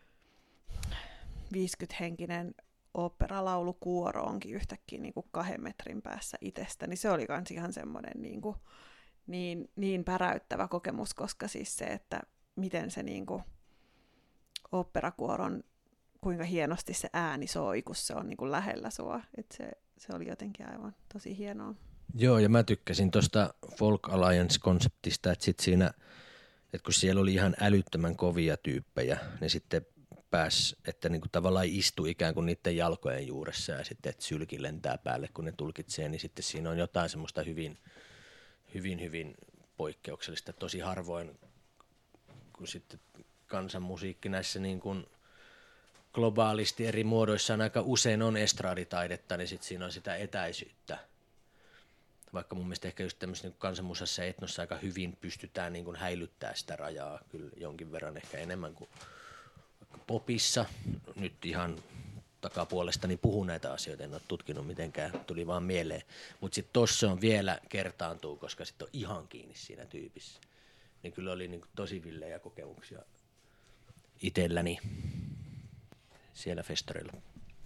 50-henkinen oopperalaulukuoro onkin yhtäkkiä niin kuin 2 metrin päässä itsestä, niin se oli kans ihan semmoinen niin päräyttävä kokemus, koska siis se, että miten se niin kuin oopperakuoron, kuinka hienosti se ääni soi, kun se on niin kuin lähellä sua, että se oli jotenkin aivan tosi hienoa. Joo, ja mä tykkäsin tuosta Folk Alliance-konseptista, että sit siinä, että kun siellä oli ihan älyttömän kovia tyyppejä, niin sitten pääsi, että niinku tavallaan istui ikään kuin niiden jalkojen juuressa ja sitten, että sylki lentää päälle, kun ne tulkitsee, niin sitten siinä on jotain semmoista hyvin poikkeuksellista. Tosi harvoin, kun sitten kansanmusiikki näissä niin kuin globaalisti eri muodoissaan aika usein on estraaditaidetta, niin sitten siinä on sitä etäisyyttä. Vaikka mun mielestä ehkä just tämmöisessä niin kansanmusassa ja etnossa aika hyvin pystytään niin kuin häilyttämään sitä rajaa kyllä jonkin verran ehkä enemmän kuin popissa. Nyt ihan takapuolestani puhun näitä asioita, en ole tutkinut mitenkään, tuli vaan mieleen. Mutta sitten tossa on vielä kertaantuu, koska sitten on ihan kiinni siinä tyypissä. Niin kyllä oli niin kuin tosi villejä kokemuksia itselläni siellä festareilla.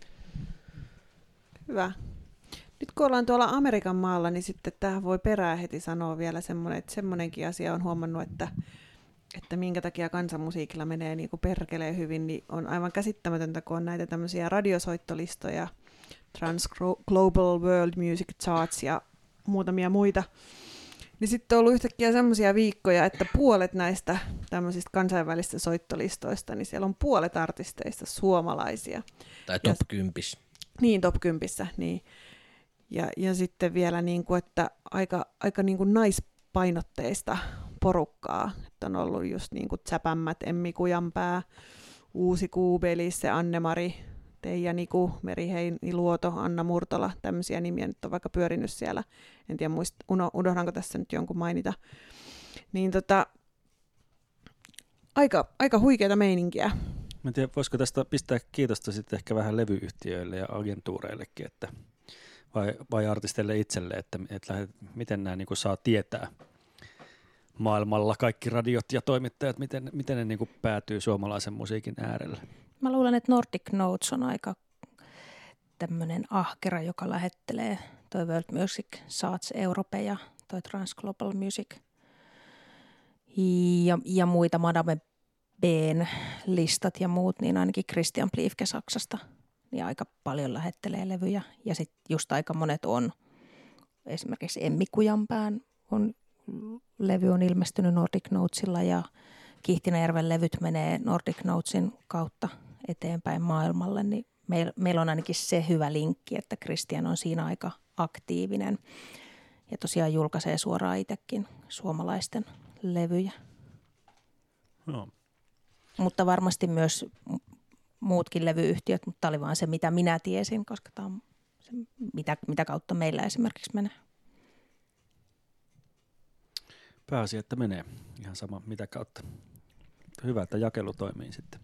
Hyvä. Nyt kun ollaan tuolla Amerikan maalla, niin sitten tähän voi perään heti sanoa vielä semmoinen, että semmoinenkin asia on huomannut, että minkä takia kansanmusiikilla menee niin kuin perkeleen hyvin, niin on aivan käsittämätöntä, kun on näitä tämmöisiä radiosoittolistoja, Trans Global World Music Charts ja muutamia muita. Niin sitten on ollut yhtäkkiä semmoisia viikkoja, että puolet näistä tämmöisistä kansainvälisistä soittolistoista, niin siellä on puolet artisteista suomalaisia. Tai top 10. Niin, top 10, niin. Ja sitten vielä, niin kuin, että aika niin kuin naispainotteista porukkaa. Että on ollut just niin kuin Tsäpämmät, Emmi Kujanpää, Uusi Kuubelisse, Anne-Mari, Teija Niku, Meri Heini Luoto, Anna Murtola, tämmöisiä nimiä nyt on vaikka pyörinyt siellä. En tiedä, unohdanko tässä nyt jonkun mainita. Niin aika huikeata meininkiä. Mä en tiedä, voisiko tästä pistää kiitosta sitten ehkä vähän levyyhtiöille ja agentuureillekin, että vai artisteille itselle, että miten nämä niin kuin saa tietää maailmalla kaikki radiot ja toimittajat, miten ne niin kuin päätyy suomalaisen musiikin äärelle. Mä luulen, että Nordic Notes on aika tämmöinen ahkera, joka lähettelee toi World Music Charts Europe ja toi Trans Global Music ja muita Madame B:n listat ja muut, niin ainakin Christian Pliefke Saksasta niin aika paljon lähettelee levyjä. Ja sitten just aika monet on, esimerkiksi Emmi Kujanpään levy on ilmestynyt Nordic Notesilla ja Kihtinäjärven levyt menee Nordic Notesin kautta eteenpäin maailmalle, niin meillä on ainakin se hyvä linkki, että Christian on siinä aika aktiivinen ja tosiaan julkaisee suoraan itsekin suomalaisten levyjä. No. mutta varmasti myös muutkin levyyhtiöt, mutta tämä oli vaan se, mitä minä tiesin, koska tämä on se, mitä kautta meillä esimerkiksi menee. Pääasia, että menee ihan sama mitä kautta. Hyvä, että jakelu toimii sitten.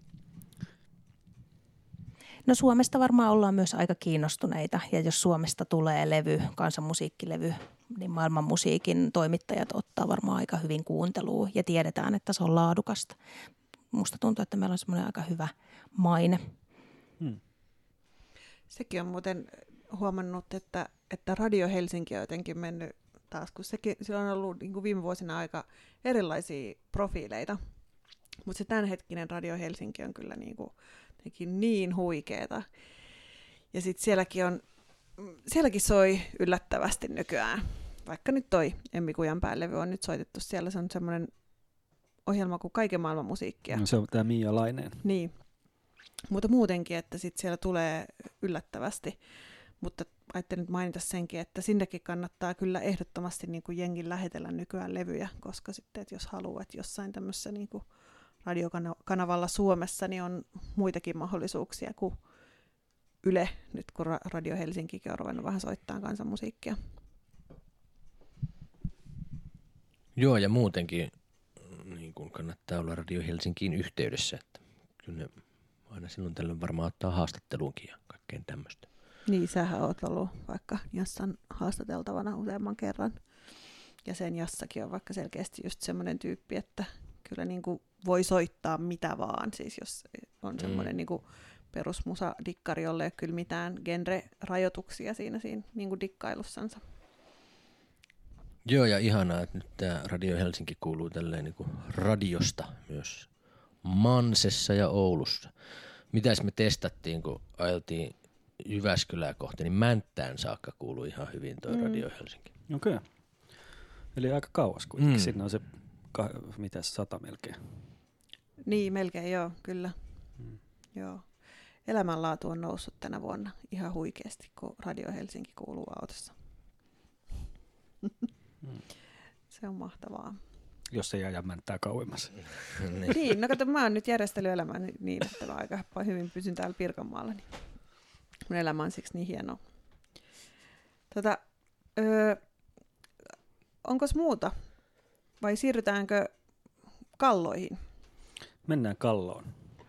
No Suomesta varmaan ollaan myös aika kiinnostuneita, ja jos Suomesta tulee levy, kansanmusiikkilevy, niin maailman musiikin toimittajat ottaa varmaan aika hyvin kuunteluun ja tiedetään, että se on laadukasta. Musta tuntuu, että meillä on semmoinen aika hyvä maine. Sekin on muuten huomannut, että Radio Helsinki on jotenkin mennyt taas, kun sillä on ollut niin kuin viime vuosina aika erilaisia profiileita. Mutta se tämänhetkinen Radio Helsinki on kyllä niin huikeeta. Ja sitten sielläkin soi yllättävästi nykyään. Vaikka nyt toi Emmi Kujanpää-levy on nyt soitettu siellä, se on semmoinen ohjelma kuin Kaiken maailman musiikkia. No se on tämä Mia Laineen. Niin, mutta muutenkin, että sitten siellä tulee yllättävästi. Mutta ajattelin nyt mainita senkin, että sinnekin kannattaa kyllä ehdottomasti niin kuin jengin lähetellä nykyään levyjä, koska sitten, että jos haluat jossain tämmöisessä niin kuin radiokanavalla Suomessa, niin on muitakin mahdollisuuksia kuin Yle, nyt kun Radio Helsinkikin on ruvennut vähän soittaa kansanmusiikkia. Joo, ja muutenkin niin kun kannattaa olla Radio Helsinkiin yhteydessä, että kyllä ne aina silloin tällöin varmaan ottaa haastatteluunkin ja kaikkeen tämmöistä. Niin, sähän oot ollut vaikka Jassan haastateltavana useamman kerran. Ja sen Jassakin on vaikka selkeästi just semmoinen tyyppi, että kyllä niin kuin voi soittaa mitä vaan. Siis jos on semmoinen niin kuin perusmusadikkari, jolle ei ole kyllä mitään genre-rajoituksia siinä niin kuin dikkailussansa. Joo, ja ihanaa, että nyt tämä Radio Helsinki kuuluu tälleen niin kuin radiosta myös Mansessa ja Oulussa. Mitäs me testattiin, kun ajeltiin Jyväskylää kohti, niin Mänttään saakka kuuluu ihan hyvin toi Radio Helsinki. Okei. Eli aika kauas kuitenkin. Siinä on se, mitäs 100 melkein. Niin, melkein joo, kyllä. Joo. Elämänlaatu on noussut tänä vuonna ihan huikeasti, kun Radio Helsinki kuuluu autossa. Se on mahtavaa. Jos ei aja Mänttää kauemmas. Niin, no kato, mä oon nyt järjestellyt elämän niin, että mä aika hyvin pysyn täällä Pirkanmaalla, niin mun elämä on siksi niin hienoa. Onkos muuta? Vai siirrytäänkö kalloihin? Mennään kalloon.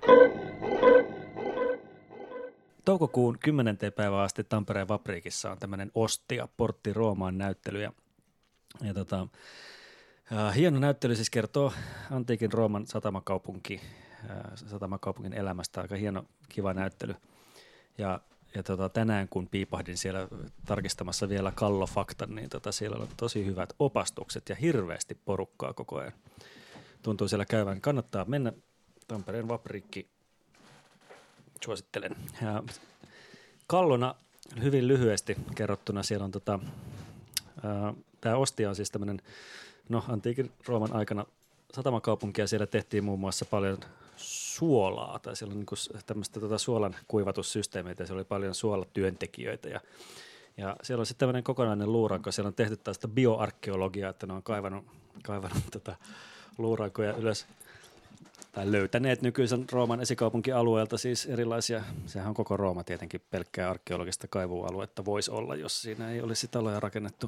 Toukokuun 10. päivää asti Tampereen Vapriikissa on tämmöinen Ostia, Portti Roomaan näyttely. Ja hieno näyttely siis kertoo antiikin Rooman satamakaupungin elämästä. Aika hieno, kiva näyttely. Ja tänään kun piipahdin siellä tarkistamassa vielä kallofaktan, niin siellä on tosi hyvät opastukset ja hirveästi porukkaa koko ajan. Tuntuu siellä käyvän. Kannattaa mennä Tampereen Vapriikki. Suosittelen. Ja kallona hyvin lyhyesti kerrottuna siellä on tämä Ostia on siis tämmöinen, antiikin Rooman aikana satamakaupunki ja siellä tehtiin muun muassa paljon suolaa tai siellä on niinku tämmöistä suolan kuivatussysteemeitä ja siellä oli paljon suolatyöntekijöitä ja siellä on sitten tämmöinen kokonainen luuranko, siellä on tehty tästä bioarkeologiaa, että ne on kaivannut luurankoja ylös tai löytäneet nykyisen Rooman esikaupunkialueelta siis erilaisia, sehän on koko Rooma tietenkin pelkkää arkeologista kaivualuetta voisi olla, jos siinä ei olisi taloja rakennettu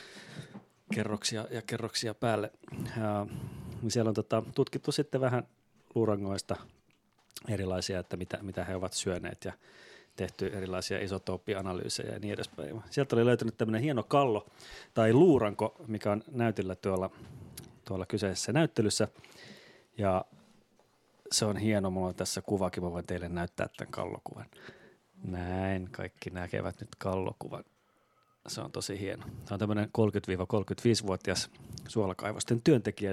kerroksia päälle. Ja siellä on tutkittu sitten vähän luurangoista erilaisia, että mitä he ovat syöneet ja tehty erilaisia isotooppianalyysejä ja niin edespäin. Sieltä oli löytynyt tämmöinen hieno kallo tai luuranko, mikä on näytillä tuolla kyseisessä näyttelyssä ja se on hieno, mulla on tässä kuvakin, mä voin teille näyttää tämän kallokuvan. Näin, kaikki näkevät nyt kallokuvan. Se on tosi hieno. Tämä on tämmöinen 30-35-vuotias suolakaivosten työntekijä,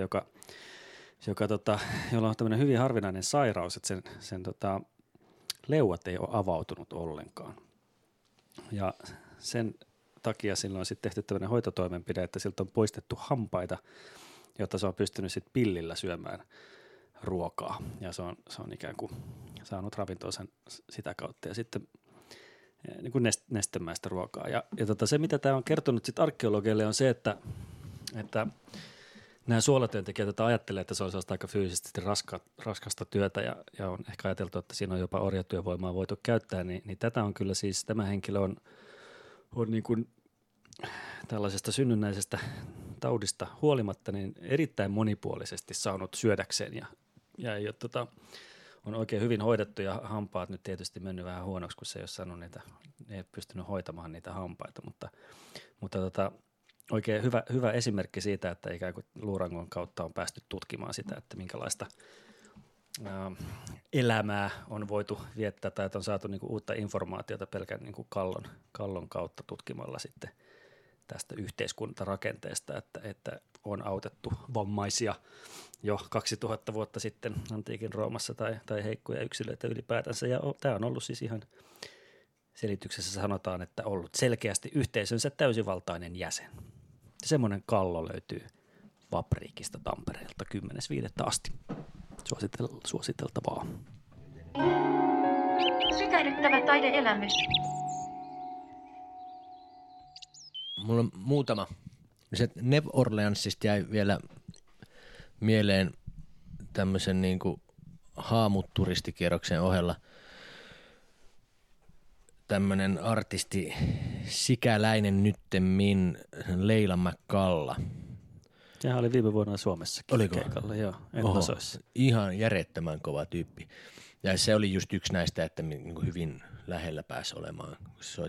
jolla on tämmöinen hyvin harvinainen sairaus, että sen leuat ei ole avautunut ollenkaan. Ja sen takia silloin on sitten tehty tämmöinen hoitotoimenpide, että siltä on poistettu hampaita, jotta se on pystynyt sitten pillillä syömään ruokaa. Ja se on ikään kuin saanut ravintonsa sitä kautta ja sitten niin kuin nestemäistä ruokaa. Ja se, mitä tämä on kertonut sitten arkeologeille, on se, että nämä suolatyöntekijät, joita ajattelee, että se olisi aika fyysisesti raskasta työtä ja on ehkä ajateltu, että siinä on jopa orjatyövoimaa voitu käyttää, niin tätä on kyllä siis, tämä henkilö on niin kuin tällaisesta synnynnäisestä taudista huolimatta niin erittäin monipuolisesti saanut syödäkseen ja ei ole, on oikein hyvin hoidettu ja hampaat nyt tietysti mennyt vähän huonoksi, kun se ei ole saanut niitä, ei ole pystynyt hoitamaan niitä hampaita, mutta oikein hyvä esimerkki siitä, että ikään kuin luurangon kautta on päästy tutkimaan sitä, että minkälaista elämää on voitu viettää tai että on saatu niinku uutta informaatiota pelkän niinku kallon kautta tutkimalla sitten tästä yhteiskuntarakenteesta, että on autettu vammaisia jo 2000 vuotta sitten antiikin Roomassa tai heikkoja yksilöitä ylipäätänsä. Ja tämä on ollut siis ihan selityksessä sanotaan, että ollut selkeästi yhteisönsä täysivaltainen jäsen. Semmoinen kallo löytyy Vapriikista Tampereelta 10.5. asti. Suositeltavaa. Sykähdyttävä taideelämys. Mulla on muutama. Se New Orleansista jäi vielä mieleen tämmöisen niin kuin haamuturistikierroksen ohella tämmöinen artisti sikäläinen nyttemmin Leila McCalla. Sehän oli viime vuonna Suomessakin. Oliko? Keikalla, joo. Ihan järjettömän kova tyyppi. Ja se oli just yksi näistä, että niin kuin hyvin lähellä pääsi olemaan,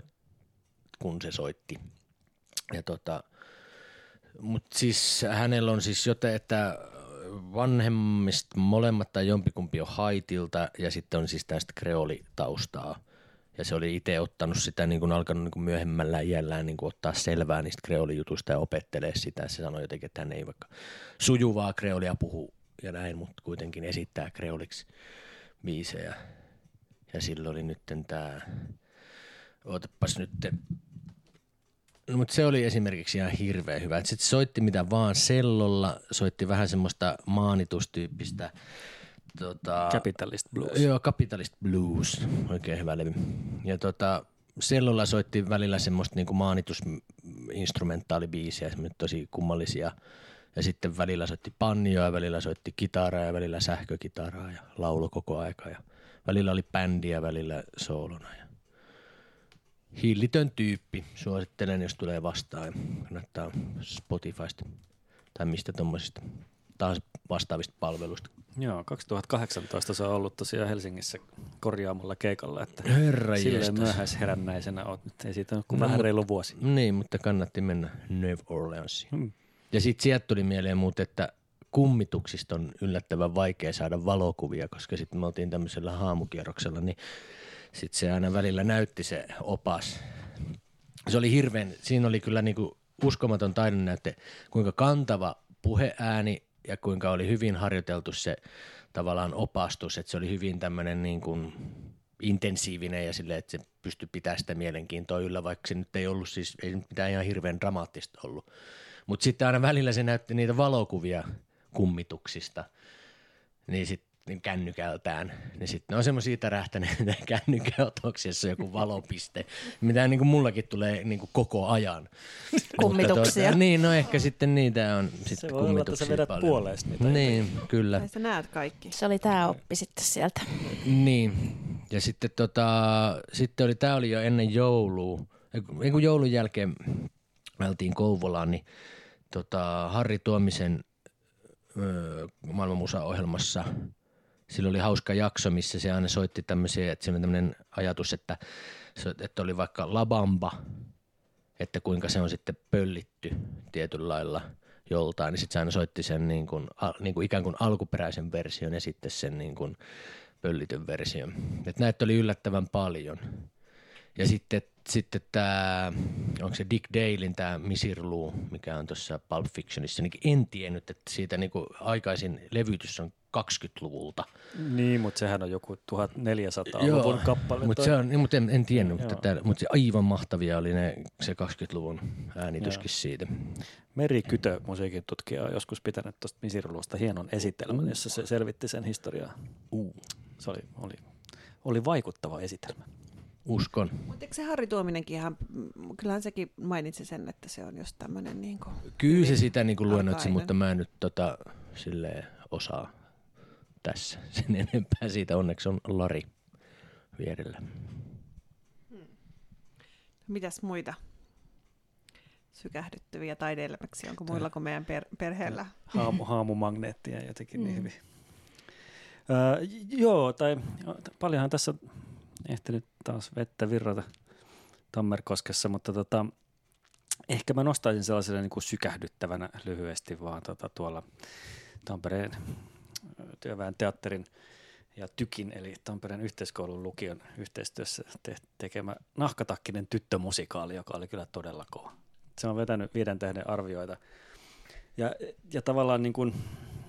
kun se soitti. Ja mutta siis hänellä on siis jotain, että vanhemmista molemmat tai jompikumpi on Haitilta ja sitten on siis tästä kreolitaustaa. Ja se oli itse ottanut sitä, niin kuin alkanut niin kuin myöhemmällä iällään niin kuin ottaa selvää niistä kreolijutuista ja opettelee sitä. Se sanoi jotenkin, että hän ei vaikka sujuvaa kreolia puhu ja näin, mutta kuitenkin esittää kreoliksi biisejä. Ja silloin oli nyt tämä, ootapas nyt, no, mutta se oli esimerkiksi ihan hirveän hyvä. Sitten soitti mitä vaan sellolla, soitti vähän semmoista maanitustyyppistä. Capitalist Blues. Joo, Capitalist Blues, oikein hyvä levy. Ja sellolla soitti välillä semmoista niinku maanitusinstrumentaalibiisiä, tosi kummallisia. Ja sitten välillä soitti banjoa, välillä soitti kitaraa ja välillä sähkökitaraa ja laulu koko aika. Ja välillä oli bändiä, välillä soolona. Ja hillitön tyyppi, suosittelen jos tulee vastaan. Kannattaa Spotifysta tai mistä tuommoisista taas vastaavista palveluista. Joo, 2018 se on ollut tosiaan Helsingissä korjaamalla keikalla, että silleen myöhäisherännäisenä olet nyt, ei siitä ole kuin vähän reilu vuosi. Niin, mutta kannatti mennä New Orleansiin. Ja sitten sieltä tuli mieleen muuten, että kummituksista on yllättävän vaikea saada valokuvia, koska sitten me oltiin tämmöisellä haamukierroksella, niin sitten se aina välillä näytti se opas. Se oli siinä oli kyllä niinku uskomaton taidonnäytte, kuinka kantava puheääni ja kuinka oli hyvin harjoiteltu se tavallaan opastus, että se oli hyvin tämmöinen niin kuin intensiivinen ja silleen, että se pystyi pitämään sitä mielenkiintoa yllä, vaikka se nyt ei ollut siis, ei mitään ihan hirveän dramaattista ollut. Mutta sitten aina välillä se näytti niitä valokuvia kummituksista, niin sitten kännykältään, niin sitten ne on semmoisia tärähtäneitä kännykäotoksia, jossa on joku valopiste, mitä niin kuin mullakin tulee niin kuin koko ajan. Kummituksia. Niin, no ehkä sitten niitä on sitten se voi olla, että sä vedät puoleesta niitä. Niin, kyllä. Tai sä näet kaikki. Se oli tää oppi sitten sieltä. Niin, ja sitten sitten tää oli jo ennen joulua, kun joulun jälkeen me oltiin Kouvolaan, niin Harri Tuomisen maailmanmusa-ohjelmassa sillä oli hauska jakso, missä se aina soitti tämmöisiä, että se oli tämmöinen ajatus, että oli vaikka La Bamba, että kuinka se on sitten pöllitty tietyllä lailla joltain, niin sitten se aina soitti sen niin kuin ikään kuin alkuperäisen version ja sitten sen niin kuin pöllityn version. Että näitä oli yllättävän paljon. Ja sitten tämä, onko se Dick Dalein tämä Misirlou, mikä on tuossa Pulp Fictionissa, niin en tiennyt, että siitä niin kuin aikaisin levytys on 20-luvulta. Niin, mutta sehän on joku 1400-luvun kappale. Mutta en tiennyt, mutta se aivan mahtavia oli se 20-luvun äänityskin siitä. Meri Kytö, musiikin tutkija, on joskus pitänyt tuosta Misirlousta hienon esitelmän, jossa se selvitti sen historiaa. Se oli vaikuttava esitelmä. Uskon. Mutta eikö se Harri Tuominenkin kyllähän sekin mainitsi sen, että se on just tämmöinen niinku... Kyllä se sitä niin kuin luennoitsi, arkainen. mutta mä en nyt silleen osaa tässä sen enempää siitä. Onneksi on Lari vierellä. Mitäs muita sykähdyttäviä taide-elämäksiä? Onko muilla kuin meidän perheellä? Haamumagneettia jotenkin niin hyvin. Joo, tai paljonhan tässä on ehtinyt taas vettä virrata Tammerkoskessa, mutta ehkä mä nostaisin sellaiselle niin kuin sykähdyttävänä lyhyesti vaan tuolla Tampereen työväen teatterin ja TYKin eli Tampereen yhteiskoulun lukion yhteistyössä tekemä Nahkatakkinen tyttömusikaali, joka oli kyllä todella kova. Se on vetänyt 5 tähden arvioita ja tavallaan niin kuin,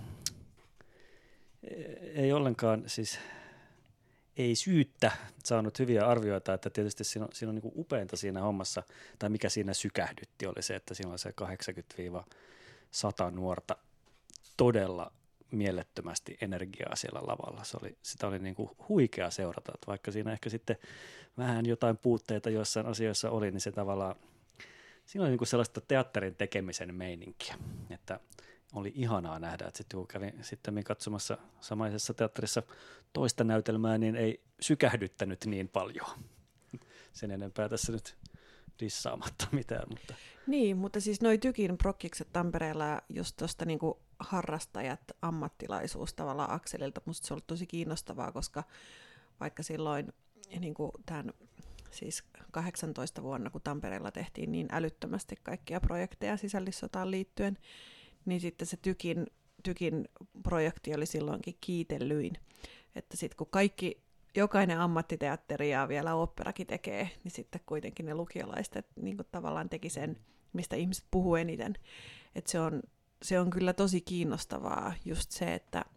ei ollenkaan siis ei syyttä saanut hyviä arvioita, että tietysti siinä on niin kuin upeinta siinä hommassa, tai mikä siinä sykähdytti oli se, että siinä on se 80-100 nuorta todella mielettömästi energiaa siellä lavalla. Sitä oli niin kuin huikea seurata, että vaikka siinä ehkä sitten vähän jotain puutteita joissain asioissa oli, niin se tavallaan, siinä oli niin kuin sellaista teatterin tekemisen meininkiä, että oli ihanaa nähdä, että sitten kun kävin sitten katsomassa samaisessa teatterissa toista näytelmää, niin ei sykähdyttänyt niin paljon. Sen enempää tässä nyt dissaamatta mitään. Mutta. Niin, mutta siis noi TYKin prokkikset Tampereella just tuosta niinku harrastajat, ammattilaisuus tavallaan akselilta, musta se on ollut tosi kiinnostavaa, koska vaikka silloin niinku tämän siis 18 vuonna, kun Tampereella tehtiin niin älyttömästi kaikkia projekteja sisällissotaan liittyen, niin sitten se TYKin projekti oli silloinkin kiitellyin. Että sitten kun jokainen ammattiteatteri ja vielä oopperakin tekee, niin sitten kuitenkin ne lukiolaiset niin kuin tavallaan teki sen, mistä ihmiset puhuu eniten. Että se on kyllä tosi kiinnostavaa just se,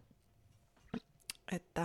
että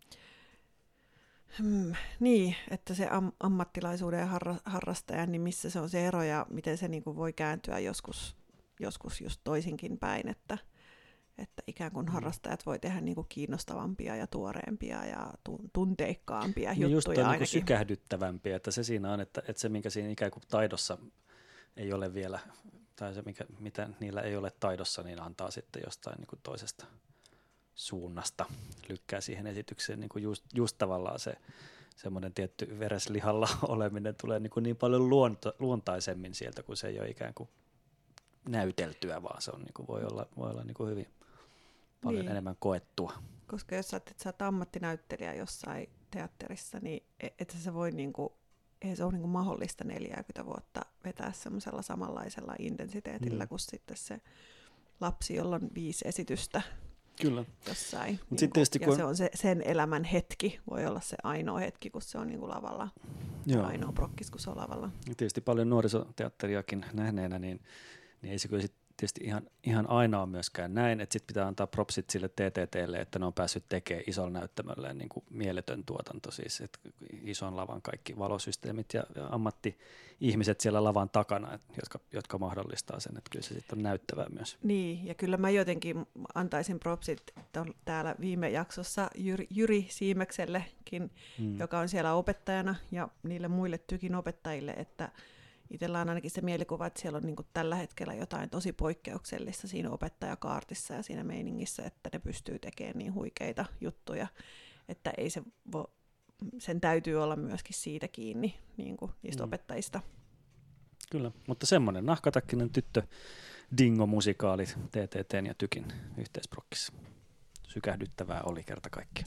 se ammattilaisuuden ja harrastajan, niin missä se on se ero ja miten se niin kuin voi kääntyä joskus just toisinkin päin, että ikään kuin harrastajat voi tehdä niin kuin kiinnostavampia ja tuoreempia ja tunteikkaampia juttuja just on ainakin. Niin sykähdyttävämpiä, että se siinä on, että se minkä siinä ikään kuin taidossa ei ole vielä, tai se mitä niillä ei ole taidossa, niin antaa sitten jostain niin kuin toisesta suunnasta, lykkää siihen esitykseen niin kuin just tavallaan se semmoinen tietty vereslihalla oleminen tulee niin paljon luontaisemmin sieltä, kun se ei ole ikään kuin näyteltyä, vaan se on, niin kuin voi olla niin kuin hyvin paljon enemmän koettua. Koska jos sä oot ammattinäyttelijä jossain teatterissa, niin et se voi eihän se ole niin mahdollista 40 vuotta vetää semmoisella samanlaisella intensiteetillä kuin sitten se lapsi, jolla on 5 esitystä. Kyllä. Jossain. Se on sen elämän hetki, voi olla se ainoa hetki, kun se on niin kuin lavalla. Joo. Ainoa prokkis, kun se on lavalla. Ja tietysti paljon nuorisoteatteriakin nähneenä, niin ei se kyllä tietysti ihan aina on myöskään näin, että sitten pitää antaa propsit sille TTTlle, että ne on päässyt tekemään isolla näyttämöllä niin kuin mieletön tuotanto, siis että ison lavan kaikki valosysteemit ja ammatti-ihmiset siellä lavan takana, jotka mahdollistaa sen, että kyllä se sitten on näyttävää myös. Niin, ja kyllä mä jotenkin antaisin propsit täällä viime jaksossa Jyri Siimeksellekin, joka on siellä opettajana ja niille muille TYKin opettajille, että itsellä on ainakin se mielikuva, että siellä on niin kuin tällä hetkellä jotain tosi poikkeuksellista siinä opettajakaartissa ja siinä meiningissä, että ne pystyy tekemään niin huikeita juttuja, että ei sen täytyy olla myöskin siitä kiinni niin kuin niistä opettajista. Kyllä, mutta semmoinen Nahkatakkinen tyttö dingo-musikaali TTT:n ja TYKin yhteisprokkissa. Sykähdyttävää oli kerta kaikkiaan.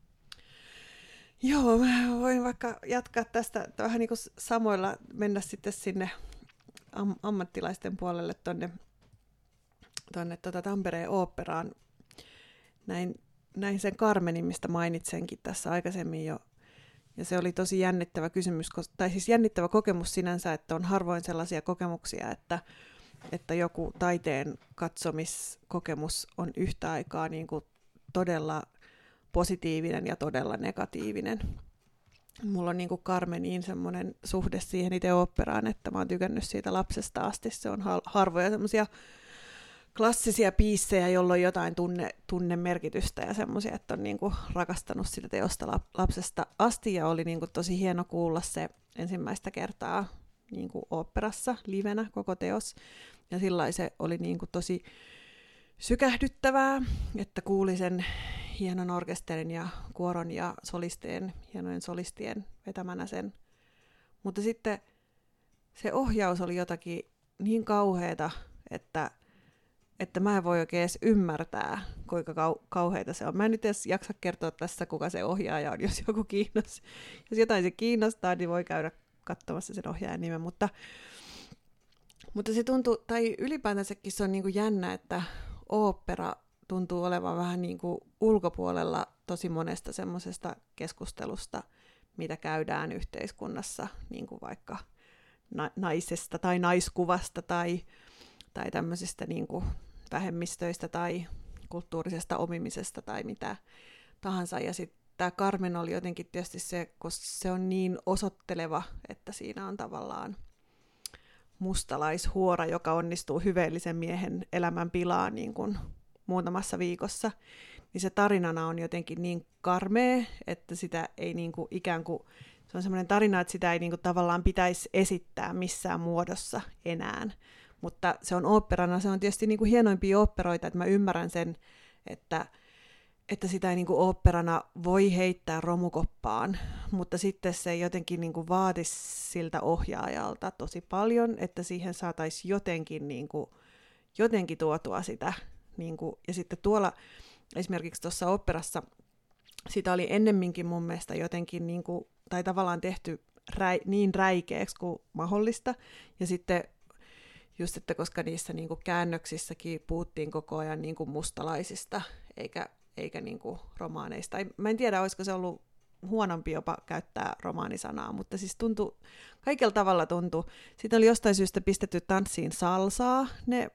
Joo, mä voin vaikka jatkaa tästä vähän niin kuin samoilla, mennä sitten sinne ammattilaisten puolelle tuonne Tampereen oopperaan. Näin sen Carmenin, mistä mainitsenkin tässä aikaisemmin jo. Ja se oli tosi jännittävä kysymys, tai siis jännittävä kokemus sinänsä, että on harvoin sellaisia kokemuksia, että joku taiteen katsomiskokemus on yhtä aikaa niin kuin todella positiivinen ja todella negatiivinen. Mulla on niin kuin Carmeniin semmoinen suhde siihen itse oopperaan, että mä oon tykännyt siitä lapsesta asti. Se on harvoja semmoisia klassisia biissejä, jolla on jotain tunnemerkitystä ja semmoisia, että on niinku rakastanut sitä teosta lapsesta asti ja oli niinku tosi hieno kuulla se ensimmäistä kertaa niinku oopperassa livenä koko teos. Ja sillä se oli niinku tosi sykähdyttävää, että kuuli sen hienon orkesterin ja kuoron ja hienojen solistien vetämänä sen. Mutta sitten se ohjaus oli jotakin niin kauheata, että mä en voi oikein edes ymmärtää, kuinka kauheita se on. Mä en nyt edes jaksa kertoa tässä, kuka se ohjaaja on, jos joku kiinnostaa. Jos jotain se kiinnostaa, niin voi käydä katsomassa sen ohjaajan nimen. Mutta se tuntuu, tai ylipäätänsäkin se on niin kuin jännä, että ooppera tuntuu olevan vähän niin kuin ulkopuolella tosi monesta semmoisesta keskustelusta, mitä käydään yhteiskunnassa, niin kuin vaikka naisesta tai naiskuvasta tai tämmöisistä niin kuin vähemmistöistä tai kulttuurisesta omimisesta tai mitä tahansa. Ja sitten tämä Carmen oli jotenkin tietysti se, koska se on niin osoitteleva, että siinä on tavallaan mustalaishuora, joka onnistuu hyveellisen miehen elämän pilaan niin kuin muutamassa viikossa. Niin se tarinana on jotenkin niin karmea, että sitä ei niin kuin ikään kuin, se on semmoinen tarina, että sitä ei niin kuin tavallaan pitäisi esittää missään muodossa enää. Mutta se on oopperana, se on tietysti niin kuin hienoimpia oopperoita, että mä ymmärrän sen, että sitä ei niin kuin oopperana voi heittää romukoppaan, mutta sitten se jotenkin niin kuin vaatisi siltä ohjaajalta tosi paljon, että siihen saataisiin jotenkin tuotua sitä. Niin kuin, ja sitten tuolla esimerkiksi tuossa oopperassa sitä oli ennemminkin mun mielestä jotenkin, niin kuin, tai tavallaan tehty niin räikeäksi kuin mahdollista, ja sitten just, että koska niissä niin kuin käännöksissäkin puhuttiin koko ajan niin kuin mustalaisista, eikä niin kuin romaaneista. Mä en tiedä, olisiko se ollut huonompi jopa käyttää romaanisanaa, mutta siis kaikella tavalla tuntui. Sitten oli jostain syystä pistetty tanssiin salsaa, ne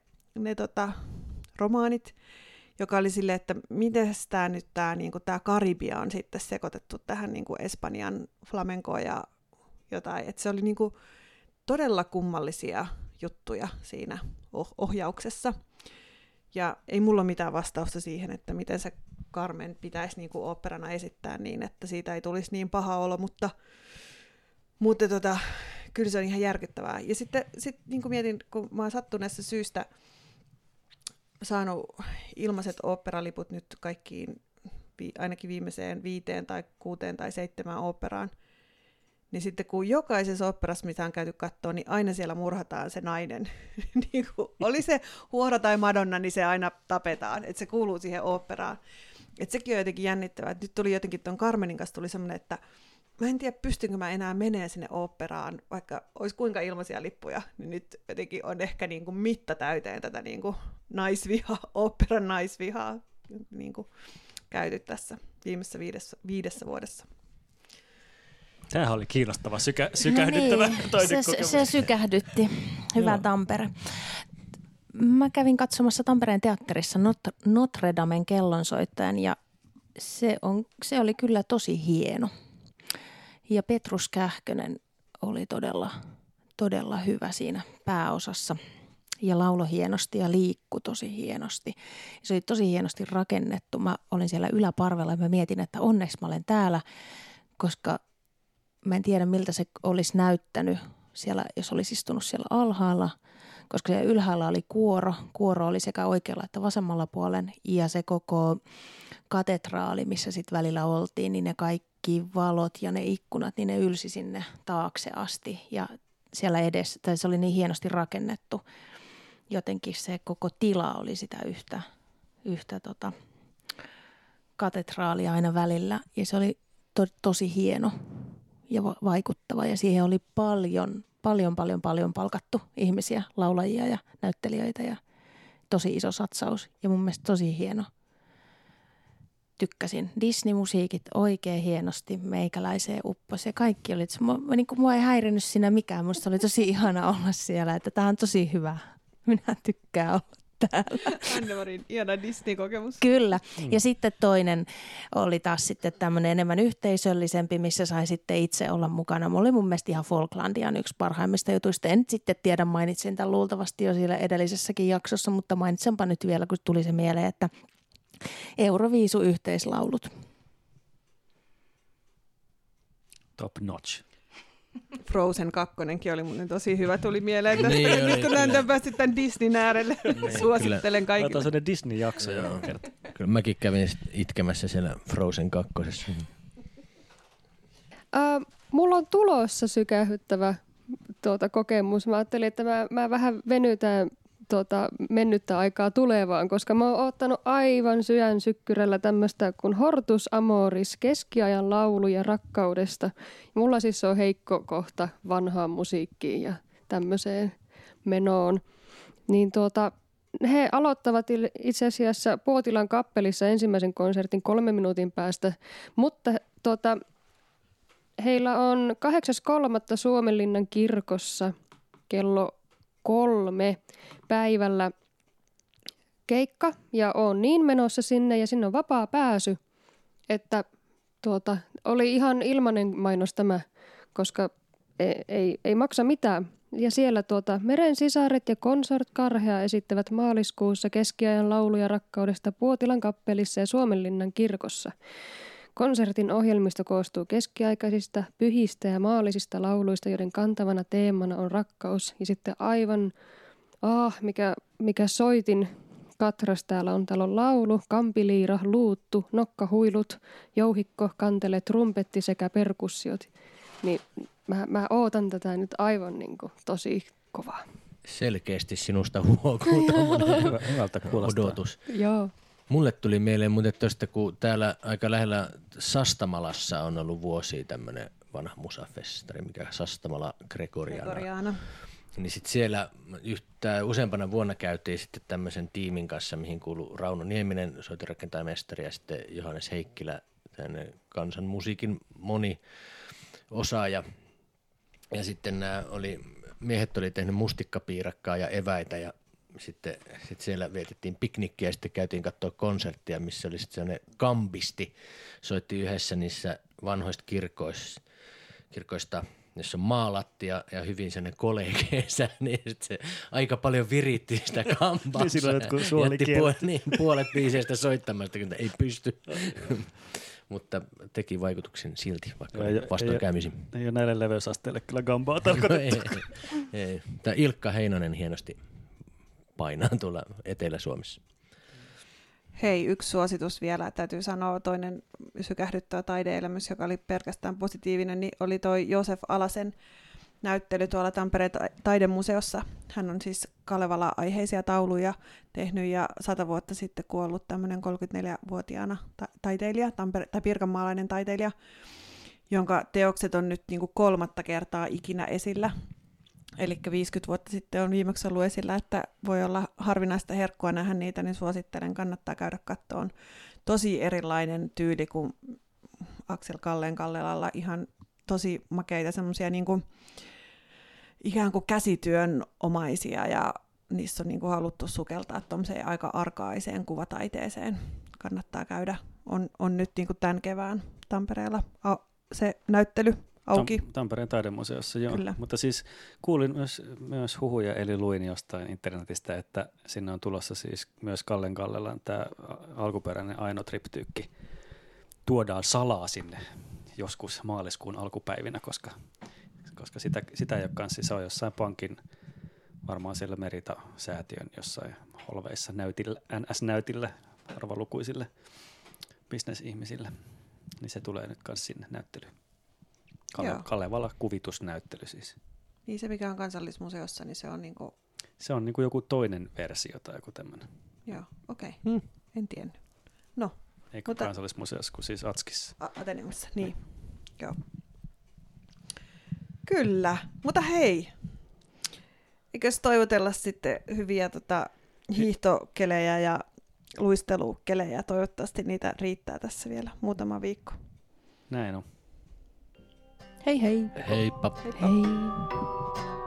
romaanit, joka oli silleen, että miten tämä niinku, Karibia on sitten sekoitettu tähän niinku Espanjan flamenkoon ja jotain. Että se oli niinku todella kummallisia juttuja siinä ohjauksessa. Ja ei mulla ole mitään vastausta siihen, että miten se Carmen pitäisi niinku oopperana esittää niin, että siitä ei tulisi niin paha olo, mutta kyllä se on ihan järkyttävää. Ja sitten niin mietin, kun mä oon sattuneessa syystä saanut ilmaiset oopperaliput nyt kaikkiin, ainakin viimeiseen 5 tai 6 tai 7 oopperaan, niin sitten kun jokaisessa oopperassa, mitä on käyty katsoa, niin aina siellä murhataan se nainen. Niin oli se Huora tai Madonna, niin se aina tapetaan, että se kuuluu siihen oopperaan. Että sekin on jotenkin jännittävää. Nyt tuli jotenkin tuon Carmenin kanssa tuli semmoinen, että mä en tiedä, pystynkö mä enää menee sinne oopperaan, vaikka olisi kuinka ilmaisia lippuja, niin nyt jotenkin on ehkä niin kuin mitta täyteen tätä niin kuin oopperan naisvihaa niin kuin käyty tässä viimeisessä 5 vuodessa. Tämähän oli kiinnostava, sykähdyttävä niin, se sykähdytti. Hyvä joo. Tampere. Mä kävin katsomassa Tampereen teatterissa Notre Damen kellonsoittajan ja se oli kyllä tosi hieno. Ja Petrus Kähkönen oli todella hyvä siinä pääosassa ja lauloi hienosti ja liikkui tosi hienosti. Se oli tosi hienosti rakennettu. Mä olin siellä yläparvella ja mä mietin, että onneksi mä olen täällä, koska mä en tiedä miltä se olisi näyttänyt siellä, jos olisi istunut siellä alhaalla, koska siellä ylhäällä oli kuoro. Kuoro oli sekä oikealla että vasemmalla puolen ja se koko katedraali, missä sitten välillä oltiin, niin ne kaikki valot ja ne ikkunat, niin ne ylsi sinne taakse asti ja siellä edessä, tai se oli niin hienosti rakennettu. Jotenkin se koko tila oli sitä yhtä katedraalia aina välillä ja se oli tosi hieno ja vaikuttava ja siihen oli paljon palkattu ihmisiä, laulajia ja näyttelijöitä ja tosi iso satsaus ja mun mielestä tosi hieno. Tykkäsin. Disney-musiikit oikein hienosti meikäläiseen upposi ja kaikki oli, mua ei häirinyt siinä mikään. Musta oli tosi ihana olla siellä, että tää on tosi hyvä. Minä tykkään olla täällä. Annemarin ihana Disney-kokemus. Kyllä. Ja sitten toinen oli taas sitten tämmöinen enemmän yhteisöllisempi, missä sai sitten itse olla mukana. Mulla oli mun mielestä ihan Folklandian yksi parhaimmista jutuista. En sitten tiedä, mainitsin tämän luultavasti jo siellä edellisessäkin jaksossa, mutta mainitsenpa nyt vielä, kun tuli se mieleen, että Euroviisu-yhteislaulut. Top notch. Frozen 2 oli mun tosi hyvä, tuli mieleen tästä. Niin oli, Nyt kun näin päässyt tämän Disneyn äärelle, suosittelen kaikille. Otetaan sellainen Disney-jakso joka kerta. Kyllä mäkin kävin itkemässä siellä Frozen 2. Mulla on tulossa sykähyttävä kokemus. Mä ajattelin, että mä vähän venytän mennyttä aikaa tulevaan, koska mä oon ottanut aivan sydän sykkyrällä tämmöistä kuin Hortus Amoris, keskiajan lauluja rakkaudesta. Mulla siis on heikko kohta vanhaan musiikkiin ja tämmöiseen menoon. Niin he aloittavat itse asiassa Puotilan kappelissa ensimmäisen konsertin 3 minuutin päästä, mutta heillä on 8.3. Suomenlinnan kirkossa kello 3 päivällä keikka ja on niin menossa sinne ja sinne on vapaa pääsy, että oli ihan ilmainen mainos tämä, koska ei maksa mitään. Ja siellä Meren sisaret ja Consort Karhea esittävät maaliskuussa keskiajan lauluja rakkaudesta Puotilan kappelissa ja Suomenlinnan kirkossa. Konsertin ohjelmisto koostuu keskiaikaisista, pyhistä ja maallisista lauluista, joiden kantavana teemana on rakkaus. Ja sitten aivan, mikä soitin katras täällä on. Täällä on laulu, kampiliira, luuttu, nokkahuilut, jouhikko, kantele, trumpetti sekä perkussiot. Niin mä ootan tätä nyt aivan niin kuin tosi kovaa. Selkeästi sinusta huokuu tommoinen odotus. Joo. Mulle tuli mieleen muuten tuosta, kun täällä aika lähellä Sastamalassa on ollut vuosia tämmöinen vanha musafestari, mikä Sastamala Gregoriana. Niin sitten siellä useampana vuonna käytiin sitten tämmöisen tiimin kanssa, mihin kuului Rauno Nieminen, soitinrakentajamestari, ja sitten Johannes Heikkilä, kansanmusiikin moni osaaja. Ja sitten miehet oli tehnyt mustikkapiirakkaa ja eväitä ja sitten siellä vietettiin piknikkiä ja sitten käytiin katsoa konserttia, missä oli sitten sellainen kambisti. Soitti yhdessä niissä vanhoista kirkoista, jossa on maalattia ja hyvin sellainen kolekeesä, niin se aika paljon viritti sitä kampaa. Niin silloin jotkut suolikielet. Puolet biiseistä soittamasta, kun ei pysty. Mutta teki vaikutuksen silti, vaikka vastoinkäymisin. Ei ole näille leveysasteille kyllä gambaa tarkoitettu. Ei. Tämä Ilkka Heinonen hienosti painaa tuolla Etelä-Suomessa. Hei, yksi suositus vielä, täytyy sanoa, toinen sykähdyttävä taideelämys, joka oli pelkästään positiivinen, niin oli toi Joosef Alasen näyttely tuolla Tampereen taidemuseossa. Hän on siis Kalevala-aiheisia tauluja tehnyt ja 100 vuotta sitten kuollut tämmöinen 34-vuotiaana taiteilija, pirkanmaalainen taiteilija, jonka teokset on nyt niin kuin 3. kertaa ikinä esillä. Eli 50 vuotta sitten on viimeksi ollut esillä, että voi olla harvinaista herkkua nähdä niitä, niin suosittelen, kannattaa käydä kattoon. Tosi erilainen tyyli kuin Aksel Kallelalla, ihan tosi makeita semmoisia niin kuin ikään kuin käsityön omaisia ja niissä on niin kuin haluttu sukeltaa tuommoiseen aika arkaiseen kuvataiteeseen. Kannattaa käydä. On nyt niin kuin tämän kevään Tampereella se näyttely auki. Tampereen taidemuseossa, joo. Kyllä. Mutta siis kuulin myös huhuja, eli luin jostain internetistä, että sinne on tulossa siis myös Kallen Kallelan tämä alkuperäinen Aino-triptyykki tuodaan salaa sinne joskus maaliskuun alkupäivinä, koska sitä ei ole kanssa, se on jossain pankin, varmaan siellä Merita-säätiön jossain holveissa NS-näytillä arvalukuisille bisnesihmisille, niin se tulee nyt kanssa sinne näyttelyyn. Kalevala kuvitusnäyttely siis. Niin se, mikä on Kansallismuseossa, niin se on niinku... Se on niinku joku toinen versio tai joku tämmöinen. Joo, okei. En tiennyt. No. Eikö Kansallismuseossa, kun siis Atskissa. Ateneumissa, niin. Joo. Kyllä, mutta hei. Eikös toivotella sitten hyviä hiihtokelejä ja luistelukelejä. Toivottavasti niitä riittää tässä vielä muutama viikko. Näin on. Hei hei. Heippa. Hei.